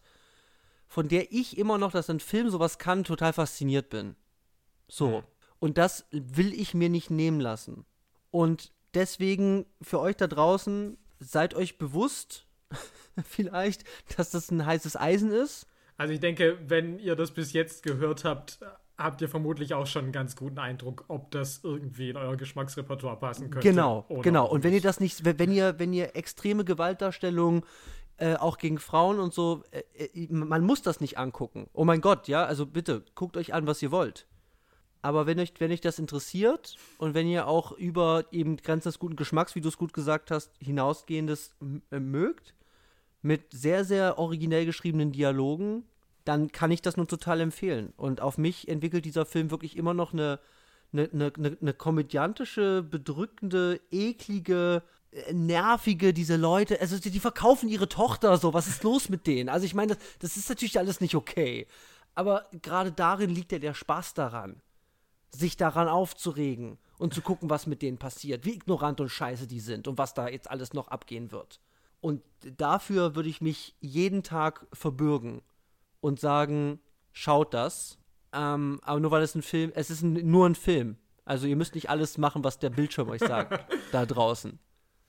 von der ich immer noch, dass ein Film sowas kann, total fasziniert bin. So, und das will ich mir nicht nehmen lassen. Und deswegen für euch da draußen, seid euch bewusst, vielleicht, dass das ein heißes Eisen ist. Also ich denke, wenn ihr das bis jetzt gehört habt, habt ihr vermutlich auch schon einen ganz guten Eindruck, ob das irgendwie in euer Geschmacksrepertoire passen könnte. Genau, genau. Und wenn ihr das nicht, wenn ihr, wenn ihr extreme Gewaltdarstellungen Äh, auch gegen Frauen und so, äh, äh, man muss das nicht angucken. Oh mein Gott, ja, also bitte, guckt euch an, was ihr wollt. Aber wenn euch, wenn euch das interessiert und wenn ihr auch über eben Grenzen des guten Geschmacks, wie du es gut gesagt hast, hinausgehendes m- äh, mögt, mit sehr, sehr originell geschriebenen Dialogen, dann kann ich das nur total empfehlen. Und auf mich entwickelt dieser Film wirklich immer noch eine, eine, eine, eine, eine komödiantische, bedrückende, eklige, nervige, diese Leute, also die, die verkaufen ihre Tochter so, was ist los mit denen? Also ich meine, das, das ist natürlich alles nicht okay. Aber gerade darin liegt ja der Spaß daran, sich daran aufzuregen und zu gucken, was mit denen passiert, wie ignorant und scheiße die sind und was da jetzt alles noch abgehen wird. Und dafür würde ich mich jeden Tag verbürgen und sagen, schaut das. Ähm, aber nur weil es ein Film, es ist ein, nur ein Film. Also ihr müsst nicht alles machen, was der Bildschirm euch sagt, da draußen.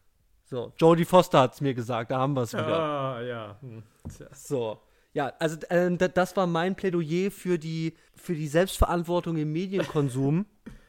So, Jodie Foster hat es mir gesagt, da haben wir es wieder. Ah, ja. Hm. So, ja, also äh, das war mein Plädoyer für die, für die Selbstverantwortung im Medienkonsum.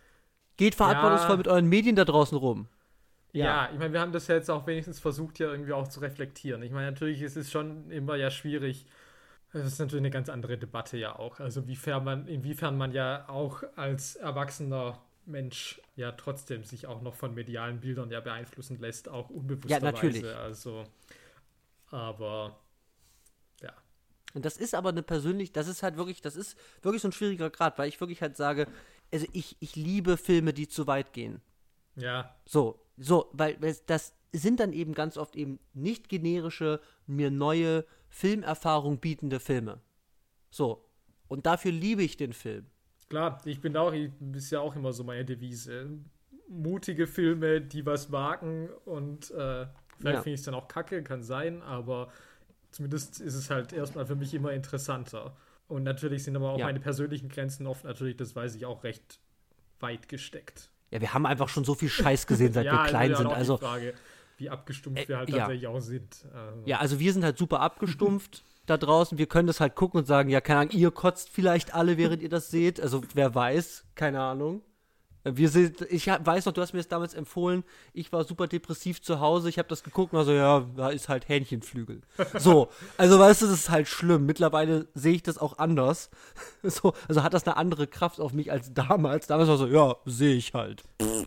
Geht verantwortungsvoll ja. mit euren Medien da draußen rum. Ja, ja ich meine, wir haben das ja jetzt auch wenigstens versucht, ja irgendwie auch zu reflektieren. Ich meine, natürlich ist es schon immer ja schwierig. Das ist natürlich eine ganz andere Debatte ja auch. Also inwiefern man, inwiefern man ja auch als erwachsener Mensch ja trotzdem sich auch noch von medialen Bildern ja beeinflussen lässt, auch unbewussterweise. Ja, natürlich. Also Aber ja. Und das ist aber eine persönlich, das ist halt wirklich, das ist wirklich so ein schwieriger Grad, weil ich wirklich halt sage, also ich, ich liebe Filme, die zu weit gehen. Ja. So, so, weil es- das sind dann eben ganz oft eben nicht generische, mir neue Filmerfahrung bietende Filme. So. Und dafür liebe ich den Film. Klar, ich bin auch, ich, ist ja auch immer so meine Devise. Mutige Filme, die was wagen und äh, vielleicht Ja. finde ich es dann auch kacke, kann sein, aber zumindest ist es halt erstmal für mich immer interessanter. Und natürlich sind aber auch Ja. meine persönlichen Grenzen oft natürlich, das weiß ich, auch recht weit gesteckt. Ja, wir haben einfach schon so viel Scheiß gesehen, seit wir klein ja, sind. auch Also, die Frage, wie abgestumpft Äh, wir halt ja. tatsächlich auch sind. Also, ja, also wir sind halt super abgestumpft da draußen. Wir können das halt gucken und sagen, ja, keine Ahnung, ihr kotzt vielleicht alle, während ihr das seht. Also wer weiß, keine Ahnung. Wir sind, ich hab- weiß noch, du hast mir das damals empfohlen. Ich war super depressiv zu Hause. Ich habe das geguckt und war so, ja, da ist halt Hähnchenflügel. So, also weißt du, das ist halt schlimm. Mittlerweile sehe ich das auch anders. So, also hat das eine andere Kraft auf mich als damals. Damals war so, ja, sehe ich halt.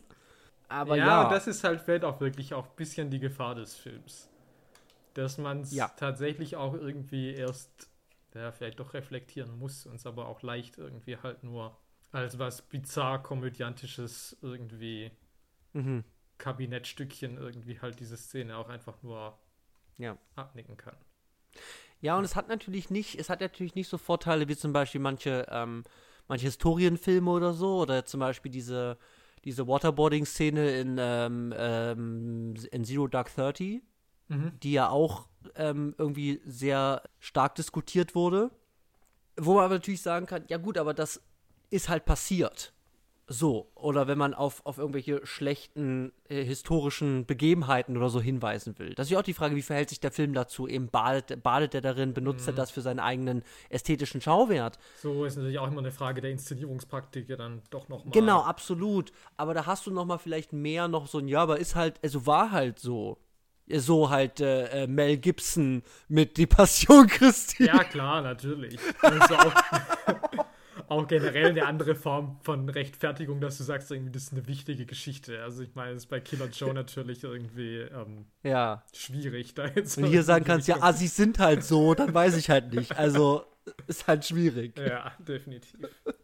Aber ja, ja, und das ist halt vielleicht auch wirklich auch ein bisschen die Gefahr des Films. Dass man es Ja. tatsächlich auch irgendwie erst, ja, vielleicht doch reflektieren muss, uns aber auch leicht irgendwie halt nur als was bizarr komödiantisches irgendwie mhm. Kabinettstückchen irgendwie halt diese Szene auch einfach nur Ja. abnicken kann. Ja, und es hat natürlich nicht, es hat natürlich nicht so Vorteile wie zum Beispiel manche, ähm, manche Historienfilme oder so, oder zum Beispiel diese, diese Waterboarding-Szene in, ähm, ähm, in Zero Dark Thirty, Mhm. die ja auch ähm, irgendwie sehr stark diskutiert wurde. Wo man aber natürlich sagen kann, ja gut, aber das ist halt passiert. So, oder wenn man auf, auf irgendwelche schlechten äh, historischen Begebenheiten oder so hinweisen will. Das ist ja auch die Frage, wie verhält sich der Film dazu? Eben badet, badet er darin, benutzt er das für seinen eigenen ästhetischen Schauwert? So ist natürlich auch immer eine Frage der Inszenierungspraktik ja dann doch nochmal. Genau, absolut. Aber da hast du noch mal vielleicht mehr noch so ein, ja, aber ist halt, also war halt so. So halt äh, äh, Mel Gibson mit Die Passion Christi. Ja, klar, natürlich. Das ist auch, auch generell eine andere Form von Rechtfertigung, dass du sagst, irgendwie, das ist eine wichtige Geschichte. Also ich meine, es ist bei Killer Joe natürlich irgendwie ähm, Ja. schwierig, da jetzt. Wenn du hier sagen kannst, ja, Assis sind halt so, dann weiß ich halt nicht. Also, ist halt schwierig. Ja, definitiv.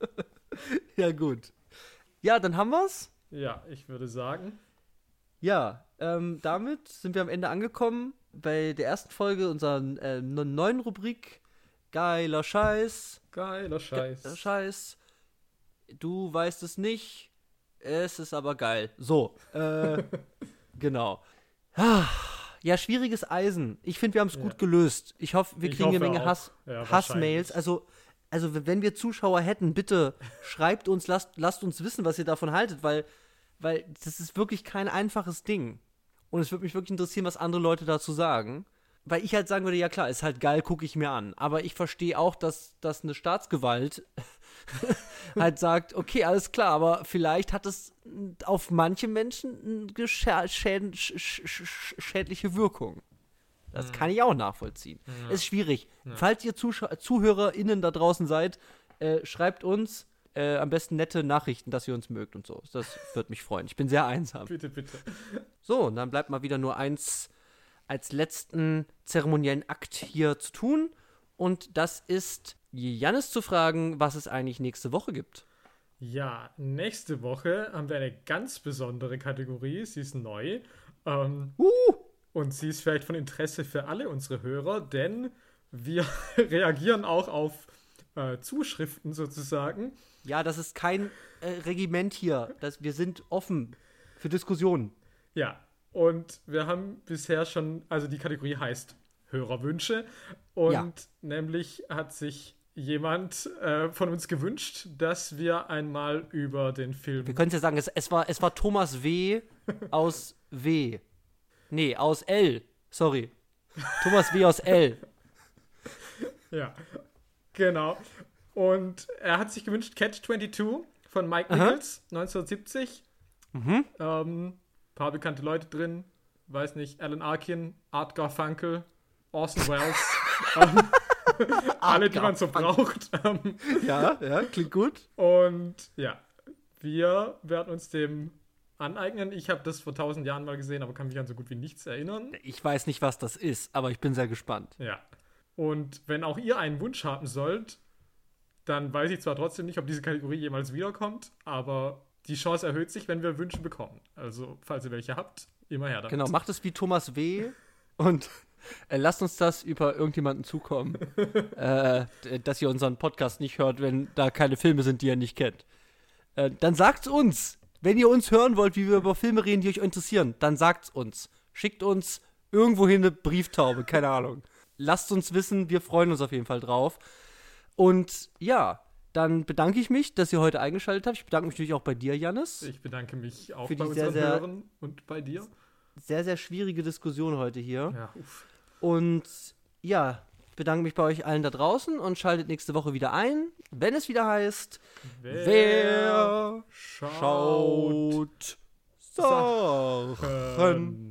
Ja, gut. Ja, dann haben wir's. Ja, ich würde sagen. Ja, ähm, damit sind wir am Ende angekommen bei der ersten Folge unserer äh, neuen Rubrik Geiler Scheiß. Geiler Scheiß. Geiler Scheiß. Du weißt es nicht, es ist aber geil. So, äh, genau. Ah, ja, schwieriges Eisen. Ich finde, wir haben es Ja. gut gelöst. Ich hoffe, wir Ich kriegen eine hoffe Menge auch. Hass, Ja, Hassmails. wahrscheinlich. Also, also, wenn wir Zuschauer hätten, bitte schreibt uns, lasst, lasst uns wissen, was ihr davon haltet, weil, weil das ist wirklich kein einfaches Ding. Und es würde mich wirklich interessieren, was andere Leute dazu sagen. Weil ich halt sagen würde, ja klar, ist halt geil, gucke ich mir an. Aber ich verstehe auch, dass, dass eine Staatsgewalt halt sagt, okay, alles klar, aber vielleicht hat es auf manche Menschen eine schä schäd sch sch schädliche Wirkung. Das kann ich auch nachvollziehen. Ja. Ist schwierig. Ja. Falls ihr Zuschau ZuhörerInnen da draußen seid, äh, schreibt uns äh, am besten nette Nachrichten, dass ihr uns mögt und so. Das würde mich freuen. Ich bin sehr einsam. Bitte, bitte. So, und dann bleibt mal wieder nur eins als letzten zeremoniellen Akt hier zu tun. Und das ist, Jannis zu fragen, was es eigentlich nächste Woche gibt. Ja, nächste Woche haben wir eine ganz besondere Kategorie. Sie ist neu. Ähm, Uh! Und sie ist vielleicht von Interesse für alle unsere Hörer, denn wir reagieren auch auf äh, Zuschriften sozusagen. Ja, das ist kein äh, Regiment hier. Das, wir sind offen für Diskussionen. Ja, und wir haben bisher schon, also die Kategorie heißt Hörerwünsche. Und Ja. nämlich hat sich jemand äh, von uns gewünscht, dass wir einmal über den Film. Wir können es ja sagen, es, es, war, es war Thomas W. aus W. Nee, aus L. Sorry. Thomas W. aus L. Ja, genau. Und er hat sich gewünscht Catch zweiundzwanzig von Mike Aha. Nichols, neunzehnhundertsiebzig. Mhm. Ähm, paar bekannte Leute drin. Weiß nicht, Alan Arkin, Art Garfunkel, Orson Welles. ähm, alle, die man so braucht. Ähm, Ja, ja, klingt gut. und ja, wir werden uns dem aneignen. Ich habe das vor tausend Jahren mal gesehen, aber kann mich an so gut wie nichts erinnern. Ich weiß nicht, was das ist, aber ich bin sehr gespannt. Ja. Und wenn auch ihr einen Wunsch haben sollt, dann weiß ich zwar trotzdem nicht, ob diese Kategorie jemals wiederkommt, aber die Chance erhöht sich, wenn wir Wünsche bekommen. Also, falls ihr welche habt, immer her damit. Genau, macht es wie Thomas W. und äh, lasst uns das über irgendjemanden zukommen, äh, dass ihr unseren Podcast nicht hört, wenn da keine Filme sind, die ihr nicht kennt. Äh, dann sagt's uns. Wenn ihr uns hören wollt, wie wir über Filme reden, die euch interessieren, dann sagt's uns. Schickt uns irgendwohin eine Brieftaube, keine Ahnung. Lasst uns wissen, wir freuen uns auf jeden Fall drauf. Und ja, dann bedanke ich mich, dass ihr heute eingeschaltet habt. Ich bedanke mich natürlich auch bei dir, Jannis. Ich bedanke mich auch Für bei die unseren sehr, sehr, Hörern und bei dir. Sehr, sehr schwierige Diskussion heute hier. Ja, uff. Und ja, ich bedanke mich bei euch allen da draußen und schaltet nächste Woche wieder ein, wenn es wieder heißt, Wer, wer schaut, schaut Sachen.